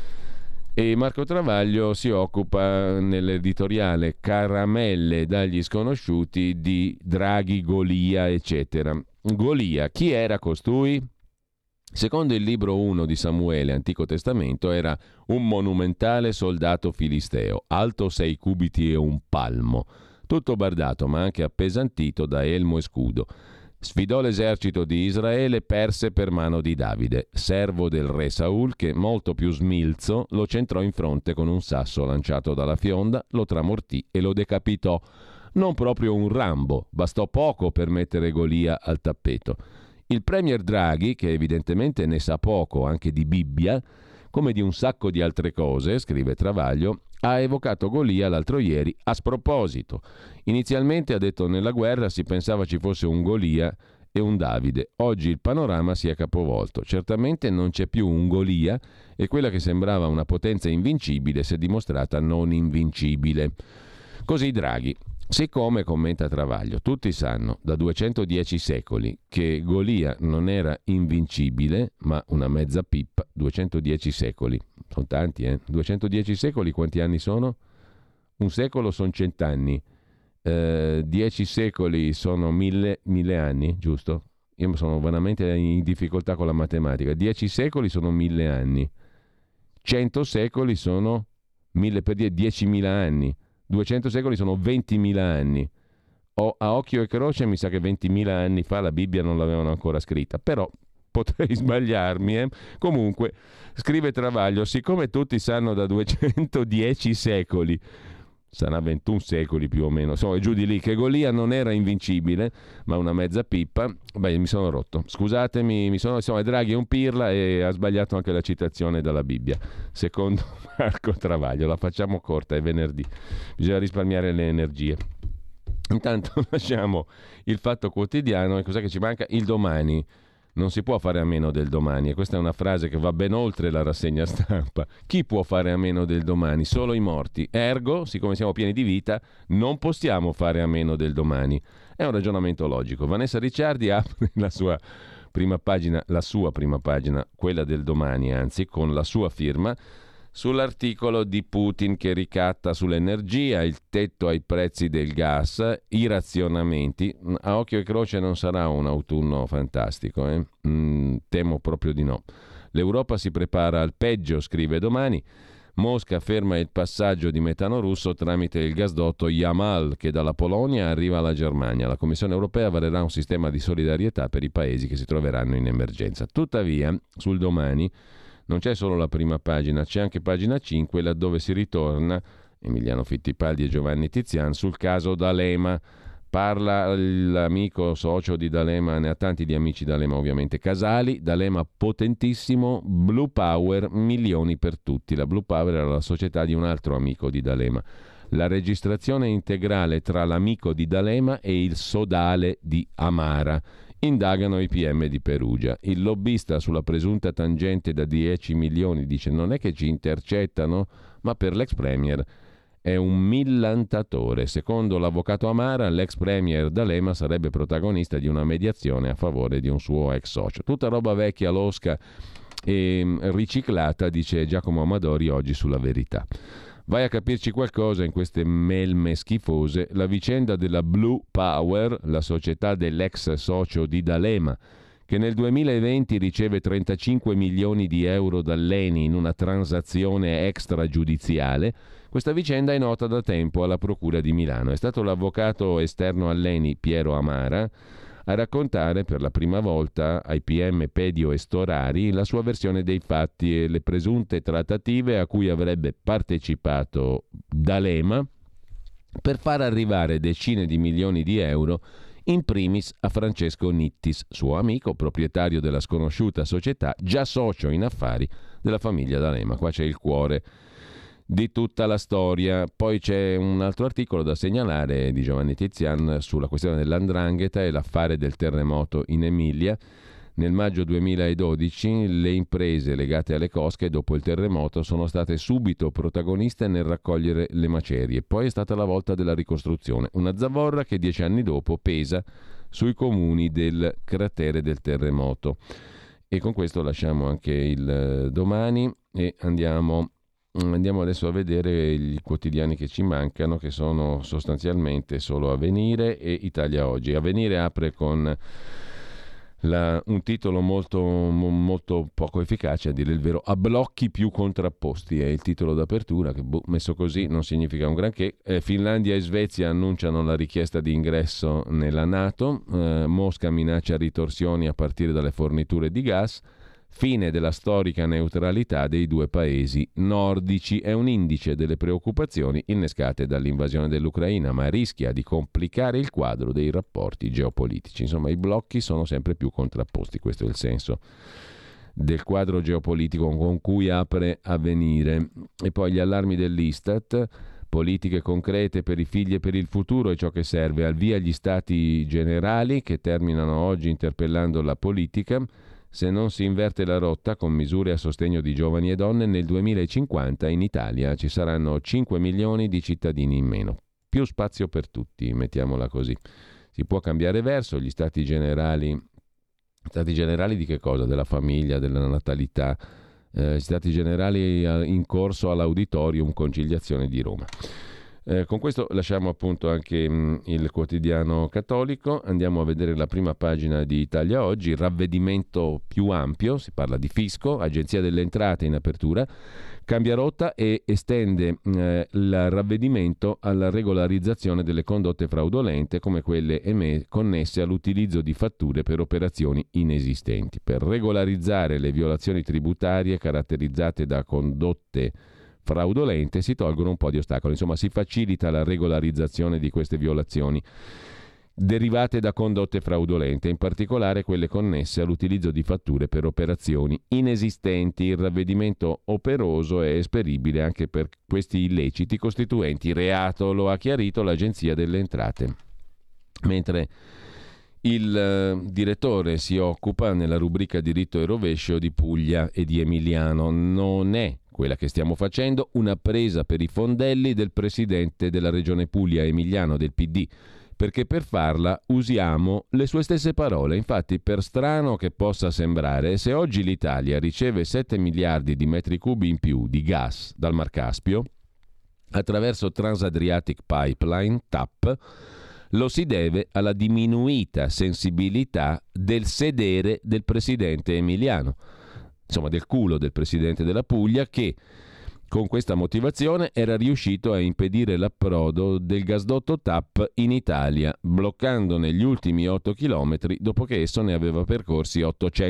E Marco Travaglio si occupa nell'editoriale Caramelle dagli sconosciuti di Draghi, Golia, eccetera. Golia, chi era costui? Secondo il libro 1 di Samuele, Antico Testamento, era un monumentale soldato filisteo, alto 6 cubiti e un palmo, tutto bardato ma anche appesantito da elmo e scudo. Sfidò l'esercito di Israele, perse per mano di Davide, servo del re Saul, che molto più smilzo lo centrò in fronte con un sasso lanciato dalla fionda, lo tramortì e lo decapitò. Non proprio un Rambo, bastò poco per mettere Golia al tappeto. Il premier Draghi, che evidentemente ne sa poco anche di Bibbia, come di un sacco di altre cose, scrive Travaglio, ha evocato Golia l'altro ieri a sproposito. Inizialmente, ha detto, nella guerra si pensava ci fosse un Golia e un Davide. Oggi il panorama si è capovolto. Certamente non c'è più un Golia e quella che sembrava una potenza invincibile si è dimostrata non invincibile. Così Draghi. Siccome, commenta Travaglio, tutti sanno da 210 secoli che Golia non era invincibile, ma una mezza pippa. 210 secoli, sono tanti, 210 secoli quanti anni sono? Un secolo sono 100 anni, 10 secoli sono 1000 anni, giusto? Io sono veramente in difficoltà con la matematica. 10 secoli sono 1000 anni, 100 secoli sono 1000 per 10.000 anni. 200 secoli sono 20.000 anni. A occhio e croce mi sa che 20.000 anni fa la Bibbia non l'avevano ancora scritta, però potrei sbagliarmi. Comunque, scrive Travaglio, siccome tutti sanno da 210 secoli, sarà 21 secoli più o meno, è giù di lì, che Golia non era invincibile, ma una mezza pippa, mi sono rotto. Scusatemi, Draghi è un pirla e ha sbagliato anche la citazione dalla Bibbia, secondo Marco Travaglio. La facciamo corta, è venerdì, bisogna risparmiare le energie. Intanto lasciamo il Fatto Quotidiano e cos'è che ci manca? Il Domani. Non si può fare a meno del domani, e questa è una frase che va ben oltre la rassegna stampa. Chi può fare a meno del domani? Solo i morti. Ergo, siccome siamo pieni di vita, non possiamo fare a meno del domani. È un ragionamento logico. Vanessa Ricciardi apre la sua prima pagina, quella del domani, anzi, con la sua firma, sull'articolo di Putin che ricatta sull'energia, il tetto ai prezzi del gas, i razionamenti. A occhio e croce non sarà un autunno fantastico, temo proprio di no. L'Europa si prepara al peggio, scrive Domani. Mosca ferma il passaggio di metano russo tramite il gasdotto Yamal che dalla Polonia arriva alla Germania. La Commissione europea varerà un sistema di solidarietà per i paesi che si troveranno in emergenza. Tuttavia, sul Domani non c'è solo la prima pagina, c'è anche pagina 5, laddove si ritorna, Emiliano Fittipaldi e Giovanni Tizian, sul caso D'Alema. Parla l'amico socio di D'Alema, ne ha tanti di amici D'Alema ovviamente, Casali. D'Alema potentissimo, Blue Power, milioni per tutti. La Blue Power era la società di un altro amico di D'Alema. La registrazione integrale tra l'amico di D'Alema e il sodale di Amara. Indagano i PM di Perugia. Il lobbista sulla presunta tangente da 10 milioni dice: non è che ci intercettano, ma per l'ex premier è un millantatore. Secondo l'avvocato Amara, l'ex premier D'Alema sarebbe protagonista di una mediazione a favore di un suo ex socio. Tutta roba vecchia, losca e riciclata, dice Giacomo Amadori oggi sulla Verità. Vai a capirci qualcosa in queste melme schifose. La vicenda della Blue Power, la società dell'ex socio di D'Alema, che nel 2020 riceve 35 milioni di euro dall'ENI in una transazione extragiudiziale. Questa vicenda è nota da tempo alla Procura di Milano. È stato l'avvocato esterno all'ENI, Piero Amara, a raccontare per la prima volta ai PM Pedio e Storari la sua versione dei fatti e le presunte trattative a cui avrebbe partecipato D'Alema per far arrivare decine di milioni di euro, in primis a Francesco Nittis, suo amico, proprietario della sconosciuta società, già socio in affari della famiglia D'Alema. Qua c'è il cuore di tutta la storia. Poi c'è un altro articolo da segnalare di Giovanni Tizian sulla questione dell''ndrangheta e l'affare del terremoto in Emilia. Nel maggio 2012 le imprese legate alle cosche dopo il terremoto sono state subito protagoniste nel raccogliere le macerie. Poi è stata la volta della ricostruzione, una zavorra che 10 anni dopo pesa sui comuni del cratere del terremoto. E con questo lasciamo anche il Domani e andiamo adesso a vedere i quotidiani che ci mancano, che sono sostanzialmente solo Avvenire e Italia Oggi. Avvenire apre con un titolo molto poco efficace, a dire il vero. A blocchi più contrapposti è il titolo d'apertura, che messo così non significa un granché. Finlandia e Svezia annunciano la richiesta di ingresso nella NATO. Mosca minaccia ritorsioni a partire dalle forniture di gas. Fine della storica neutralità dei due paesi nordici. È un indice delle preoccupazioni innescate dall'invasione dell'Ucraina, ma rischia di complicare il quadro dei rapporti geopolitici. Insomma, i blocchi sono sempre più contrapposti, questo è il senso del quadro geopolitico con cui apre Avvenire. E poi gli allarmi dell'Istat: politiche concrete per i figli e per il futuro è ciò che serve. Al via gli stati generali che terminano oggi interpellando la politica. Se non si inverte la rotta con misure a sostegno di giovani e donne, nel 2050 in Italia ci saranno 5 milioni di cittadini in meno. Più spazio per tutti, mettiamola così. Si può cambiare verso. Gli stati generali di che cosa? Della famiglia, della natalità. Stati generali in corso all'Auditorium Conciliazione di Roma. Con questo lasciamo appunto anche il quotidiano cattolico, andiamo a vedere la prima pagina di Italia Oggi, ravvedimento più ampio, si parla di fisco, Agenzia delle Entrate in apertura, cambia rotta e estende il ravvedimento alla regolarizzazione delle condotte fraudolente come quelle connesse all'utilizzo di fatture per operazioni inesistenti. Per regolarizzare le violazioni tributarie caratterizzate da condotte fraudolente si tolgono un po' di ostacoli, insomma si facilita la regolarizzazione di queste violazioni derivate da condotte fraudolente, in particolare quelle connesse all'utilizzo di fatture per operazioni inesistenti. Il ravvedimento operoso è esperibile anche per questi illeciti costituenti reato, lo ha chiarito l'Agenzia delle Entrate. Mentre Il direttore si occupa nella rubrica Diritto e rovescio di Puglia e di Emiliano. Non è quella che stiamo facendo una presa per i fondelli del presidente della regione Puglia Emiliano del PD, perché per farla usiamo le sue stesse parole. Infatti, per strano che possa sembrare, se oggi l'Italia riceve 7 miliardi di metri cubi in più di gas dal Mar Caspio attraverso Transadriatic Pipeline, TAP, lo si deve alla diminuita sensibilità del sedere del presidente Emiliano, insomma del culo del presidente della Puglia, che con questa motivazione era riuscito a impedire l'approdo del gasdotto TAP in Italia, bloccando negli ultimi 8 chilometri dopo che esso ne aveva percorsi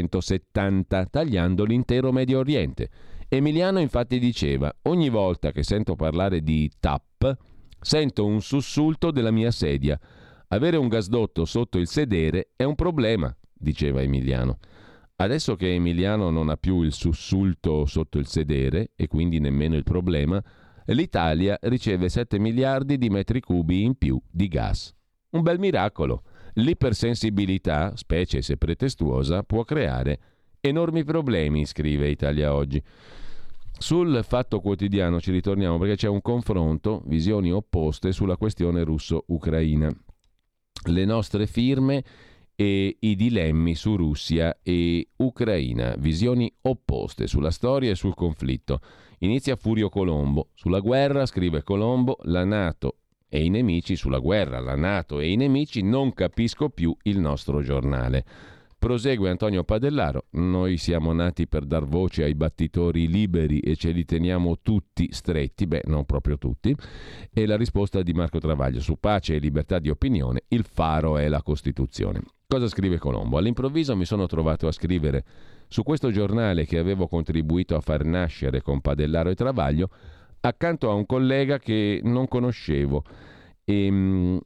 870, tagliando l'intero Medio Oriente. Emiliano infatti diceva: ogni volta che sento parlare di TAP sento un sussulto della mia sedia. Avere un gasdotto sotto il sedere è un problema, diceva Emiliano. Adesso che Emiliano non ha più il sussulto sotto il sedere e quindi nemmeno il problema, l'Italia riceve 7 miliardi di metri cubi in più di gas. Un bel miracolo. L'ipersensibilità, specie se pretestuosa, può creare enormi problemi, scrive Italia Oggi. Sul Fatto Quotidiano ci ritorniamo perché c'è un confronto, visioni opposte sulla questione russo-ucraina. Le nostre firme e i dilemmi su Russia e Ucraina, visioni opposte sulla storia e sul conflitto. Inizia Furio Colombo. Sulla guerra, scrive Colombo, la NATO e i nemici, sulla guerra, la NATO e i nemici, non capisco più il nostro giornale. Prosegue Antonio Padellaro: noi siamo nati per dar voce ai battitori liberi e ce li teniamo tutti stretti, beh, non proprio tutti. E la risposta di Marco Travaglio: su pace e libertà di opinione, il faro è la Costituzione. Cosa scrive Colombo? All'improvviso mi sono trovato a scrivere su questo giornale che avevo contribuito a far nascere con Padellaro e Travaglio, accanto a un collega che non conoscevo. E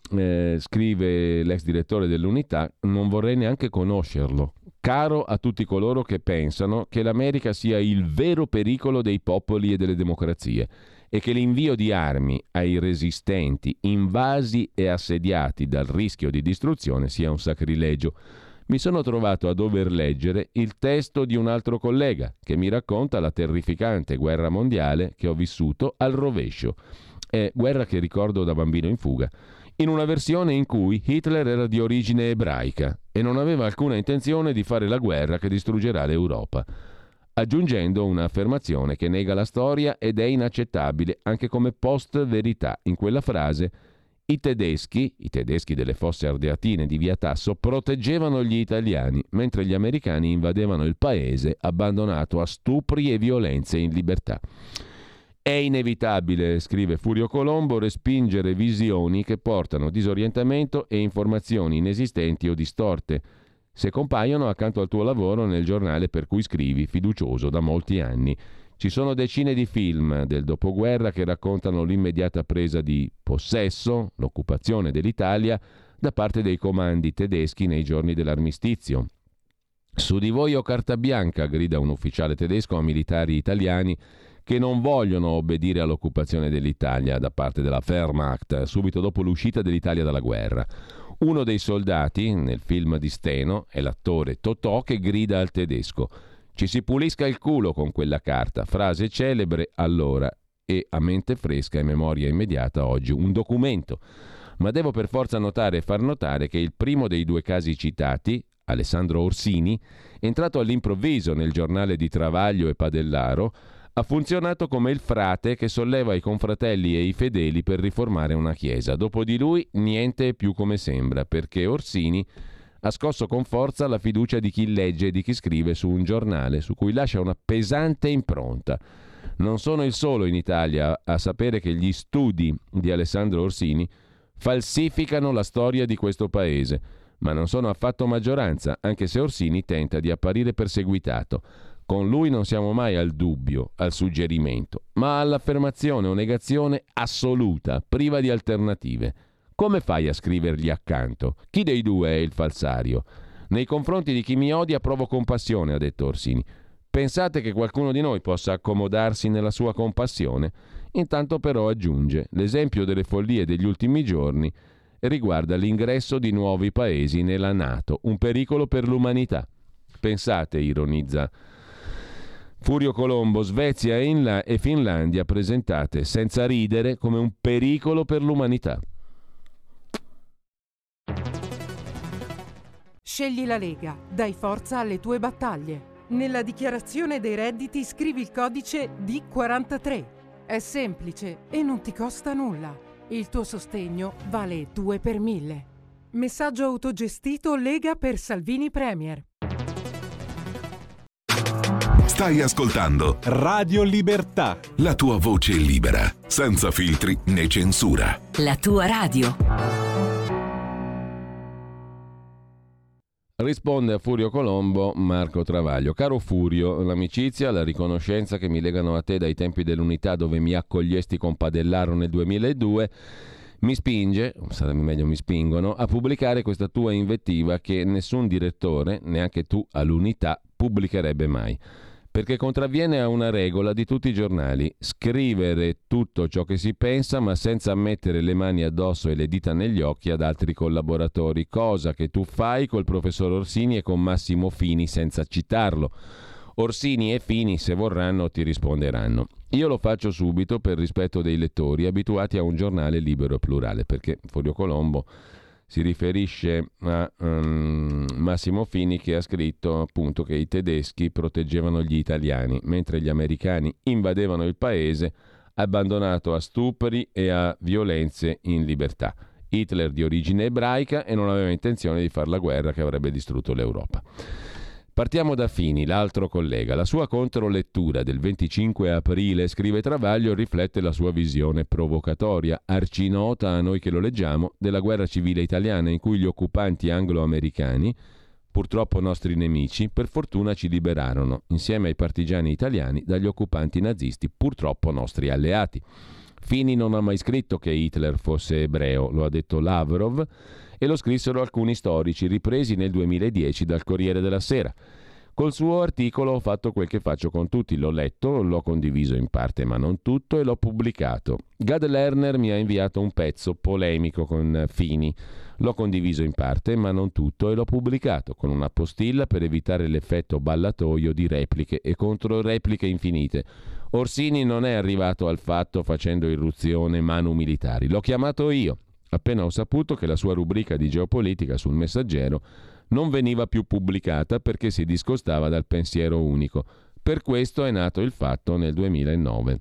scrive l'ex direttore dell'Unità: non vorrei neanche conoscerlo. Caro a tutti coloro che pensano che l'America sia il vero pericolo dei popoli e delle democrazie e che l'invio di armi ai resistenti, invasi e assediati dal rischio di distruzione sia un sacrilegio. Mi sono trovato a dover leggere il testo di un altro collega che mi racconta la terrificante guerra mondiale che ho vissuto al rovescio. È guerra che ricordo da bambino in fuga, in una versione in cui Hitler era di origine ebraica e non aveva alcuna intenzione di fare la guerra che distruggerà l'Europa, aggiungendo un'affermazione che nega la storia ed è inaccettabile anche come post-verità. In quella frase i tedeschi delle fosse ardeatine di Via Tasso, proteggevano gli italiani, mentre gli americani invadevano il paese abbandonato a stupri e violenze in libertà. È inevitabile, scrive Furio Colombo, respingere visioni che portano disorientamento e informazioni inesistenti o distorte, se compaiono accanto al tuo lavoro nel giornale per cui scrivi, fiducioso da molti anni. Ci sono decine di film del dopoguerra che raccontano l'immediata presa di possesso, l'occupazione dell'Italia da parte dei comandi tedeschi nei giorni dell'armistizio. Su di voi ho carta bianca, grida un ufficiale tedesco a militari italiani che non vogliono obbedire all'occupazione dell'Italia da parte della Wehrmacht subito dopo l'uscita dell'Italia dalla guerra. Uno dei soldati, nel film di Steno, è l'attore Totò che grida al tedesco: ci si pulisca il culo con quella carta, frase celebre allora e a mente fresca e memoria immediata oggi un documento. Ma devo per forza notare e far notare che il primo dei due casi citati, Alessandro Orsini, entrato all'improvviso nel giornale di Travaglio e Padellaro, ha funzionato come il frate che solleva i confratelli e i fedeli per riformare una chiesa. Dopo di lui niente è più come sembra, perché Orsini ha scosso con forza la fiducia di chi legge e di chi scrive su un giornale su cui lascia una pesante impronta. Non sono il solo in Italia a sapere che gli studi di Alessandro Orsini falsificano la storia di questo paese, ma non sono affatto maggioranza, anche se Orsini tenta di apparire perseguitato. Con lui non siamo mai al dubbio, al suggerimento, ma all'affermazione o negazione assoluta, priva di alternative. Come fai a scrivergli accanto? Chi dei due è il falsario? Nei confronti di chi mi odia provo compassione, ha detto Orsini. Pensate che qualcuno di noi possa accomodarsi nella sua compassione? Intanto però aggiunge: l'esempio delle follie degli ultimi giorni e riguarda l'ingresso di nuovi paesi nella NATO, un pericolo per l'umanità. Pensate, ironizza Furio Colombo, Svezia e Finlandia presentate senza ridere come un pericolo per l'umanità. Scegli la Lega, dai forza alle tue battaglie. Nella dichiarazione dei redditi scrivi il codice D43. È semplice e non ti costa nulla. Il tuo sostegno vale 2 per 1000. Messaggio autogestito Lega per Salvini Premier. Stai ascoltando Radio Libertà, la tua voce libera, senza filtri né censura. La tua radio. Risponde a Furio Colombo Marco Travaglio. Caro Furio, l'amicizia, la riconoscenza che mi legano a te dai tempi dell'Unità, dove mi accogliesti con Padellaro nel 2002, mi spinge, sarebbe meglio mi spingono, a pubblicare questa tua invettiva che nessun direttore, neanche tu all'Unità, pubblicherebbe mai. Perché contravviene a una regola di tutti i giornali: scrivere tutto ciò che si pensa ma senza mettere le mani addosso e le dita negli occhi ad altri collaboratori, cosa che tu fai col professor Orsini e con Massimo Fini senza citarlo. Orsini e Fini, se vorranno, ti risponderanno. Io lo faccio subito per rispetto dei lettori abituati a un giornale libero e plurale, perché Furio Colombo si riferisce a Massimo Fini, che ha scritto appunto che i tedeschi proteggevano gli italiani mentre gli americani invadevano il paese, abbandonato a stupri e a violenze in libertà. Hitler di origine ebraica e non aveva intenzione di fare la guerra che avrebbe distrutto l'Europa. Partiamo da Fini, l'altro collega. La sua controlettura del 25 aprile, scrive Travaglio, riflette la sua visione provocatoria, arcinota a noi che lo leggiamo, della guerra civile italiana, in cui gli occupanti anglo-americani, purtroppo nostri nemici, per fortuna ci liberarono, insieme ai partigiani italiani, dagli occupanti nazisti, purtroppo nostri alleati. Fini non ha mai scritto che Hitler fosse ebreo, lo ha detto Lavrov, e lo scrissero alcuni storici, ripresi nel 2010 dal Corriere della Sera. Col suo articolo ho fatto quel che faccio con tutti, l'ho letto, l'ho condiviso in parte ma non tutto e l'ho pubblicato. Gad Lerner mi ha inviato un pezzo polemico con Fini, l'ho condiviso in parte ma non tutto e l'ho pubblicato, con una postilla per evitare l'effetto ballatoio di repliche e controrepliche infinite. Orsini non è arrivato al fatto facendo irruzione manu militari, l'ho chiamato io. Appena ho saputo che la sua rubrica di geopolitica sul Messaggero non veniva più pubblicata perché si discostava dal pensiero unico. Per questo è nato il Fatto nel 2009.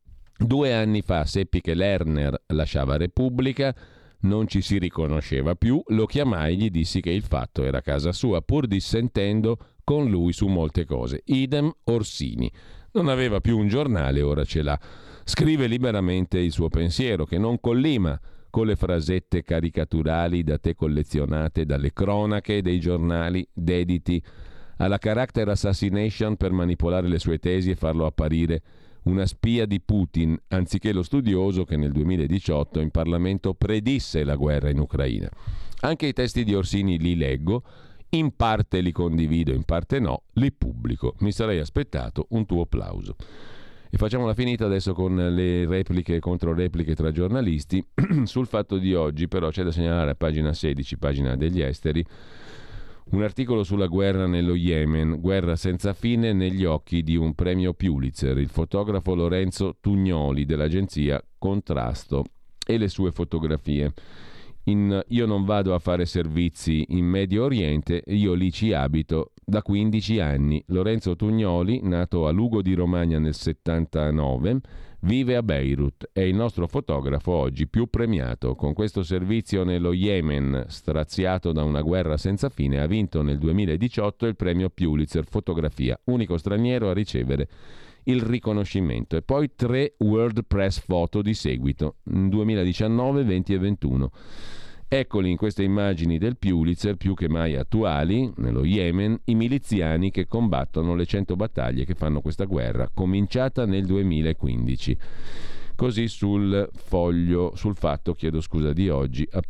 2 anni fa seppi che Lerner lasciava Repubblica, non ci si riconosceva più, lo chiamai e gli dissi che il Fatto era casa sua, pur dissentendo con lui su molte cose. Idem Orsini. Non aveva più un giornale, ora ce l'ha. Scrive liberamente il suo pensiero, che non collima con le frasette caricaturali da te collezionate dalle cronache dei giornali dediti alla character assassination per manipolare le sue tesi e farlo apparire una spia di Putin, anziché lo studioso che nel 2018 in Parlamento predisse la guerra in Ucraina. Anche i testi di Orsini li leggo, in parte li condivido, in parte no, li pubblico. Mi sarei aspettato un tuo plauso. E facciamo la finita adesso con le repliche e controrepliche tra giornalisti. Sul Fatto di oggi però c'è da segnalare a pagina 16, pagina degli esteri, un articolo sulla guerra nello Yemen, guerra senza fine negli occhi di un premio Pulitzer, il fotografo Lorenzo Tugnoli dell'agenzia Contrasto e le sue fotografie. Io non vado a fare servizi in Medio Oriente, io lì ci abito da 15 anni. Lorenzo Tugnoli, nato a Lugo di Romagna nel 79, vive a Beirut. È il nostro fotografo oggi più premiato. Con questo servizio nello Yemen, straziato da una guerra senza fine, ha vinto nel 2018 il premio Pulitzer Fotografia, unico straniero a ricevere il riconoscimento, e poi 3 World Press Photo di seguito, 2019, 20 e 21. Eccoli in queste immagini del Pulitzer, più che mai attuali, nello Yemen, i miliziani che combattono le 100 battaglie che fanno questa guerra, cominciata nel 2015. Così sul Fatto di oggi, a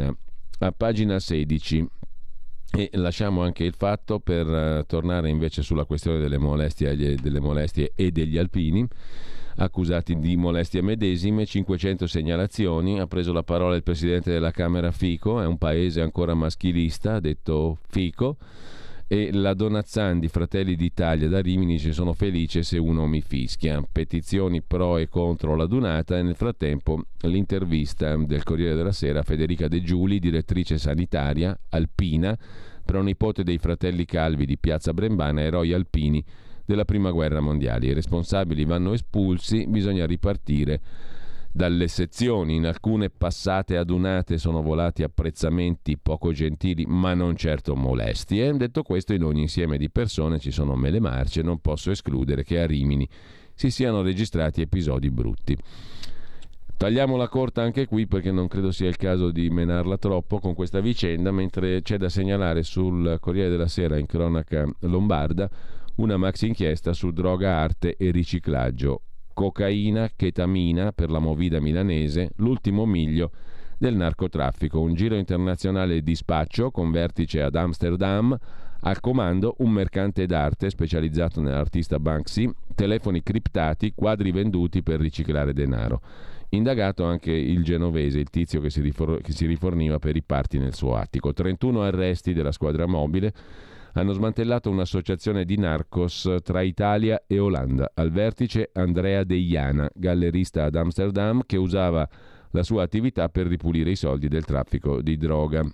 pagina 16. E lasciamo anche il Fatto per tornare invece sulla questione delle molestie e degli alpini. accusati di molestie medesime, 500 segnalazioni. Ha preso la parola il presidente della Camera Fico, è un paese ancora maschilista, ha detto Fico, e la Donazzan di Fratelli d'Italia da Rimini: ci sono felice se uno mi fischia. Petizioni pro e contro la dunata, e nel frattempo l'intervista del Corriere della Sera a Federica De Giuli, direttrice sanitaria alpina, pronipote dei fratelli Calvi di Piazza Brembana, eroi alpini della Prima Guerra Mondiale. I responsabili vanno espulsi, bisogna ripartire dalle sezioni. In alcune passate adunate sono volati apprezzamenti poco gentili, ma non certo molestie. Detto questo, in ogni insieme di persone ci sono mele marce, non posso escludere che a Rimini si siano registrati episodi brutti. Tagliamola corta anche qui, perché non credo sia il caso di menarla troppo con questa vicenda, mentre c'è da segnalare sul Corriere della Sera, in cronaca lombarda, una maxi inchiesta su droga, arte e riciclaggio. Cocaina, chetamina per la movida milanese, l'ultimo miglio del narcotraffico. Un giro internazionale di spaccio con vertice ad Amsterdam, al comando un mercante d'arte specializzato nell'artista Banksy, telefoni criptati, quadri venduti per riciclare denaro. Indagato anche il genovese, il tizio che si riforniva per i parti nel suo attico. 31 arresti della squadra mobile. Hanno smantellato un'associazione di narcos tra Italia e Olanda. Al vertice Andrea Deiana, gallerista ad Amsterdam, che usava la sua attività per ripulire i soldi del traffico di droga.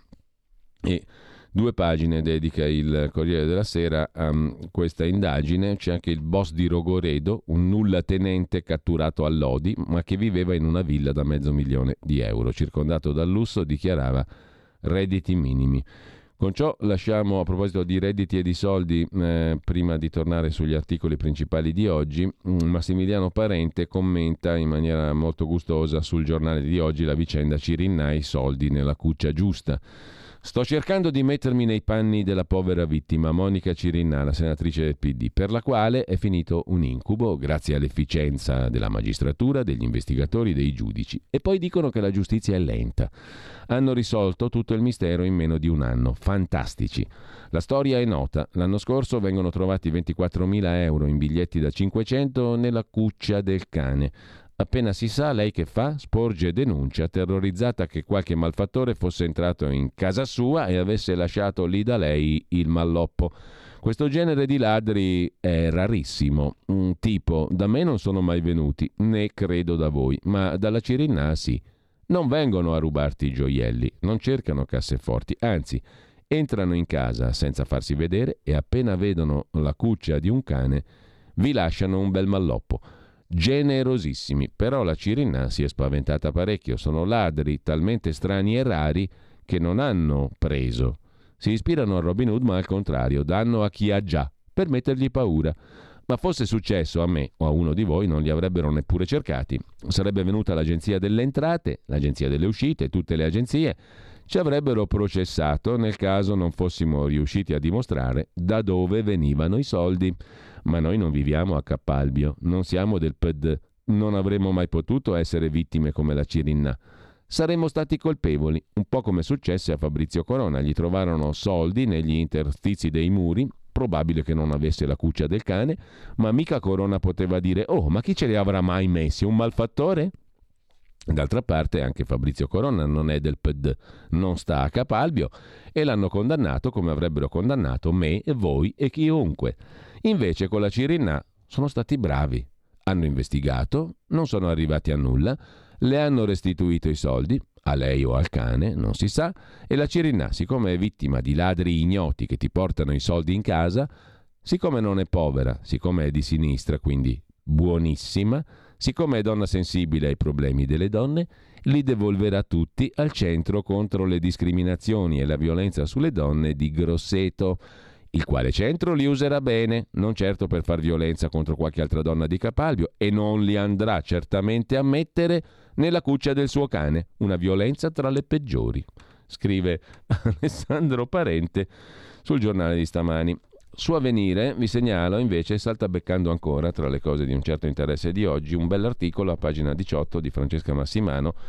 E 2 pagine dedica il Corriere della Sera a questa indagine. C'è anche il boss di Rogoredo, un nullatenente catturato a Lodi, ma che viveva in una villa da €500.000. Circondato dal lusso, dichiarava redditi minimi. Con ciò lasciamo, a proposito di redditi e di soldi, prima di tornare sugli articoli principali di oggi, Massimiliano Parente commenta in maniera molto gustosa sul giornale di oggi la vicenda Cirinnà, soldi nella cuccia giusta. Sto cercando di mettermi nei panni della povera vittima, Monica Cirinnà, la senatrice del PD, per la quale è finito un incubo grazie all'efficienza della magistratura, degli investigatori, dei giudici. E poi dicono che la giustizia è lenta. Hanno risolto tutto il mistero in meno di un anno. Fantastici. La storia è nota. L'anno scorso vengono trovati 24.000 euro in biglietti da 500 nella cuccia del cane. Appena si sa, lei che fa? Sporge denuncia, terrorizzata che qualche malfattore fosse entrato in casa sua e avesse lasciato lì da lei il malloppo. Questo genere di ladri è rarissimo. Tipo, da me non sono mai venuti, né credo da voi, ma dalla Cirinnà sì. Non vengono a rubarti i gioielli, non cercano casseforti, anzi, entrano in casa senza farsi vedere e appena vedono la cuccia di un cane vi lasciano un bel malloppo. Generosissimi, però la Cirinnà si è spaventata parecchio. Sono ladri talmente strani e rari che non hanno preso. Si ispirano a Robin Hood, ma al contrario, danno a chi ha già, per mettergli paura. Ma fosse successo a me o a uno di voi, non li avrebbero neppure cercati. Sarebbe venuta l'Agenzia delle Entrate, l'Agenzia delle Uscite, tutte le agenzie. Ci avrebbero processato nel caso non fossimo riusciti a dimostrare da dove venivano i soldi. Ma noi non viviamo a Capalbio, non siamo del PD, non avremmo mai potuto essere vittime come la Cirinnà. Saremmo stati colpevoli, un po' come successe a Fabrizio Corona. Gli trovarono soldi negli interstizi dei muri, probabile che non avesse la cuccia del cane, ma mica Corona poteva dire «Oh, ma chi ce li avrà mai messi? Un malfattore?» D'altra parte anche Fabrizio Corona non è del PD, non sta a Capalbio e l'hanno condannato come avrebbero condannato me e voi e chiunque. Invece con la Cirinnà sono stati bravi, hanno investigato, non sono arrivati a nulla, le hanno restituito i soldi, a lei o al cane, non si sa, e la Cirinnà, siccome è vittima di ladri ignoti che ti portano i soldi in casa, siccome non è povera, siccome è di sinistra, quindi buonissima, siccome è donna sensibile ai problemi delle donne, li devolverà tutti al Centro contro le discriminazioni e la violenza sulle donne di Grosseto, il quale centro li userà bene, non certo per far violenza contro qualche altra donna di Capalbio, e non li andrà certamente a mettere nella cuccia del suo cane, una violenza tra le peggiori, scrive Alessandro Parente sul giornale di stamani. Su Avvenire vi segnalo invece, salta beccando ancora tra le cose di un certo interesse di oggi, un bell'articolo a pagina 18 di Francesca Massimano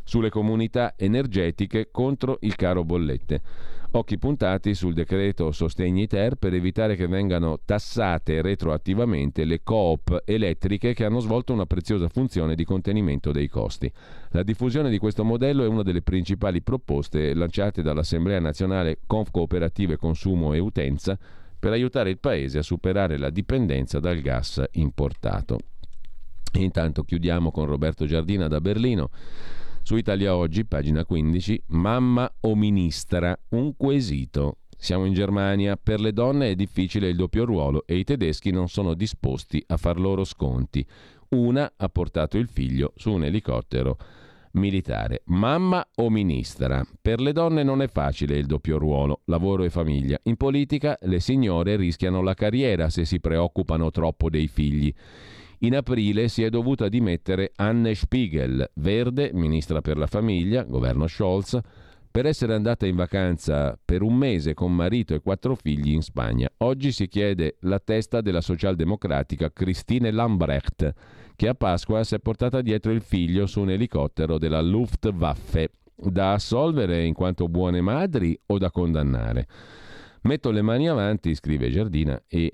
sulle comunità energetiche contro il caro bollette. Occhi puntati sul decreto Sostegni Ter per evitare che vengano tassate retroattivamente le coop elettriche che hanno svolto una preziosa funzione di contenimento dei costi. La diffusione di questo modello è una delle principali proposte lanciate dall'Assemblea Nazionale Confcooperative Consumo e Utenza per aiutare il Paese a superare la dipendenza dal gas importato. E intanto chiudiamo con Roberto Giardina da Berlino. Su Italia Oggi, pagina 15, mamma o ministra? Un quesito. Siamo in Germania, per le donne è difficile il doppio ruolo e i tedeschi non sono disposti a far loro sconti. Una ha portato il figlio su un elicottero militare. Mamma o ministra? Per le donne non è facile il doppio ruolo, lavoro e famiglia. In politica le signore rischiano la carriera se si preoccupano troppo dei figli. In aprile si è dovuta dimettere Anne Spiegel, verde, ministra per la famiglia, governo Scholz, per essere andata in vacanza per un mese con marito e 4 figli in Spagna. Oggi si chiede la testa della socialdemocratica Christine Lambrecht, che a Pasqua si è portata dietro il figlio su un elicottero della Luftwaffe, da assolvere in quanto buone madri o da condannare. Metto le mani avanti, scrive Giardina, e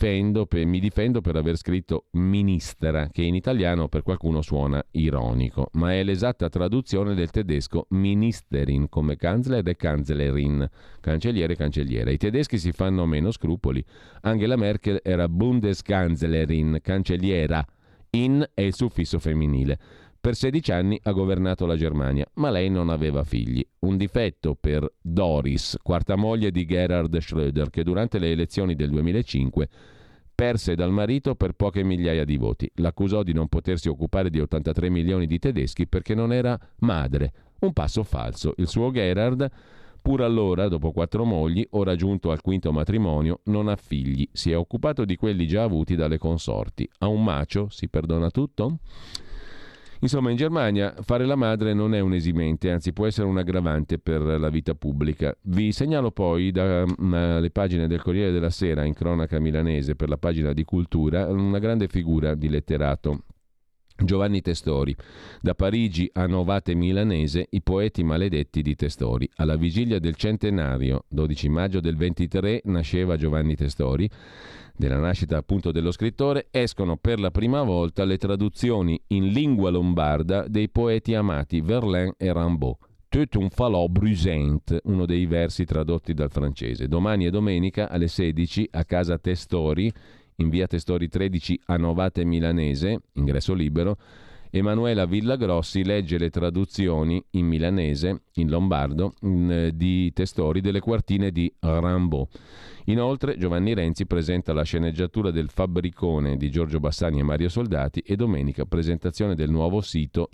mi difendo per aver scritto ministra, che in italiano per qualcuno suona ironico, ma è l'esatta traduzione del tedesco Ministerin, come Kanzler e Kanzlerin, cancelliere e cancelliera. I tedeschi si fanno meno scrupoli. Angela Merkel era Bundeskanzlerin, cancelliera, in è il suffisso femminile. Per 16 anni ha governato la Germania, ma lei non aveva figli. Un difetto per Doris, quarta moglie di Gerhard Schröder, che durante le elezioni del 2005 perse dal marito per poche migliaia di voti. L'accusò di non potersi occupare di 83 milioni di tedeschi perché non era madre. Un passo falso. Il suo Gerhard, pur allora, dopo 4 mogli, ora giunto al 5º matrimonio, non ha figli. Si è occupato di quelli già avuti dalle consorti. A un macio si perdona tutto? Insomma, in Germania fare la madre non è un esimente, anzi può essere un aggravante per la vita pubblica. Vi segnalo poi dalle pagine del Corriere della Sera in cronaca milanese, per la pagina di cultura, una grande figura di letterato. Giovanni Testori. Da Parigi a Novate milanese, i poeti maledetti di Testori. Alla vigilia del centenario, 12 maggio del 23, nasceva Giovanni Testori. Della nascita appunto dello scrittore escono per la prima volta le traduzioni in lingua lombarda dei poeti amati Verlaine e Rimbaud. Tout un falò brusent, uno dei versi tradotti dal francese. Domani e domenica alle 16 a casa Testori, in via Testori 13 a Novate milanese, ingresso libero, Emanuela Villagrossi legge le traduzioni in milanese, in lombardo, di Testori delle quartine di Rimbaud. Inoltre Giovanni Renzi presenta la sceneggiatura del Fabbricone di Giorgio Bassani e Mario Soldati e domenica presentazione del nuovo sito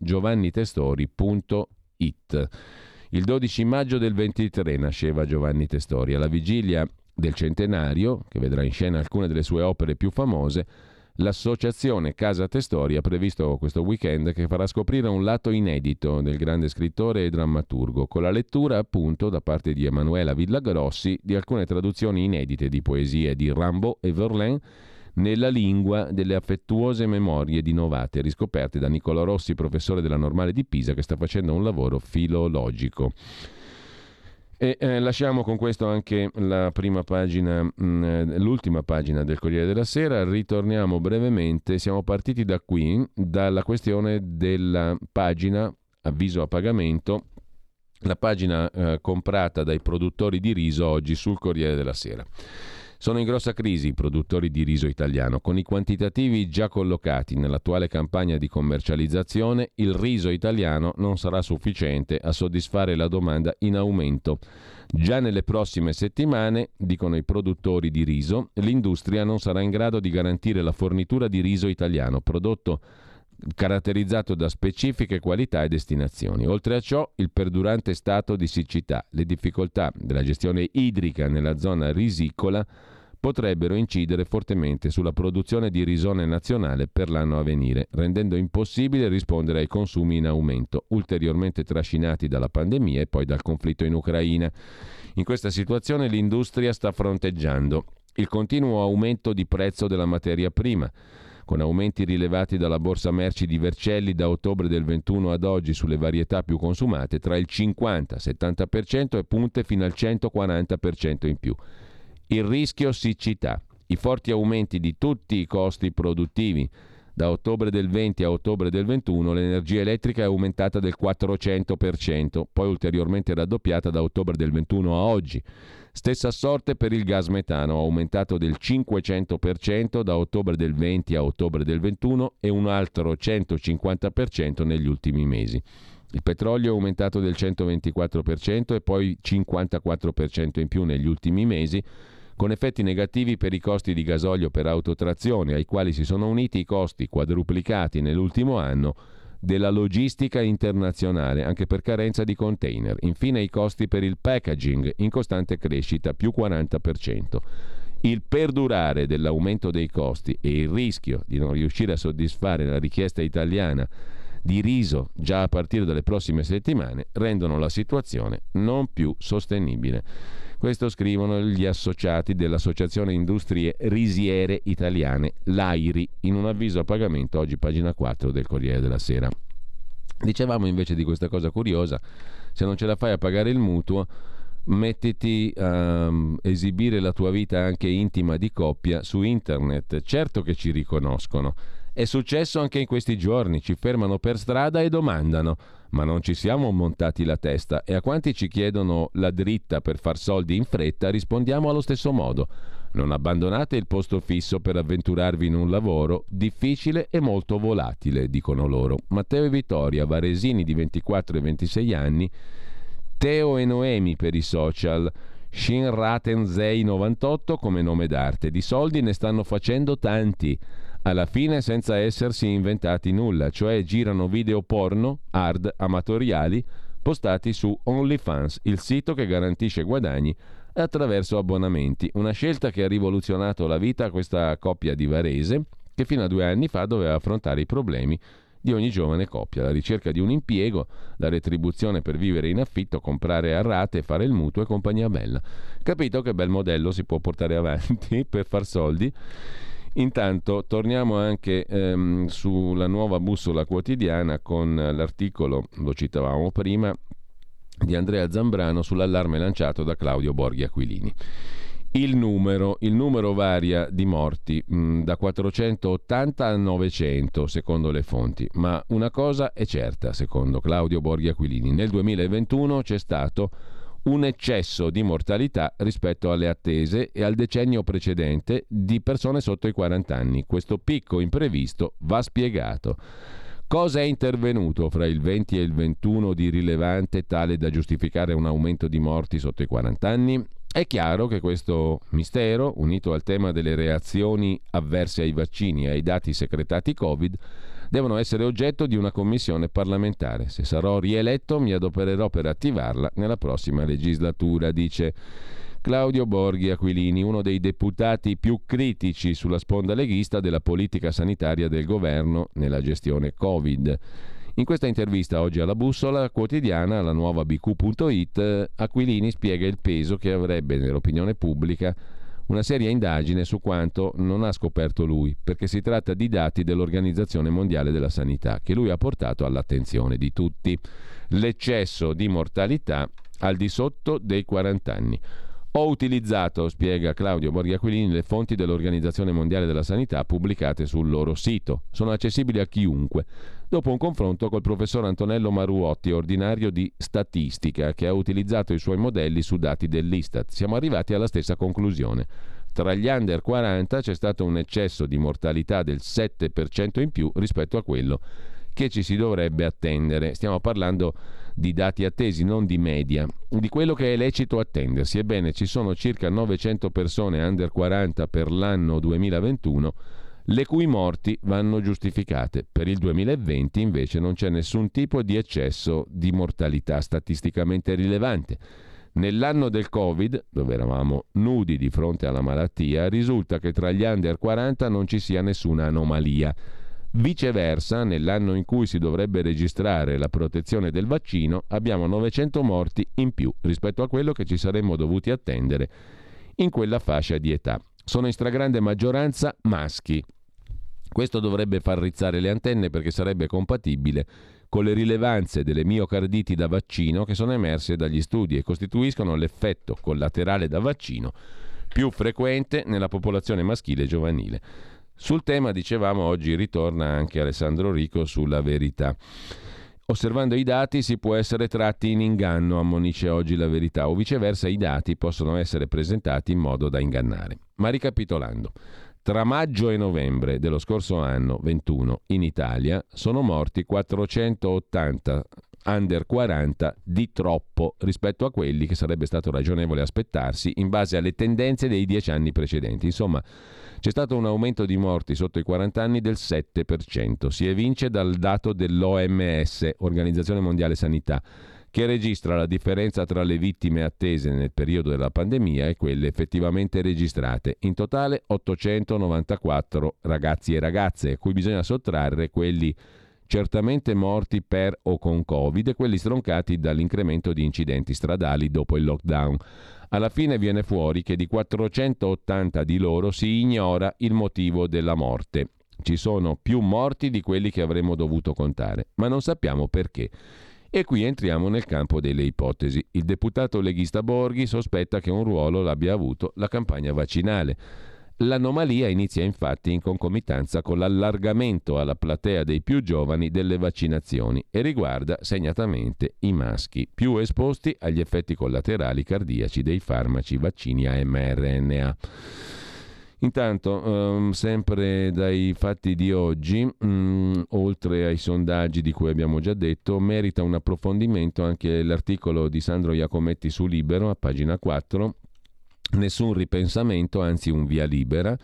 giovannitestori.it. Il 12 maggio del 23 nasceva Giovanni Testori. Alla vigilia del centenario, che vedrà in scena alcune delle sue opere più famose, l'associazione Casa Testori ha previsto questo weekend che farà scoprire un lato inedito del grande scrittore e drammaturgo, con la lettura appunto da parte di Emanuela Villagrossi di alcune traduzioni inedite di poesie di Rimbaud e Verlaine nella lingua delle affettuose memorie di Novate, riscoperte da Nicolò Rossi, professore della Normale di Pisa, che sta facendo un lavoro filologico. E lasciamo con questo anche la prima pagina, l'ultima pagina del Corriere della Sera. Ritorniamo brevemente, siamo partiti da qui, dalla questione della pagina avviso a pagamento, la pagina comprata dai produttori di riso oggi sul Corriere della Sera. Sono in grossa crisi i produttori di riso italiano. Con i quantitativi già collocati nell'attuale campagna di commercializzazione, il riso italiano non sarà sufficiente a soddisfare la domanda in aumento. Già nelle prossime settimane, dicono i produttori di riso, l'industria non sarà in grado di garantire la fornitura di riso italiano, prodotto caratterizzato da specifiche qualità e destinazioni. Oltre a ciò, il perdurante stato di siccità, le difficoltà della gestione idrica nella zona risicola potrebbero incidere fortemente sulla produzione di risone nazionale per l'anno a venire, rendendo impossibile rispondere ai consumi in aumento, ulteriormente trascinati dalla pandemia e poi dal conflitto in Ucraina. In questa situazione l'industria sta fronteggiando il continuo aumento di prezzo della materia prima, con aumenti rilevati dalla borsa merci di Vercelli da ottobre del 21 ad oggi sulle varietà più consumate tra il 50-70% e punte fino al 140% in più. Il rischio siccità, i forti aumenti di tutti i costi produttivi. Da ottobre del 20 a ottobre del 21 l'energia elettrica è aumentata del 400%, poi ulteriormente raddoppiata da ottobre del 21 a oggi. Stessa sorte per il gas metano, aumentato del 500% da ottobre del 20 a ottobre del 21 e un altro 150% negli ultimi mesi. Il petrolio è aumentato del 124% e poi 54% in più negli ultimi mesi, con effetti negativi per i costi di gasolio per autotrazione, ai quali si sono uniti i costi quadruplicati nell'ultimo anno della logistica internazionale, anche per carenza di container. Infine i costi per il packaging, in costante crescita, più 40%. Il perdurare dell'aumento dei costi e il rischio di non riuscire a soddisfare la richiesta italiana di riso già a partire dalle prossime settimane rendono la situazione non più sostenibile. Questo scrivono gli associati dell'Associazione Industrie Risiere Italiane, l'AIRI, in un avviso a pagamento oggi pagina 4 del Corriere della Sera. Dicevamo invece di questa cosa curiosa: se non ce la fai a pagare il mutuo, mettiti a esibire la tua vita anche intima di coppia su internet. Certo che ci riconoscono. È successo anche in questi giorni, ci fermano per strada e domandano: ma non ci siamo montati la testa? E a quanti ci chiedono la dritta per far soldi in fretta rispondiamo allo stesso modo: non abbandonate il posto fisso per avventurarvi in un lavoro difficile e molto volatile, dicono loro. Matteo e Vittoria, varesini di 24 e 26 anni, Teo e Noemi per i social, Shinratenzei 98 come nome d'arte. Di soldi ne stanno facendo tanti, alla fine senza essersi inventati nulla, cioè girano video porno hard amatoriali postati su OnlyFans, il sito che garantisce guadagni attraverso abbonamenti. Una scelta che ha rivoluzionato la vita a questa coppia di Varese, che fino a 2 anni fa doveva affrontare i problemi di ogni giovane coppia: la ricerca di un impiego, la retribuzione per vivere in affitto, comprare a rate, fare il mutuo e compagnia bella. Capito che bel modello si può portare avanti per far soldi? Intanto torniamo anche sulla Nuova Bussola Quotidiana con l'articolo, lo citavamo prima, di Andrea Zambrano sull'allarme lanciato da Claudio Borghi Aquilini. Il numero varia di morti da 480 a 900 secondo le fonti, ma una cosa è certa secondo Claudio Borghi Aquilini: nel 2021 c'è stato un eccesso di mortalità rispetto alle attese e al decennio precedente di persone sotto i 40 anni. Questo picco imprevisto va spiegato. Cosa è intervenuto fra il 20 e il 21 di rilevante tale da giustificare un aumento di morti sotto i 40 anni? È chiaro che questo mistero, unito al tema delle reazioni avverse ai vaccini e ai dati secretati Covid, devono essere oggetto di una commissione parlamentare. Se sarò rieletto mi adopererò per attivarla nella prossima legislatura, dice Claudio Borghi Aquilini, uno dei deputati più critici sulla sponda leghista della politica sanitaria del governo nella gestione Covid. In questa intervista oggi alla Bussola Quotidiana, alla nuova bq.it, Aquilini spiega il peso che avrebbe nell'opinione pubblica una seria indagine su quanto non ha scoperto lui, perché si tratta di dati dell'Organizzazione Mondiale della Sanità che lui ha portato all'attenzione di tutti. L'eccesso di mortalità al di sotto dei 40 anni. Ho utilizzato, spiega Claudio Borghi Aquilini, le fonti dell'Organizzazione Mondiale della Sanità pubblicate sul loro sito. Sono accessibili a chiunque. Dopo un confronto col professor Antonello Maruotti, ordinario di statistica, che ha utilizzato i suoi modelli su dati dell'Istat, siamo arrivati alla stessa conclusione. Tra gli under 40 c'è stato un eccesso di mortalità del 7% in più rispetto a quello che ci si dovrebbe attendere. Stiamo parlando di dati attesi, non di media, di quello che è lecito attendersi. Ebbene, ci sono circa 900 persone under 40 per l'anno 2021, le cui morti vanno giustificate. Per il 2020 invece non c'è nessun tipo di eccesso di mortalità statisticamente rilevante. Nell'anno del Covid, dove eravamo nudi di fronte alla malattia, risulta che tra gli under 40 non ci sia nessuna anomalia. Viceversa, nell'anno in cui si dovrebbe registrare la protezione del vaccino, abbiamo 900 morti in più rispetto a quello che ci saremmo dovuti attendere in quella fascia di età. Sono in stragrande maggioranza maschi. Questo dovrebbe far rizzare le antenne perché sarebbe compatibile con le rilevanze delle miocarditi da vaccino che sono emerse dagli studi e costituiscono l'effetto collaterale da vaccino più frequente nella popolazione maschile e giovanile. Sul tema, dicevamo, oggi ritorna anche Alessandro Rico sulla Verità. Osservando i dati si può essere tratti in inganno, ammonisce oggi La Verità, o viceversa i dati possono essere presentati in modo da ingannare. Ma ricapitolando, tra maggio e novembre dello scorso anno, 21, in Italia sono morti 480 under 40 di troppo rispetto a quelli che sarebbe stato ragionevole aspettarsi in base alle tendenze dei 10 anni precedenti. Insomma, c'è stato un aumento di morti sotto i 40 anni del 7%. Si evince dal dato dell'OMS, Organizzazione Mondiale Sanità, che registra la differenza tra le vittime attese nel periodo della pandemia e quelle effettivamente registrate. In totale 894 ragazzi e ragazze, a cui bisogna sottrarre quelli certamente morti per o con Covid e quelli stroncati dall'incremento di incidenti stradali dopo il lockdown. Alla fine viene fuori che di 480 di loro si ignora il motivo della morte. Ci sono più morti di quelli che avremmo dovuto contare, ma non sappiamo perché. E qui entriamo nel campo delle ipotesi. Il deputato leghista Borghi sospetta che un ruolo l'abbia avuto la campagna vaccinale. L'anomalia inizia infatti in concomitanza con l'allargamento alla platea dei più giovani delle vaccinazioni e riguarda segnatamente i maschi, più esposti agli effetti collaterali cardiaci dei farmaci vaccini a mRNA. Intanto, sempre dai fatti di oggi, oltre ai sondaggi di cui abbiamo già detto, merita un approfondimento anche l'articolo di Sandro Iacometti su Libero, a pagina 4, nessun ripensamento, anzi un via libera,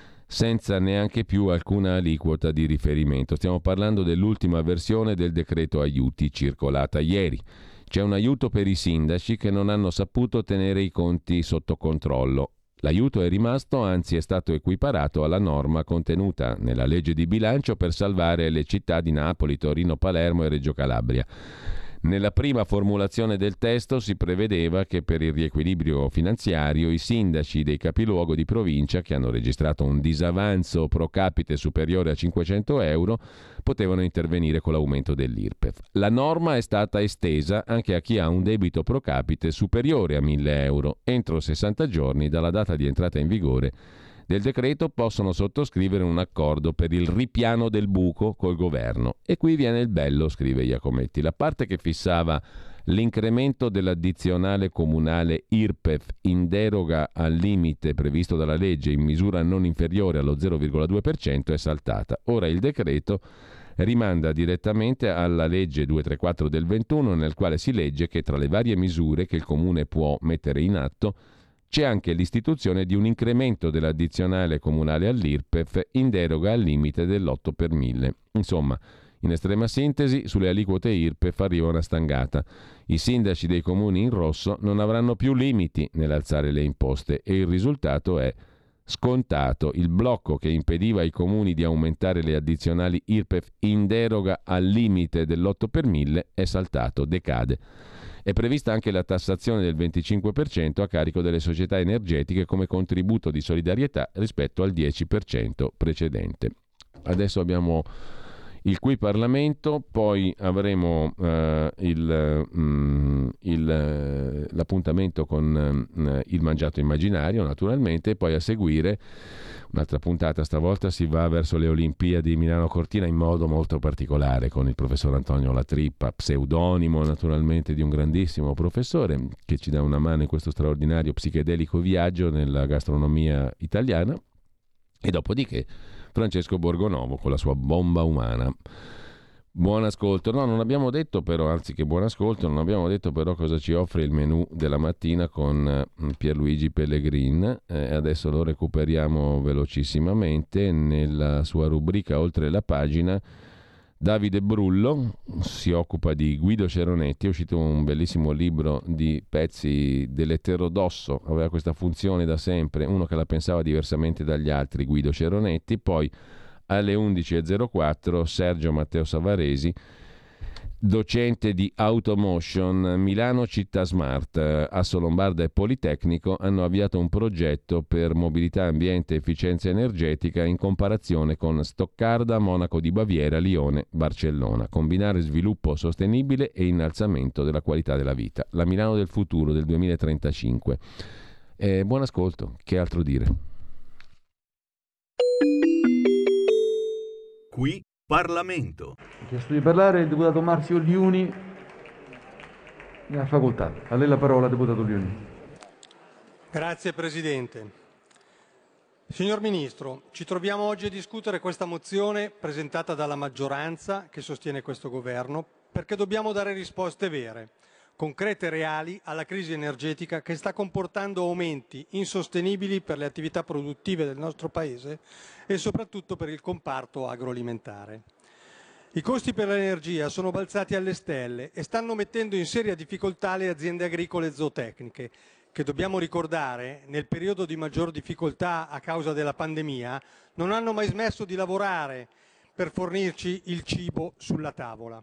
senza neanche più alcuna aliquota di riferimento. Stiamo parlando dell'ultima versione del decreto aiuti circolata ieri. C'è un aiuto per i sindaci che non hanno saputo tenere i conti sotto controllo. L'aiuto è rimasto, anzi è stato equiparato alla norma contenuta nella legge di bilancio per salvare le città di Napoli, Torino, Palermo e Reggio Calabria. Nella prima formulazione del testo si prevedeva che per il riequilibrio finanziario i sindaci dei capoluogo di provincia che hanno registrato un disavanzo pro capite superiore a 500 euro potevano intervenire con l'aumento dell'IRPEF. La norma è stata estesa anche a chi ha un debito pro capite superiore a 1.000 euro. Entro 60 giorni dalla data di entrata in vigore del decreto possono sottoscrivere un accordo per il ripiano del buco col governo. E qui viene il bello, scrive Iacometti. La parte che fissava l'incremento dell'addizionale comunale IRPEF in deroga al limite previsto dalla legge in misura non inferiore allo 0,2% è saltata. Ora il decreto rimanda direttamente alla legge 234 del 21, nel quale si legge che tra le varie misure che il comune può mettere in atto c'è anche l'istituzione di un incremento dell'addizionale comunale all'IRPEF in deroga al limite dell'8 per 1000. Insomma, in estrema sintesi, sulle aliquote IRPEF arriva una stangata. I sindaci dei comuni in rosso non avranno più limiti nell'alzare le imposte e il risultato è scontato. Il blocco che impediva ai comuni di aumentare le addizionali IRPEF in deroga al limite dell'8 per 1000 è saltato, decade. È prevista anche la tassazione del 25% a carico delle società energetiche come contributo di solidarietà rispetto al 10% precedente. Adesso abbiamo il Qui Parlamento, poi avremo l'appuntamento con il Mangiato Immaginario, naturalmente, e poi a seguire un'altra puntata. Stavolta si va verso le Olimpiadi Milano Cortina in modo molto particolare con il professor Antonio Latrippa, pseudonimo naturalmente di un grandissimo professore che ci dà una mano in questo straordinario psichedelico viaggio nella gastronomia italiana, e dopodiché Francesco Borgonovo con la sua bomba umana. Buon ascolto. No, non abbiamo detto però, anzi che buon ascolto, non abbiamo detto però cosa ci offre il menù della mattina con Pierluigi Pellegrin. Adesso lo recuperiamo velocissimamente. Nella sua rubrica Oltre la pagina, Davide Brullo si occupa di Guido Ceronetti. È uscito un bellissimo libro di pezzi dell'eterodosso, aveva questa funzione da sempre, uno che la pensava diversamente dagli altri, Guido Ceronetti. Poi alle 11.04 Sergio Matteo Savaresi docente di Automotion, Milano Città Smart, Assolombarda e Politecnico hanno avviato un progetto per mobilità, ambiente e efficienza energetica in comparazione con Stoccarda, Monaco di Baviera, Lione, Barcellona. Combinare sviluppo sostenibile e innalzamento della qualità della vita. La Milano del futuro del 2035. Buon ascolto, che altro dire? Qui Parlamento. Ha chiesto di parlare il deputato Marzio Liuni. Ne ha facoltà. A lei la parola, deputato Liuni. Grazie Presidente. Signor Ministro, ci troviamo oggi a discutere questa mozione presentata dalla maggioranza che sostiene questo governo perché dobbiamo dare risposte vere, concrete e reali alla crisi energetica che sta comportando aumenti insostenibili per le attività produttive del nostro Paese e soprattutto per il comparto agroalimentare. I costi per l'energia sono balzati alle stelle e stanno mettendo in seria difficoltà le aziende agricole e zootecniche, che dobbiamo ricordare, nel periodo di maggior difficoltà a causa della pandemia, non hanno mai smesso di lavorare per fornirci il cibo sulla tavola.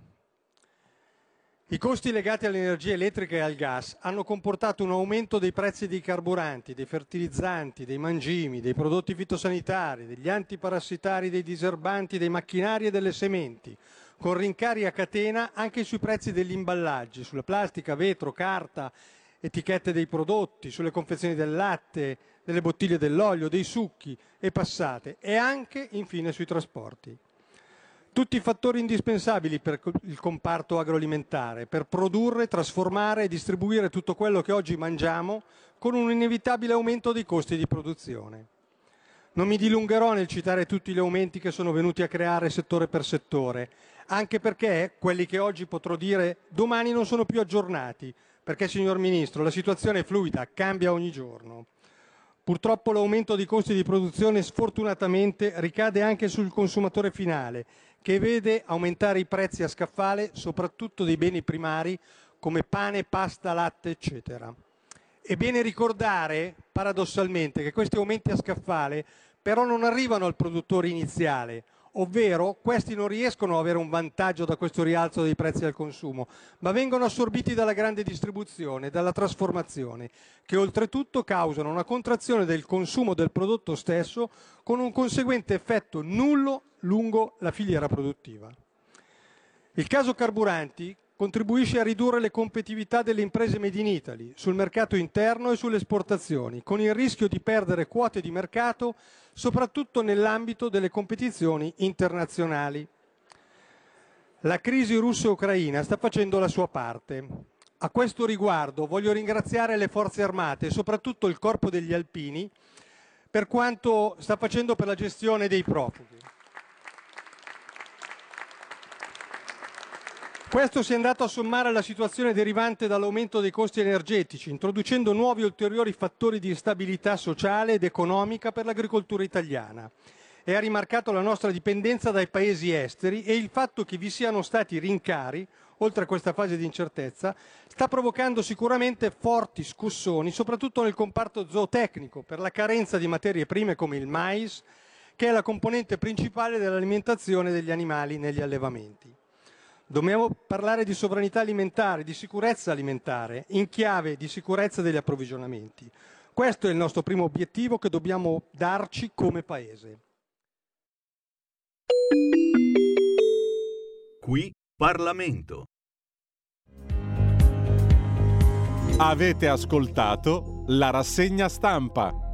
I costi legati all'energia elettrica e al gas hanno comportato un aumento dei prezzi dei carburanti, dei fertilizzanti, dei mangimi, dei prodotti fitosanitari, degli antiparassitari, dei diserbanti, dei macchinari e delle sementi, con rincari a catena anche sui prezzi degli imballaggi, sulla plastica, vetro, carta, etichette dei prodotti, sulle confezioni del latte, delle bottiglie dell'olio, dei succhi e passate e anche, infine, sui trasporti. Tutti fattori indispensabili per il comparto agroalimentare, per produrre, trasformare e distribuire tutto quello che oggi mangiamo con un inevitabile aumento dei costi di produzione. Non mi dilungherò nel citare tutti gli aumenti che sono venuti a creare settore per settore, anche perché quelli che oggi potrò dire domani non sono più aggiornati, perché, signor Ministro, la situazione è fluida, cambia ogni giorno. Purtroppo l'aumento dei costi di produzione sfortunatamente ricade anche sul consumatore finale, che vede aumentare i prezzi a scaffale soprattutto dei beni primari come pane, pasta, latte, eccetera. È bene ricordare, paradossalmente, che questi aumenti a scaffale però non arrivano al produttore iniziale, ovvero questi non riescono ad avere un vantaggio da questo rialzo dei prezzi al consumo, ma vengono assorbiti dalla grande distribuzione, dalla trasformazione, che oltretutto causano una contrazione del consumo del prodotto stesso con un conseguente effetto nullo lungo la filiera produttiva. Il caso carburanti contribuisce a ridurre le competitività delle imprese made in Italy sul mercato interno e sulle esportazioni, con il rischio di perdere quote di mercato soprattutto nell'ambito delle competizioni internazionali. La crisi russo-ucraina sta facendo la sua parte. A questo riguardo voglio ringraziare le Forze Armate e soprattutto il Corpo degli Alpini per quanto sta facendo per la gestione dei profughi. Questo si è andato a sommare alla situazione derivante dall'aumento dei costi energetici, introducendo nuovi e ulteriori fattori di instabilità sociale ed economica per l'agricoltura italiana. E ha rimarcato la nostra dipendenza dai paesi esteri e il fatto che vi siano stati rincari, oltre a questa fase di incertezza, sta provocando sicuramente forti scossoni, soprattutto nel comparto zootecnico, per la carenza di materie prime come il mais, che è la componente principale dell'alimentazione degli animali negli allevamenti. Dobbiamo parlare di sovranità alimentare, di sicurezza alimentare, in chiave di sicurezza degli approvvigionamenti. Questo è il nostro primo obiettivo che dobbiamo darci come Paese. Qui Parlamento. Avete ascoltato la rassegna stampa.